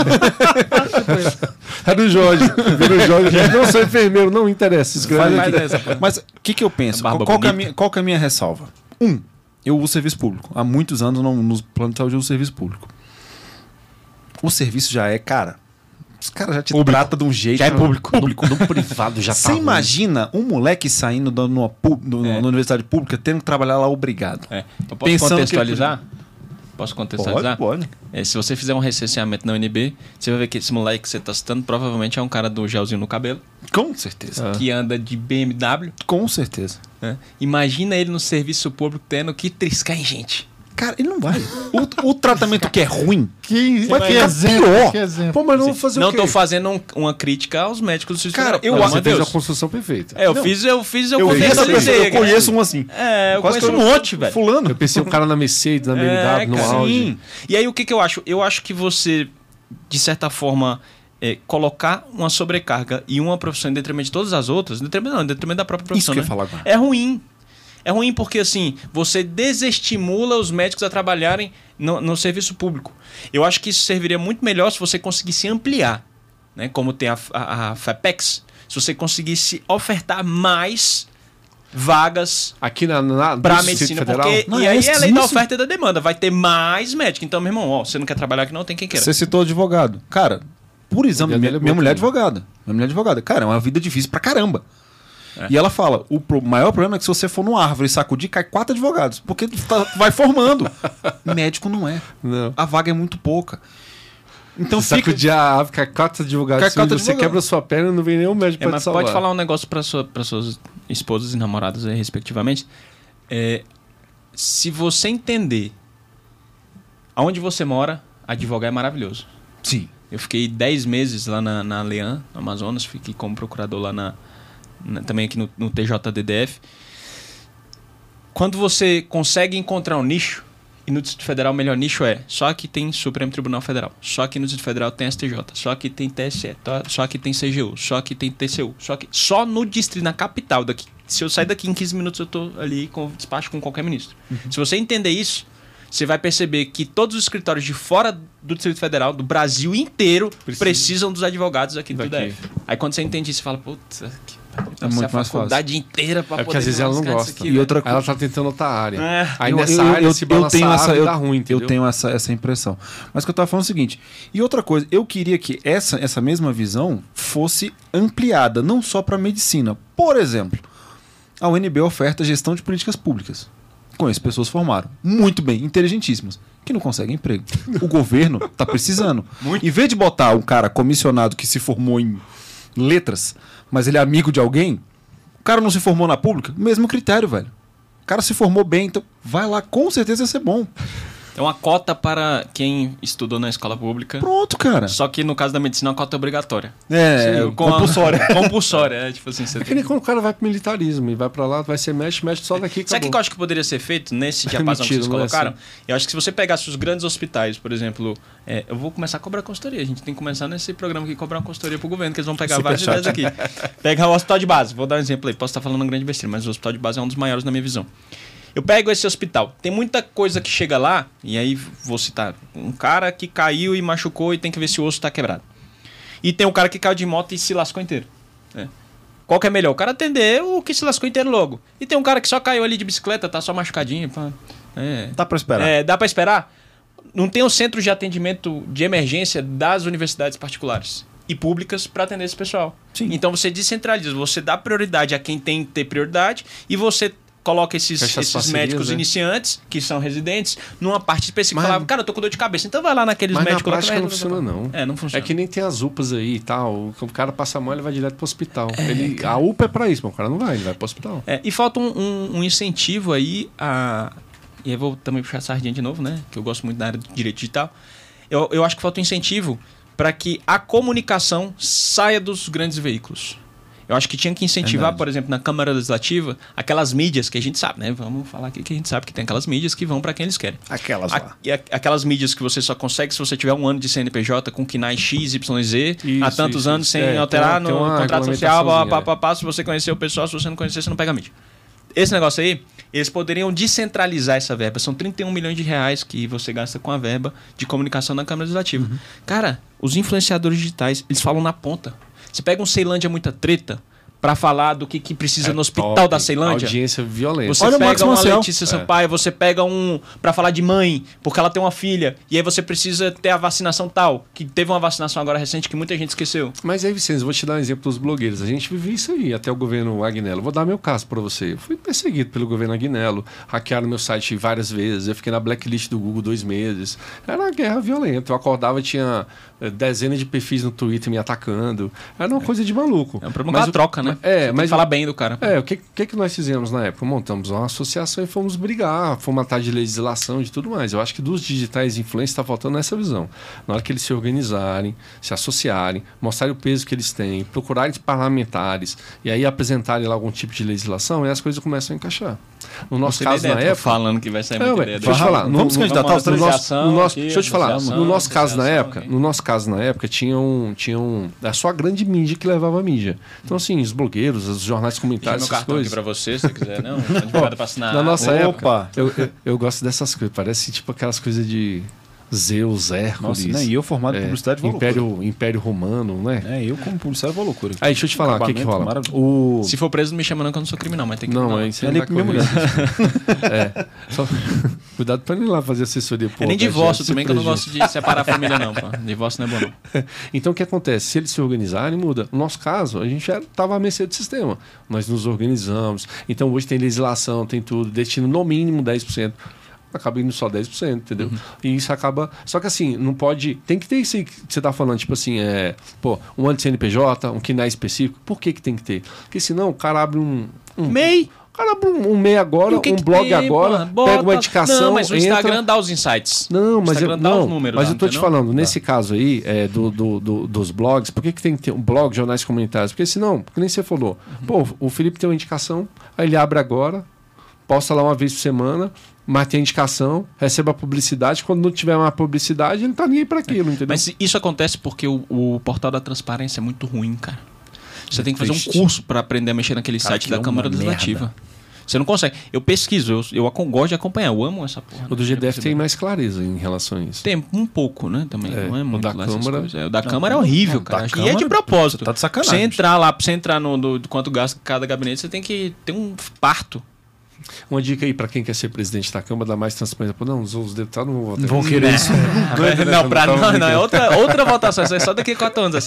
É do Jorge. Vira o Jorge. Não sou enfermeiro, não interessa. Escreve Faz aqui. aqui. Mas o que, que eu penso? A barba Qual, que é a bonita. minha, qual que é a minha ressalva? Um, eu uso serviço público. Há muitos anos no, nos planos de saúde eu uso serviço público. O serviço já é, cara, Os caras já te Público. tratam de um jeito. Já é público. Público. No privado já Você tá ruim. imagina um moleque saindo da, numa, pu- do- É. na universidade pública tendo que trabalhar lá obrigado. É. Eu posso Pensando que ele contextualizar? Posso contextualizar? Pode, pode. É, se você fizer um recenseamento na U N B, você vai ver que esse moleque que você está citando provavelmente é um cara do gelzinho no cabelo, Com certeza. que anda de B M W. Com certeza. Né? Imagina ele no serviço público tendo que triscar em gente. Cara, ele não vai. O, o tratamento que é ruim Que, vai que ficar exemplo, pior. que exemplo. Pô, mas não vou fazer Não o quê? estou fazendo um- uma crítica aos médicos do Serviço Cara, Federal, eu pelo acho Você amor de fez a Deus. construção perfeita. É, eu Não. fiz, eu fiz, eu, Eu, vi essa pessoa, contextualizei, eu conheço um assim. É, eu Quase conheço que um eu- monte, velho. Fulano. Eu pensei o cara na Mercedes, na B M W, no cara, Audi. sim. E aí o que, que eu acho? Eu acho que você, de certa forma, é, colocar uma sobrecarga e uma profissão em detrimento de todas as outras, em detrimento, não, em detrimento da própria Isso profissão, que eu né? ia falar agora. É ruim. É ruim porque, assim, você desestimula os médicos a trabalharem no, no serviço público. Eu acho que isso serviria muito melhor se você conseguisse ampliar, né? Como tem a, a, a FAPEX, se você conseguisse ofertar mais vagas Aqui na, na para a no Distrito medicina, Federal. porque Não, e é aí é a lei da isso. oferta e da demanda, vai ter mais médico. Então, meu irmão, ó, você não quer trabalhar aqui não, tem quem queira. Você citou advogado. Cara, por exame, A vida minha, dele é minha boa mulher é também. advogada. Minha mulher é advogada. Cara, é uma vida difícil pra caramba. É. E ela fala, o pro- maior problema é que se você for numa árvore e sacudir, cai quatro advogados. Porque tu tá- vai formando. Médico não é. Não. A vaga é muito pouca. Então Você fica... sacudir a ave, cai quatro advogados. Cai quatro você advogados. quebra sua perna e não vem nenhum médico É, pra te mas salvar. pode falar um negócio para sua, para suas esposas e namoradas, aí, respectivamente. É, se você entender aonde você mora, advogar é maravilhoso. Sim. Eu fiquei dez meses lá na, na Lean, no Amazonas, fiquei como procurador lá na, na- também aqui no, no T J D D F. Quando você consegue encontrar um nicho, e no Distrito Federal o melhor nicho é só aqui tem Supremo Tribunal Federal, só aqui no Distrito Federal tem S T J, só aqui tem T S E, tá? Só aqui tem C G U, só aqui tem T C U, só, aqui, só no distrito, na capital daqui. Se eu sair daqui em quinze minutos eu tô ali com despacho com qualquer ministro. Se você entender isso, você vai perceber que todos os escritórios de fora do Distrito Federal, do Brasil inteiro, Precisa. precisam dos advogados aqui do Daqui. D F. Aí quando você entende isso, você fala, puta, que É muito a mais fácil. faculdade inteira pra É porque poder às vezes ela não lascar isso gosta. aqui, E velho. outra Aí ela tá tentando outra área. É. Aí Eu- nessa eu- área, eu- se eu balançar tenho a essa- ave, eu- dá ruim, entendeu? Eu tenho essa, essa impressão. Mas o que eu tava falando é o seguinte. E outra coisa, eu queria que essa, essa mesma visão fosse ampliada, não só para medicina. Por exemplo, a U N B oferta gestão de políticas públicas. Conheço pessoas que formaram, muito bem, inteligentíssimas, que não conseguem emprego. O governo tá precisando. Em vez de botar um cara comissionado que se formou em letras, mas ele é amigo de alguém, o cara não se formou na pública, mesmo critério, velho. O cara se formou bem, então vai lá, com certeza vai ser bom. É uma cota para quem estudou na escola pública. Pronto, cara. Só que no caso da medicina, a cota é obrigatória. É, Sim, com a- compulsória. compulsória, é tipo assim. Você É que nem quando o cara vai pro militarismo e vai pra lá, vai ser mestre, mestre só daqui. Sabe o que acabou. eu acho que poderia ser feito nesse diapasão que Mentira, vocês não é colocaram? assim. Eu acho que se você pegasse os grandes hospitais, por exemplo, é, eu vou começar a cobrar consultoria. A gente tem que começar nesse programa aqui cobrar uma consultoria pro governo, que eles vão pegar várias ideias aqui. Pega o hospital de base, vou dar um exemplo aí, posso estar falando um grande besteira, mas o hospital de base é um dos maiores na minha visão. Eu pego esse hospital, tem muita coisa que chega lá, e aí vou citar um cara que caiu e machucou e tem que ver se o osso tá quebrado. E tem um cara que caiu de moto e se lascou inteiro. né? Qual que é melhor? O cara atender o que se lascou inteiro logo. E tem um cara que só caiu ali de bicicleta, tá só machucadinho. Pá. É. Dá pra esperar. É, dá pra esperar? Não tem o centro de atendimento de emergência das universidades particulares e públicas para atender esse pessoal. Sim. Então você descentraliza, você dá prioridade a quem tem que ter prioridade e você coloca esses, Fecha as esses parcerias, médicos né? iniciantes, que são residentes, numa parte específica. Mas- Falava, cara, eu tô com dor de cabeça, então vai lá naqueles Mas na médicos lá que prática vai não resolver funciona, o problema. não. É, não É funciona. que nem tem as U P As aí e tal. O cara passa mal, ele vai direto pro hospital. ele, a U P A é pra isso, mas o cara não vai, ele vai pro hospital. É, e falta um, um- um incentivo aí a. E eu vou também puxar a sardinha de novo, né? Que eu gosto muito da área do direito digital. Eu, eu acho que falta um incentivo para que a comunicação saia dos grandes veículos. Eu acho que tinha que incentivar, Verdade. por exemplo, na Câmara Legislativa, aquelas mídias que a gente sabe, né? Vamos falar aqui que a gente sabe que tem aquelas mídias que vão para quem eles querem. Aquelas A- e a- aquelas mídias que você só consegue se você tiver um ano de C N P J com K N A I X, Y Z, há Isso, tantos isso, anos isso. sem É, tem alterar uma- tem no uma contrato social, pá, regulamentaçãozinha, pá, pá, pá, se você conhecer o pessoal, se você não conhecer, você não pega a mídia. Esse negócio aí, eles poderiam descentralizar essa verba. São trinta e um milhões de reais que você gasta com a verba de comunicação na Câmara Legislativa. Cara, os influenciadores digitais, eles falam na ponta. Você pega um Ceilândia Muita Treta, pra falar do que, que precisa É no hospital top. da Ceilândia. Audiência violenta. Você Olha o Max pega uma Maciel. Letícia Sampaio, você pega um pra falar de mãe, porque ela tem uma filha, e aí você precisa ter a vacinação tal, que teve uma vacinação agora recente que muita gente esqueceu. Mas aí, Vicente, eu vou te dar um exemplo dos blogueiros. A gente vivia isso aí, até o governo Agnello. Vou dar meu caso para você. Eu fui perseguido pelo governo Agnello, hackearam meu site várias vezes, eu fiquei na blacklist do Google dois meses. Era uma guerra violenta. Eu acordava, tinha eh, dezenas de perfis no Twitter me atacando. Era uma coisa de maluco. É um problema Mas com a o- troca, né? É, Você tem mas que falar bem do cara. É, o que, que, que nós fizemos na época? Montamos uma associação e fomos brigar, fomos atrás de legislação e de tudo mais. Eu acho que dos digitais influencers está faltando essa visão. Na hora que eles se organizarem, se associarem, mostrarem o peso que eles têm, procurarem parlamentares e aí apresentarem lá algum tipo de legislação, aí as coisas começam a encaixar. No nosso Você tem caso, ideia, na tô época... falando que vai sair É, muita ué, ideia. deixa eu te Vamos- falar. vamos no, candidatar no, os no três? nosso, no nosso, Aqui, deixa eu te falar. associação, No nosso caso na associação época, aqui. no nosso caso na época tinha um, tinha um, é só a grande mídia que levava a mídia. Então assim, os blogueiros, os jornais Deixa comunitários, meu essas cartão aqui coisas. pra você, se você quiser. Não, advogado pra assinar. Na nossa Opa! época, eu, eu, eu gosto dessas coisas. Parece tipo aquelas coisas de Zeus, Hércules. Nossa, né? E eu formado em é, publicidade vou loucura. Império, Império Romano, né? É, eu como publicitário vou loucura. Aí deixa eu te falar, o que que Acabamento rola? maravilhoso. O... Se for preso, não me chama não, que eu não sou criminal, mas tem que... Não, aí você É não ali vai com minha correr. É. Só... Cuidado pra não ir lá fazer assessoria. É nem divórcio também, que eu não gosto. gosto de separar a família não, pô. Divórcio não é bom não. Então o que acontece? Se eles se organizarem, muda. No nosso caso, a gente já estava à mercê do sistema. Nós nos organizamos. Então hoje tem legislação, tem tudo, destino no mínimo dez por cento. Acaba indo só dez por cento, entendeu? Uhum. E isso acaba. Só que assim, não pode. Tem que ter isso aí que você tá falando, tipo assim, é. Pô, um anti-C N P J, um K N A I específico. Por que que tem que ter? Porque senão o cara abre um. um M E I! O cara abre um, um M E I agora, E o que um que blog tem, agora, pô? pega uma Bota- indicação. Não, mas o entra... Instagram dá os insights. Não, O mas eu, Instagram dá não, os números mas lá, eu tô te entendeu? falando, nesse caso aí, é, do, do, do- dos blogs, por que, que tem que ter um blog, jornais comunitários? Porque senão, porque nem você falou, pô, o Felipe tem uma indicação, aí ele abre agora, posta lá uma vez por semana, mas tem indicação, recebe a publicidade, quando não tiver mais publicidade, ele não tá nem aí pra aquilo, entendeu? Mas isso acontece porque o, o portal da transparência é muito ruim, cara. Você tem que fazer um triste. curso para aprender a mexer naquele Cara, site aquilo da é uma Câmara merda. Legislativa. Você não consegue. Eu pesquiso, eu, eu acon- gosto de acompanhar, eu amo essa porra. O do né? G D F Eu tem percebi. mais clareza em relação a isso. Tem um pouco, né? Também. É, Não é o muito da lá essas Câmara- coisas. É, o da Câmara é horrível, da cara. E é Câmara, de propósito. você tá de sacanagem. Pra você entrar lá, pra você entrar no, no- do quanto gasta cada gabinete, você tem que ter um parto. Uma dica aí pra quem quer ser presidente da Câmara, dá mais transparência. Pô, não, os, os deputados não vão votar. Vão querer isso. não, pra, não, não, é outra, outra votação. Isso é só daqui a quatro anos assim.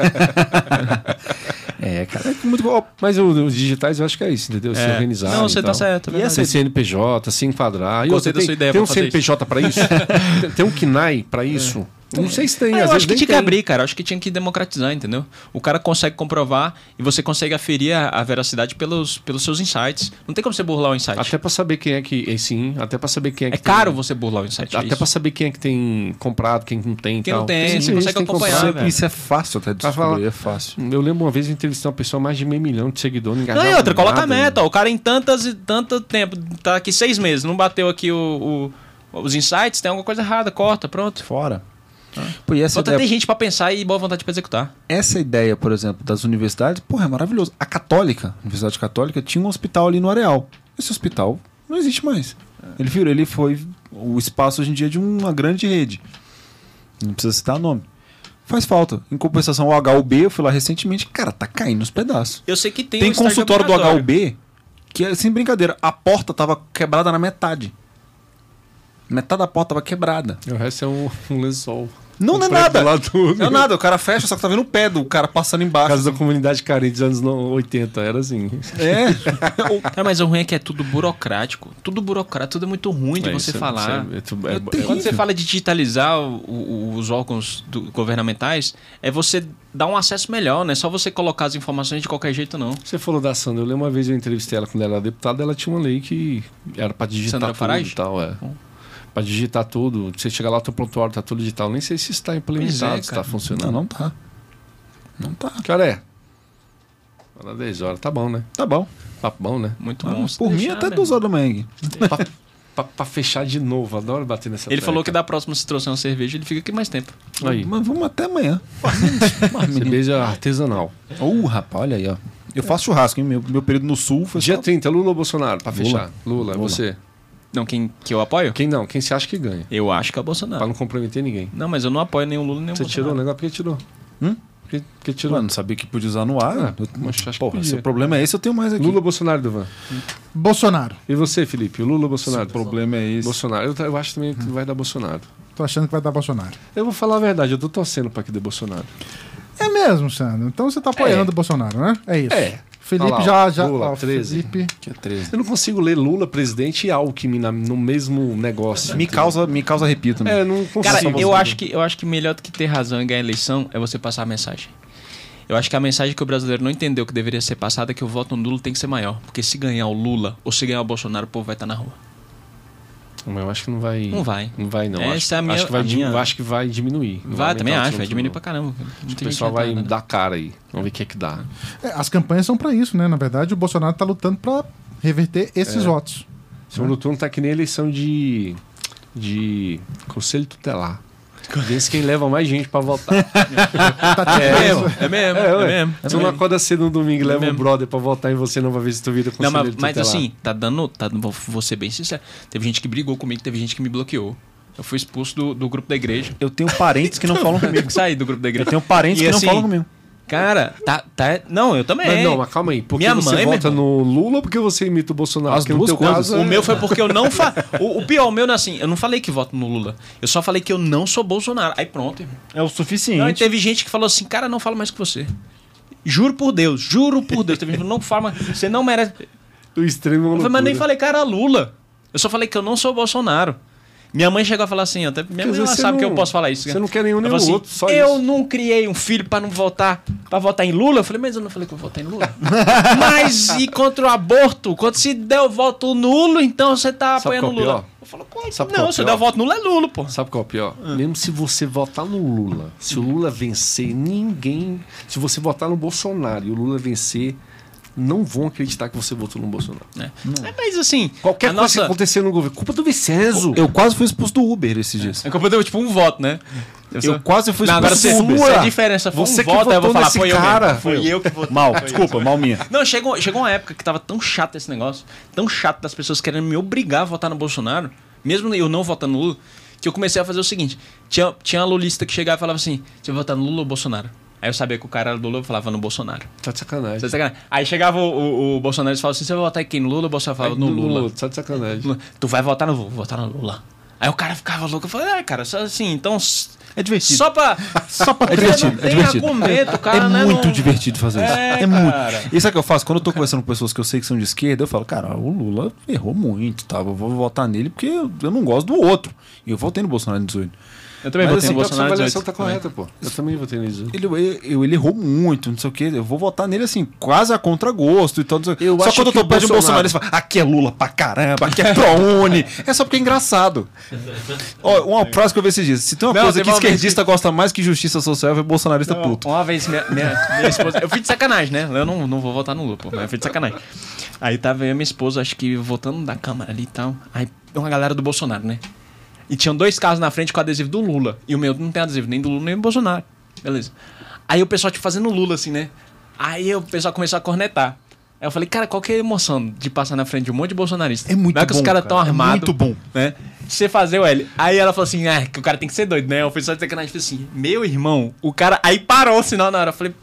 É, cara, é muito bom. Mas o- os digitais eu acho que é isso, entendeu? Se É. organizar. Não, você tá certo. é E verdade. esse C N P J, se enquadrar. E Gostei outra, da tem, sua ideia, tem um vou fazer C N P J pra isso? tem, tem um K N A I pra isso? Não sei se tem. Ah, às eu vezes acho que nem tinha que tem. abrir, cara. Eu acho que tinha que democratizar, entendeu? O cara consegue comprovar e você consegue aferir a, a veracidade pelos, pelos seus insights. Não tem como você burlar o insight. Até pra saber quem é que. é, Sim, até pra saber quem é que é tem- caro você burlar o insight. é Até isso. pra saber quem é que tem comprado, quem não tem. e Quem tal. não tem, Tem você gente consegue que tem acompanhar, comprado. velho. Isso é fácil até de Pra descobrir, falar. é fácil. Eu lembro uma vez eu entrevistei uma pessoa mais de meio milhão de seguidores. Não, engajava e outra, coloca a nada. meta. Ó, o cara em tantas e tanto tempo, tá aqui seis meses, não bateu aqui o, o- os insights, tem alguma coisa errada, corta, pronto. Fora. Pô, e essa Só ideia, tem gente pra pensar e boa vontade pra executar. essa ideia, por exemplo, das universidades, porra, é maravilhoso. A Católica, a Universidade Católica, tinha um hospital ali no Areal. Esse hospital não existe mais. Ele virou, ele foi o espaço hoje em dia de uma grande rede. Não precisa citar nome. Faz falta. Em compensação, o H U B, eu fui lá recentemente, cara, tá caindo nos pedaços. Eu sei que tem, Tem um estágio consultório do H obrigatório. U B que é sem brincadeira. A porta tava quebrada na metade. Metade da porta tava quebrada. O resto é um, um lençol. Não, Um não é prédio nada. do lado do outro. Não é nada. O cara fecha, só que tá vendo o pé do cara passando embaixo. Casa da comunidade carente dos anos no- oitenta, era assim. É. Cara, mas o ruim é que é tudo burocrático. Tudo burocrático, tudo é muito ruim de É, você isso é- falar. isso é- é tu- é- É é- terrível. Quando você fala de digitalizar o- o- os órgãos do- governamentais, é você dar um acesso melhor, não é só você colocar as informações de qualquer jeito, não. Você falou da Sandra, eu lembro uma vez eu entrevistei ela quando ela era deputada, ela tinha uma lei que era pra digitar Sandra tudo Farage? e tal, é. Bom. Pra digitar tudo, você chegar lá, o teu prontuário tá tudo digital. Nem sei se isso tá implementado, Pois é, se cara. tá funcionando. Não, não tá. Não tá. Cara, é. Fala dez horas, tá bom, né? Tá bom. Papo bom, né? Muito Ah, bom. se por mim, deixar, até meu duas irmão. horas da manhã. Gui. pra, pra- pra fechar de novo, adoro bater nessa Ele tecla. falou que da próxima, se trouxer uma cerveja, ele fica aqui mais tempo. Aí, Mas vamos até amanhã. cerveja artesanal. Uh, rapaz, olha aí, ó. Eu faço churrasco, hein? Meu, meu período no sul foi Dia só... trinta, Lula ou Bolsonaro? Pra Lula. fechar. Lula, é Lula. você. Não, quem que eu apoio? Quem não? Quem você acha que ganha? Eu acho que é o Pra Bolsonaro. não comprometer ninguém. Não, mas eu não apoio nenhum Lula nem o Você tirou o Bolsonaro. negócio? Por que tirou? Hum? Por Porque, porque tirou. Mano, não sabia que podia usar no ar. Ah, eu, mas acho que porra, podia. se o problema é esse, eu tenho mais aqui. Lula ou Bolsonaro, Duvan? Bolsonaro. E você, Felipe? O Lula ou Se Bolsonaro? o problema é esse. Bolsonaro. Eu, eu acho também que vai dar Bolsonaro. Tô achando que vai dar Bolsonaro. Eu vou falar a verdade, eu tô torcendo pra que dê Bolsonaro. É mesmo, Sandro. Então você tá apoiando É. o Bolsonaro, né? É isso. É. Felipe Olha lá, já... ó. já Lula, ó, treze. Felipe... Que é treze. Eu não consigo ler Lula, presidente, e Alckmin na- no mesmo negócio. Me causa, me causa arrepio também. É, eu não consigo. Cara, Só eu você. acho, que, eu acho que melhor do que ter razão e ganhar a eleição é você passar a mensagem. Eu acho que a mensagem que o brasileiro não entendeu que deveria ser passada é que o voto no Lula tem que ser maior. Porque se ganhar o Lula ou se ganhar o Bolsonaro, o povo vai estar na rua. Mas eu acho que não vai. Não vai. Não vai, não. Essa acho, é a minha- acho que vai, a di- minha- eu acho que vai diminuir. Não Vai, aumentar também o acho, segundo vai diminuir turno, pra caramba. não. O pessoal vai dar cara aí. Vamos ver o que é que dá. É, as campanhas são pra isso, né? Na verdade, o Bolsonaro tá lutando pra reverter esses É. votos. Segundo turno tá que nem eleição de. de. Conselho Tutelar. Vê-se quem leva mais gente pra votar. Tá tipo É isso. mesmo, é mesmo, É, é, ué. mesmo. Você não acorda cedo no domingo e leva mesmo. um brother pra votar em você, não vai ver se tu vira Não, conselheiro mas, mas tutelar. assim, tá dando. Tá, vou, vou ser bem sincero. Teve gente que brigou comigo, teve gente que me bloqueou. Eu fui expulso do, do grupo da igreja. Eu tenho parentes que não falam Eu tive comigo. que sair do grupo da Eu igreja. tenho parentes E que assim, não falam comigo. Cara, tá, tá. Não, eu também. Mas não, mas calma aí. Porque Minha você mãe, vota meu no Lula ou porque você imita o Bolsonaro? As Porque no duas teu coisas. caso O é- meu foi porque eu não fa... o, o pior, o meu não é assim, eu não falei que voto no Lula. Eu só falei que eu não sou Bolsonaro. Aí pronto, irmão. É o suficiente. Não, e teve gente que falou assim, cara, não falo mais com você. Juro por Deus, juro por Deus. Teve gente que falou, não fala mais, você não merece. O extremo. Eu falei, mas nem falei, cara, Lula. Eu só falei que eu não sou Bolsonaro. Minha mãe chegou a falar assim, até minha Quer mãe dizer, ela você sabe não- que eu posso falar isso. Você não quer nenhum nem Ela o falou outro, assim, só eu isso. não criei um filho pra não votar, para votar em Lula. Eu falei, mas eu não falei que eu vou votar em Lula. Mas e contra o aborto? Quando se der o voto nulo, então você tá Sabe apoiando o qual é o Lula. pior? Eu falo, qual é? Sabe qual é Não, o se pior? der o voto nulo é Lula, pô. Sabe qual é o pior? Mesmo se você votar no Lula, se o Lula vencer, ninguém. Se você votar no Bolsonaro e o Lula vencer, não vão acreditar que você votou no Bolsonaro. É. É, mas assim, Qualquer a coisa que nossa... acontecer no governo, culpa do Vicenzo. Eu quase fui expulso do Uber esses dias. É culpa deu tipo um voto, né? Eu quase fui Não, agora expulso você, do Uber. você é a diferença. Foi Você um que voto, aí eu vou votou falar, nesse foi eu cara. mesmo. Foi eu que votei. Mal, Foi desculpa, mal minha. Não, chegou, chegou uma época que tava tão chato esse negócio, tão chato das pessoas querendo me obrigar a votar no Bolsonaro, mesmo eu não votando no Lula, que eu comecei a fazer o seguinte: tinha, tinha uma lulista que chegava e falava assim: você vai votar no Lula ou Bolsonaro? Aí eu sabia que o cara era do Lula, eu falava no Bolsonaro. Tá de sacanagem. Tá de sacanagem. Aí chegava o, o, o Bolsonaro e falava assim: você vai votar em quem? No Lula ou Bolsonaro? Eu falava no Lula. Tá de sacanagem. Lula. Tu vai votar no Vou votar no Lula. Aí o cara ficava louco. Eu falei, ah, cara, só assim, então. É divertido. Só pra. Só pra É divertido, Não é tem divertido. argumento, cara, é né, muito não- divertido fazer isso. É, É, muito. cara. E sabe o que eu faço? Quando eu tô conversando com pessoas que eu sei que são de esquerda, eu falo, cara, o Lula errou muito, tá? Eu vou votar nele porque eu eu não gosto do outro. E eu votei no Bolsonaro em dezoito. Eu também Mas votei assim, no a sua Bolsonaro. avaliação dezoito. tá correta, pô. Eu também votei nisso. Ele, eu, ele errou muito, não sei o que. Eu vou votar nele assim, quase a contragosto e tal. não sei o quê. Eu só acho quando eu que tô o perto de um Bolsonaro- Bolsonaro, eles falam, aqui é Lula pra caramba, aqui é ProUni. É só porque é engraçado. Ó, uma frase que eu vi esses dias. Se tem uma Não, coisa teve que uma vez esquerdista gosta mais que justiça social, é bolsonarista puto. Uma vez minha, minha, minha esposa. Eu fui de sacanagem, né? Eu não, não vou votar no Lula, pô, mas eu fui de sacanagem. Aí tava eu e minha esposa, acho que votando da Câmara ali e tal. Aí uma galera do Bolsonaro, né? E tinham dois carros na frente com adesivo do Lula. E o meu não tem adesivo nem do Lula nem do Bolsonaro. Beleza. Aí o pessoal, tipo, fazendo Lula, assim, né? Aí o pessoal começou a cornetar. Aí eu falei, cara, qual que é a emoção de passar na frente de um monte de bolsonarista? É muito Não é que os bom, caras cara. tão É armados. muito bom. Né? Você fazer o L. Aí ela falou assim, ah, que o cara tem que ser doido, né? Eu fui só de sacanagem, falei assim, meu irmão, o cara... Aí parou o sinal na hora. Eu falei...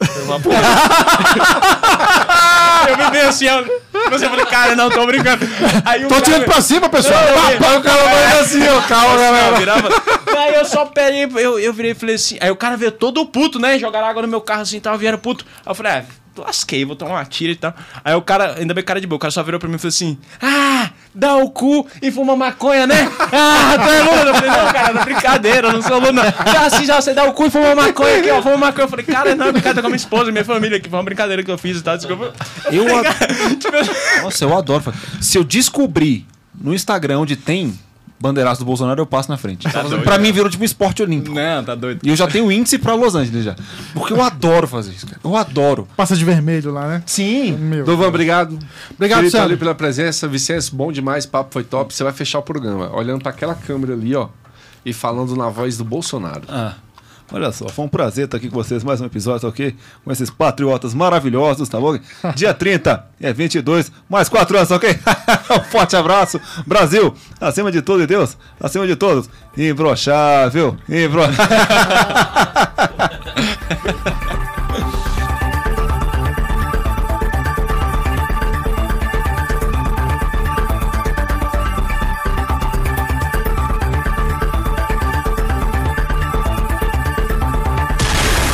Eu me dei assim, eu, você falei, cara, não, tô brincando. Aí o Tô cara- tirando pra cima, pessoal. Não, Pá, eu- pá, o cara vai assim, ó. Calma, Não, galera. virava. Aí eu só peguei, eu, eu virei e falei assim. Aí o cara veio todo puto, né? Jogaram água no meu carro assim e tal, vieram puto. Aí eu falei, ah, lasquei, vou tomar uma tira e tal. Aí o cara, ainda bem cara de boa, o cara só virou pra mim e falou assim: ah, dá o cu e fuma maconha, né? Ah, tu é Lula. Eu falei, não, cara, é brincadeira, eu não sou Lula. Já assim, já você dá o cu e fuma maconha aqui, ó, fuma maconha. Eu falei, cara, não, é brincadeira com a minha esposa, minha família aqui, foi uma brincadeira que eu fiz e tal, desculpa. Eu a- Nossa, eu adoro. Se eu descobrir no Instagram onde tem bandeiraço do Bolsonaro, eu passo na frente. doido, pra mim virou tipo um esporte olímpico. Não, tá doido. E eu já tenho índice pra Los Angeles já. Porque eu adoro fazer isso, cara. Eu adoro. Passa de vermelho lá, né? Sim. Meu. Dovan, obrigado. Obrigado, Felipe, Sandro. valeu pela presença. Vicente, bom demais, papo foi top. Você vai fechar o programa olhando pra aquela câmera ali, ó, e falando na voz do Bolsonaro. Ah, olha só, foi um prazer estar aqui com vocês mais um episódio, tá ok? Com esses patriotas maravilhosos, tá bom? Dia trinta é vinte e dois, mais quatro anos, tá ok? Um forte abraço. Brasil, acima de tudo e Deus, acima de todos. Imbrochável, imbrochável.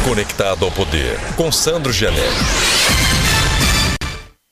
Conectado ao Poder, com Sandro Gianelli.